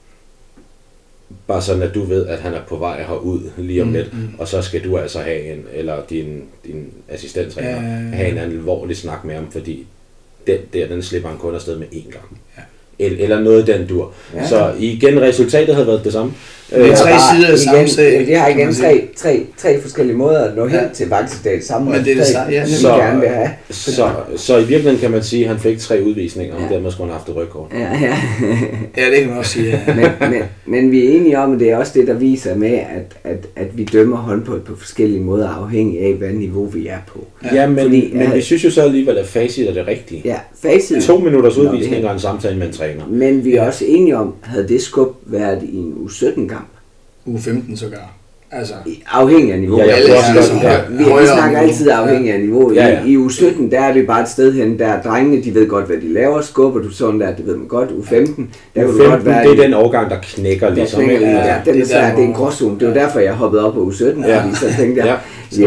Speaker 1: Bare sådan, at du ved, at han er på vej herud lige om lidt, og så skal du altså have din assistenttræner, have en alvorlig snak med ham, fordi den slipper han kun afsted med 1 gang. Ja. Eller noget den dur. Ja. Så igen, resultatet havde været det samme.
Speaker 3: Det er 3 sider af samme sag.
Speaker 2: Det har igen tre forskellige måder at nå hen til Vaxedal samme
Speaker 3: men det er det samme,
Speaker 2: gerne vil have.
Speaker 1: Så i virkeligheden kan man sige, at han fik 3 udvisninger, og dermed skulle han have haft et rødt kort.
Speaker 3: Ja, det kan man også sige.
Speaker 2: Men vi er enige om, at det er også det, der viser med, at vi dømmer håndbold på forskellige måder, afhængig af, hvad niveau vi er på.
Speaker 1: Ja, men vi synes jo så alligevel, at facit er det rigtige.
Speaker 2: Ja, facit.
Speaker 1: 2 minutters udvisning og en samtale med en træner.
Speaker 2: Men vi er også enige om, havde det skub været i en U17-kamp?
Speaker 3: U15 sågar. Altså,
Speaker 2: afhængig af niveau. Vi snakker altid afhængig af niveau. I U17, der er vi bare et sted hen, der drengene, de ved godt, hvad de laver. Skubber du sådan der, det ved man godt. U15, der
Speaker 1: U15, godt være, det er den overgang, der knækker ligesom.
Speaker 2: Det er en gråzone. Det var derfor, jeg hoppede op på U17, fordi så tænkte jeg,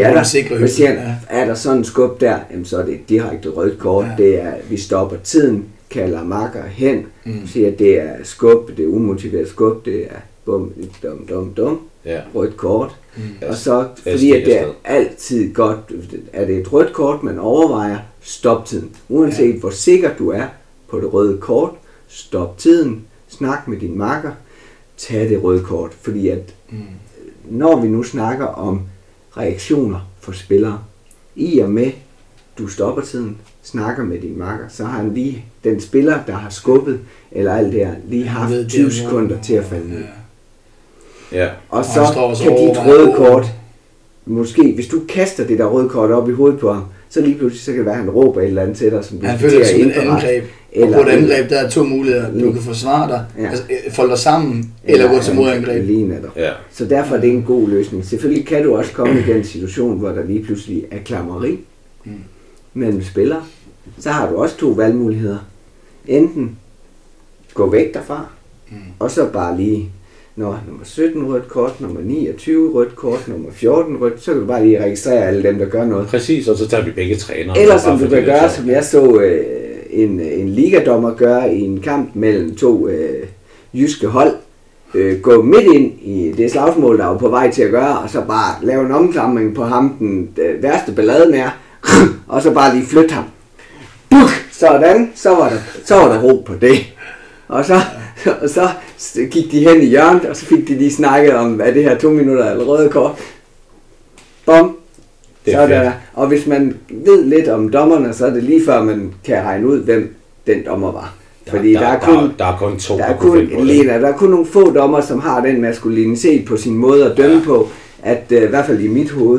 Speaker 2: er der sådan en skub der, jamen, så er det et direkte rødt kort. Det er, vi stopper tiden, kalder makker hen, siger, det er skub, det er umotiveret skub, det er bum, dum, rødt kort. Og så, fordi at det er altid godt, er det et rødt kort, man overvejer, stop tiden. Uanset hvor sikker du er på det røde kort, stop tiden, snak med din makker, tag det røde kort. Fordi at, når vi nu snakker om reaktioner for spillere, i og med, du stopper tiden, snakker med din makker, så har han lige, den spiller, der har skubbet, eller alt det her, lige haft 20 sekunder til at falde ned.
Speaker 1: Ja.
Speaker 2: Og så kan dit røde kort, måske, hvis du kaster det der røde kort op i hovedet på ham, så lige pludselig, så kan det være, at han råber et eller andet til dig, som du
Speaker 3: han føler det som et angreb. Og på et angreb, der er 2 muligheder. Du kan forsvare dig, altså, folde dig sammen, eller gå til modangreb.
Speaker 2: Så derfor er det en god løsning. Selvfølgelig kan du også komme i den situation, hvor der lige pludselig er klammeri mellem spillere. Så har du også 2 valgmuligheder. Enten gå væk derfra, og så bare lige, nummer 17 rødt kort, nummer 29 rødt kort, nummer 14 rødt, så kan du bare lige registrere alle dem, der gør noget.
Speaker 1: Præcis, og så tager vi begge trænere.
Speaker 2: Eller som du kan gøre, som jeg så en ligadommer gøre i en kamp mellem to jyske hold. Gå midt ind i det slagsmål, der var på vej til at gøre, og så bare lave en omklamring på ham, den værste ballade med, og så bare lige flytte ham. Sådan, så var der ro på det. Og så gik de hen i hjørnet, og så fik de lige snakket om, hvad det her 2 minutter eller røde kort. Bum. Så er der. Og hvis man ved lidt om dommerne, så er det lige før man kan regne ud, hvem den dommer var. Fordi der er kun to. Der er kun nogle få dommer, som har den maskulinitet på sin måde at dømme på, at i hvert fald i mit hoved.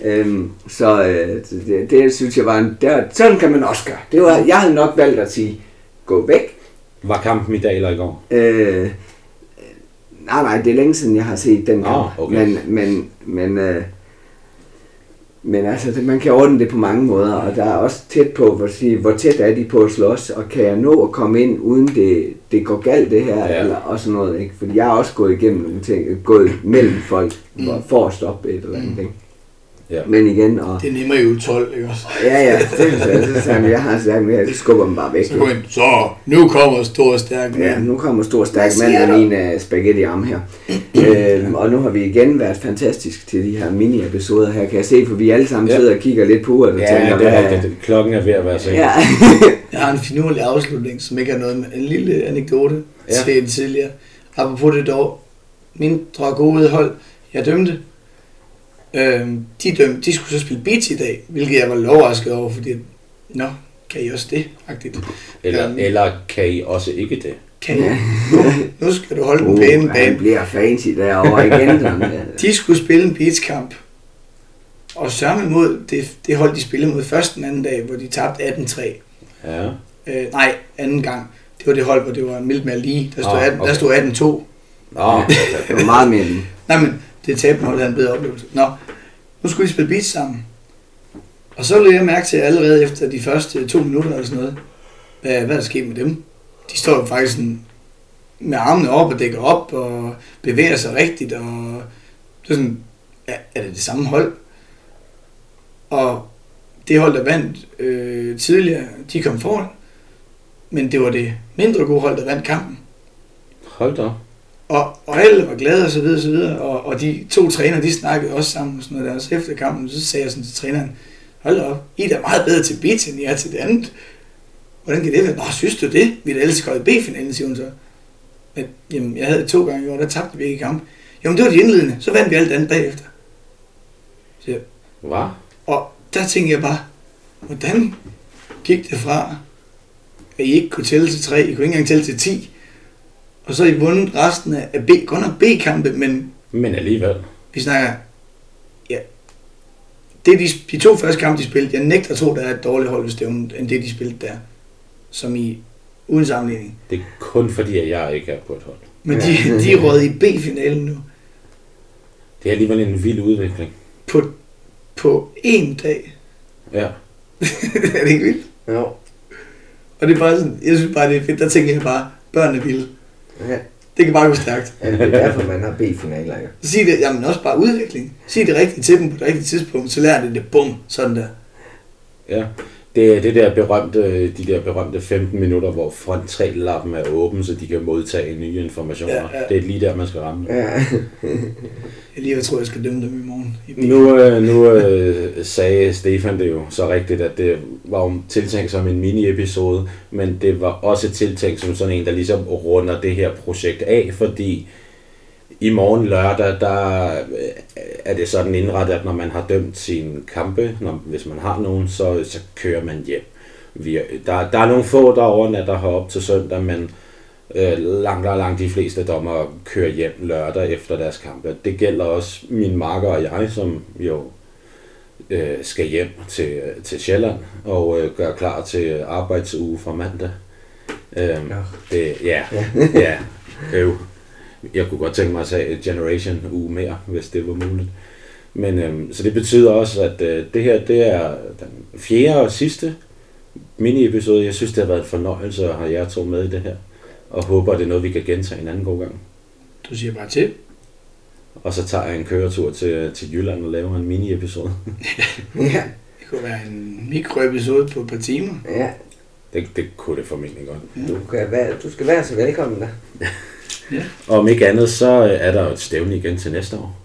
Speaker 2: Det synes jeg var sådan kan man også gøre. Jeg havde nok valgt at sige, gå væk.
Speaker 1: Var kampen i dag eller i går?
Speaker 2: Nej, det er længe siden, jeg har set den kamp.
Speaker 1: Okay.
Speaker 2: Men altså, man kan ordne det på mange måder, og der er også tæt på, hvor tæt er de på at slås, og kan jeg nå at komme ind, uden det går galt det her, eller og sådan noget, ikke? Fordi jeg har også gået igennem nogle ting, gået mellem folk, for at stoppe et eller andet, ikke?
Speaker 1: Ja.
Speaker 2: Men igen,
Speaker 3: det er nemmere i 12, ikke også?
Speaker 2: Ja, jeg har sagt, at jeg skubber dem bare væk.
Speaker 3: Så nu kommer stor og stærk mand.
Speaker 2: Ja, nu kommer stor og stærk mand med min spaghetti-arm her. Og nu har vi igen været fantastisk til de her mini-episoder her, kan jeg se, for vi alle sammen sidder og kigger lidt på uret og tænker,
Speaker 1: klokken er ved at være så.
Speaker 2: Ja.
Speaker 3: Jeg har en finurlig afslutning, som ikke har noget med en lille anekdote til en tidligere. Apropos det dog, mindre gode hold, jeg dømte. De skulle så spille beach i dag, hvilket jeg var overrasket over, fordi kan I også det? Agtigt.
Speaker 1: Eller kan I også ikke det?
Speaker 3: Kan I? Nu skal du holde den pæne bane.
Speaker 2: Han bliver fancy derovre igen. Sådan.
Speaker 3: De skulle spille en beachkamp, og sørme mod det hold, de spillede mod først den anden dag, hvor de tabte 18-3.
Speaker 1: Ja.
Speaker 3: Anden gang. Det var det hold, hvor det var mildt mere lige. Der stod 18-2.
Speaker 2: Det var meget mere lige.
Speaker 3: Nej, men det tabte hold havde en bedre oplevelse. Nu skulle de spille beach sammen. Og så lød jeg mærke til allerede efter de første 2 minutter eller sådan noget, hvad der skete med dem. De står jo faktisk sådan med armene op og dækker op og bevæger sig rigtigt. Og så sådan, er det samme hold? Og det hold, der vandt tidligere, de kom foran. Men det var det mindre gode hold, der vandt kampen.
Speaker 1: Hold da.
Speaker 3: Og alle var glade og så videre, og de 2 trænere, de snakkede også sammen og sådan noget der. Så efter kampen, så sagde jeg sådan til træneren, hold da op, I er da meget bedre til beach, end I er til det andet. Hvordan kan det være? Nå, synes du det? Vi er da ellers gået i B-finalen, siger hun så. Men, jamen, jeg havde 2 gange i år, der tabte vi ikke i kamp. Jamen, det var de indledende, så vandt vi alt andet bagefter. Så,
Speaker 1: hvad?
Speaker 3: og der tænkte jeg bare, hvordan gik det fra, at I ikke kunne tælle til 3, I kunne ikke engang tælle til 10, og så har I vundet resten af kun af B-kampe,
Speaker 1: men alligevel.
Speaker 3: Vi snakker, det er de 2 første kampe, de spillede. Jeg nægter at tro, der er et dårligt hold ved stævnet, end det, de spillede der. Som i uden sammenligning.
Speaker 1: Det er kun fordi, at jeg ikke er på et hold.
Speaker 3: Men de er røget i B-finalen nu.
Speaker 1: Det er alligevel en vild udvikling.
Speaker 3: På 1 dag.
Speaker 1: Ja.
Speaker 3: Er det ikke vildt?
Speaker 2: Jo.
Speaker 3: Og det er bare sådan, jeg synes bare, det er fedt. Der tænker jeg bare, børn er vilde.
Speaker 2: Ja.
Speaker 3: Det kan bare gå stærkt.
Speaker 2: Ja, det er derfor, man har B-finaler, jo.
Speaker 3: Så sig det, jamen også bare udvikling. Sig det rigtigt til dem på det rigtige tidspunkt, så lærer det bum, sådan der.
Speaker 1: Ja, det er de der berømte 15 minutter, hvor frontallappen er åben, så de kan modtage nye informationer. Ja. Det er lige der, man skal ramme.
Speaker 2: Ja.
Speaker 3: Jeg tror, jeg skal dømme dem i morgen.
Speaker 1: Nu sagde Stefan det jo så rigtigt, at det var jo tiltænkt som en mini-episode, men det var også tiltænkt som sådan en, der ligesom runder det her projekt af, fordi i morgen lørdag, der er det sådan indrettet, at når man har dømt sine kampe, hvis man har nogen, så kører man hjem. Der er nogle få, der overnatter herop til søndag, men langt de fleste dommer kører hjem lørdag efter deres kampe. Det gælder også min makker og jeg, som jo skal hjem til Sjælland og gør klar til arbejdsuge fra mandag. Jeg kunne godt tænke mig at tage et Generation uge mere, hvis det var muligt. Men så det betyder også, at det her, det er den 4. og sidste mini-episode. Jeg synes, det har været en fornøjelse at have jer 2 med i det her. Og håber, at det er noget, vi kan gentage en anden god gang.
Speaker 3: Du siger bare til.
Speaker 1: Og så tager jeg en køretur til Jylland og laver en mini-episode.
Speaker 2: Ja.
Speaker 3: Det kunne være en mikroepisode på et par timer.
Speaker 2: Ja.
Speaker 1: Det kunne det formentlig godt.
Speaker 2: Du skal være så velkommen der.
Speaker 3: Ja.
Speaker 1: Og om ikke andet, så er der jo et stævne igen til næste år.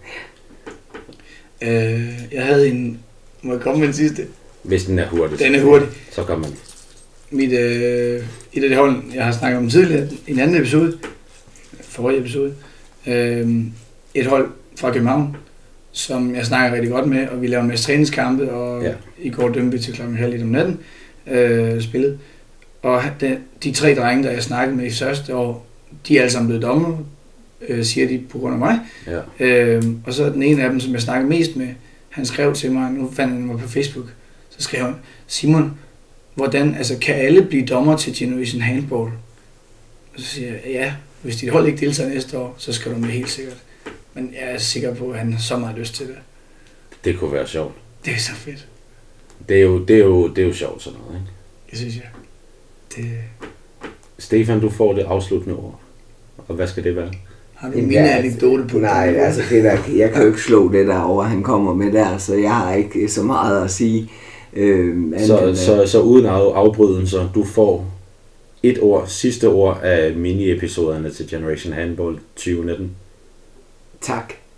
Speaker 3: Jeg havde en... Må jeg komme med den sidste?
Speaker 1: Hvis den er hurtig.
Speaker 3: Den er hurtig.
Speaker 1: Så kommer man.
Speaker 3: Et af de hold, jeg har snakket om tidligere, i en anden episode, forrige episode, et hold fra København, som jeg snakker rigtig godt med, og vi laver en masse træningskampe, og i går dømte vi til klokken 1:30 om natten spillet. Og de 3 drenge, der jeg snakkede med i første år, de er alle sammen blevet dommer, siger de på grund af mig.
Speaker 1: Ja.
Speaker 3: Og så den ene af dem, som jeg snakker mest med, han skrev til mig, nu fandt han mig på Facebook, så skrev han, Simon, hvordan, altså kan alle blive dommer til Generation Handball? Og så siger jeg, ja, hvis dit hold ikke deltager næste år, så skal du med helt sikkert. Men jeg er sikker på, at han har så meget lyst til det.
Speaker 1: Det kunne være sjovt.
Speaker 3: Det er så fedt.
Speaker 1: Det er jo sjovt sådan noget, ikke?
Speaker 3: Det synes jeg.
Speaker 1: Stefan, du får det afsluttende ord. Og hvad skal det være?
Speaker 3: Har du en anekdote på
Speaker 2: nej,
Speaker 3: det?
Speaker 2: altså det der, jeg kan jo ikke slå det der over, han kommer med der, så jeg har ikke så meget at sige.
Speaker 1: Så uden afbrydelser, du får et ord, sidste ord af mini-episoderne til Generation Handball 2019.
Speaker 2: Tak.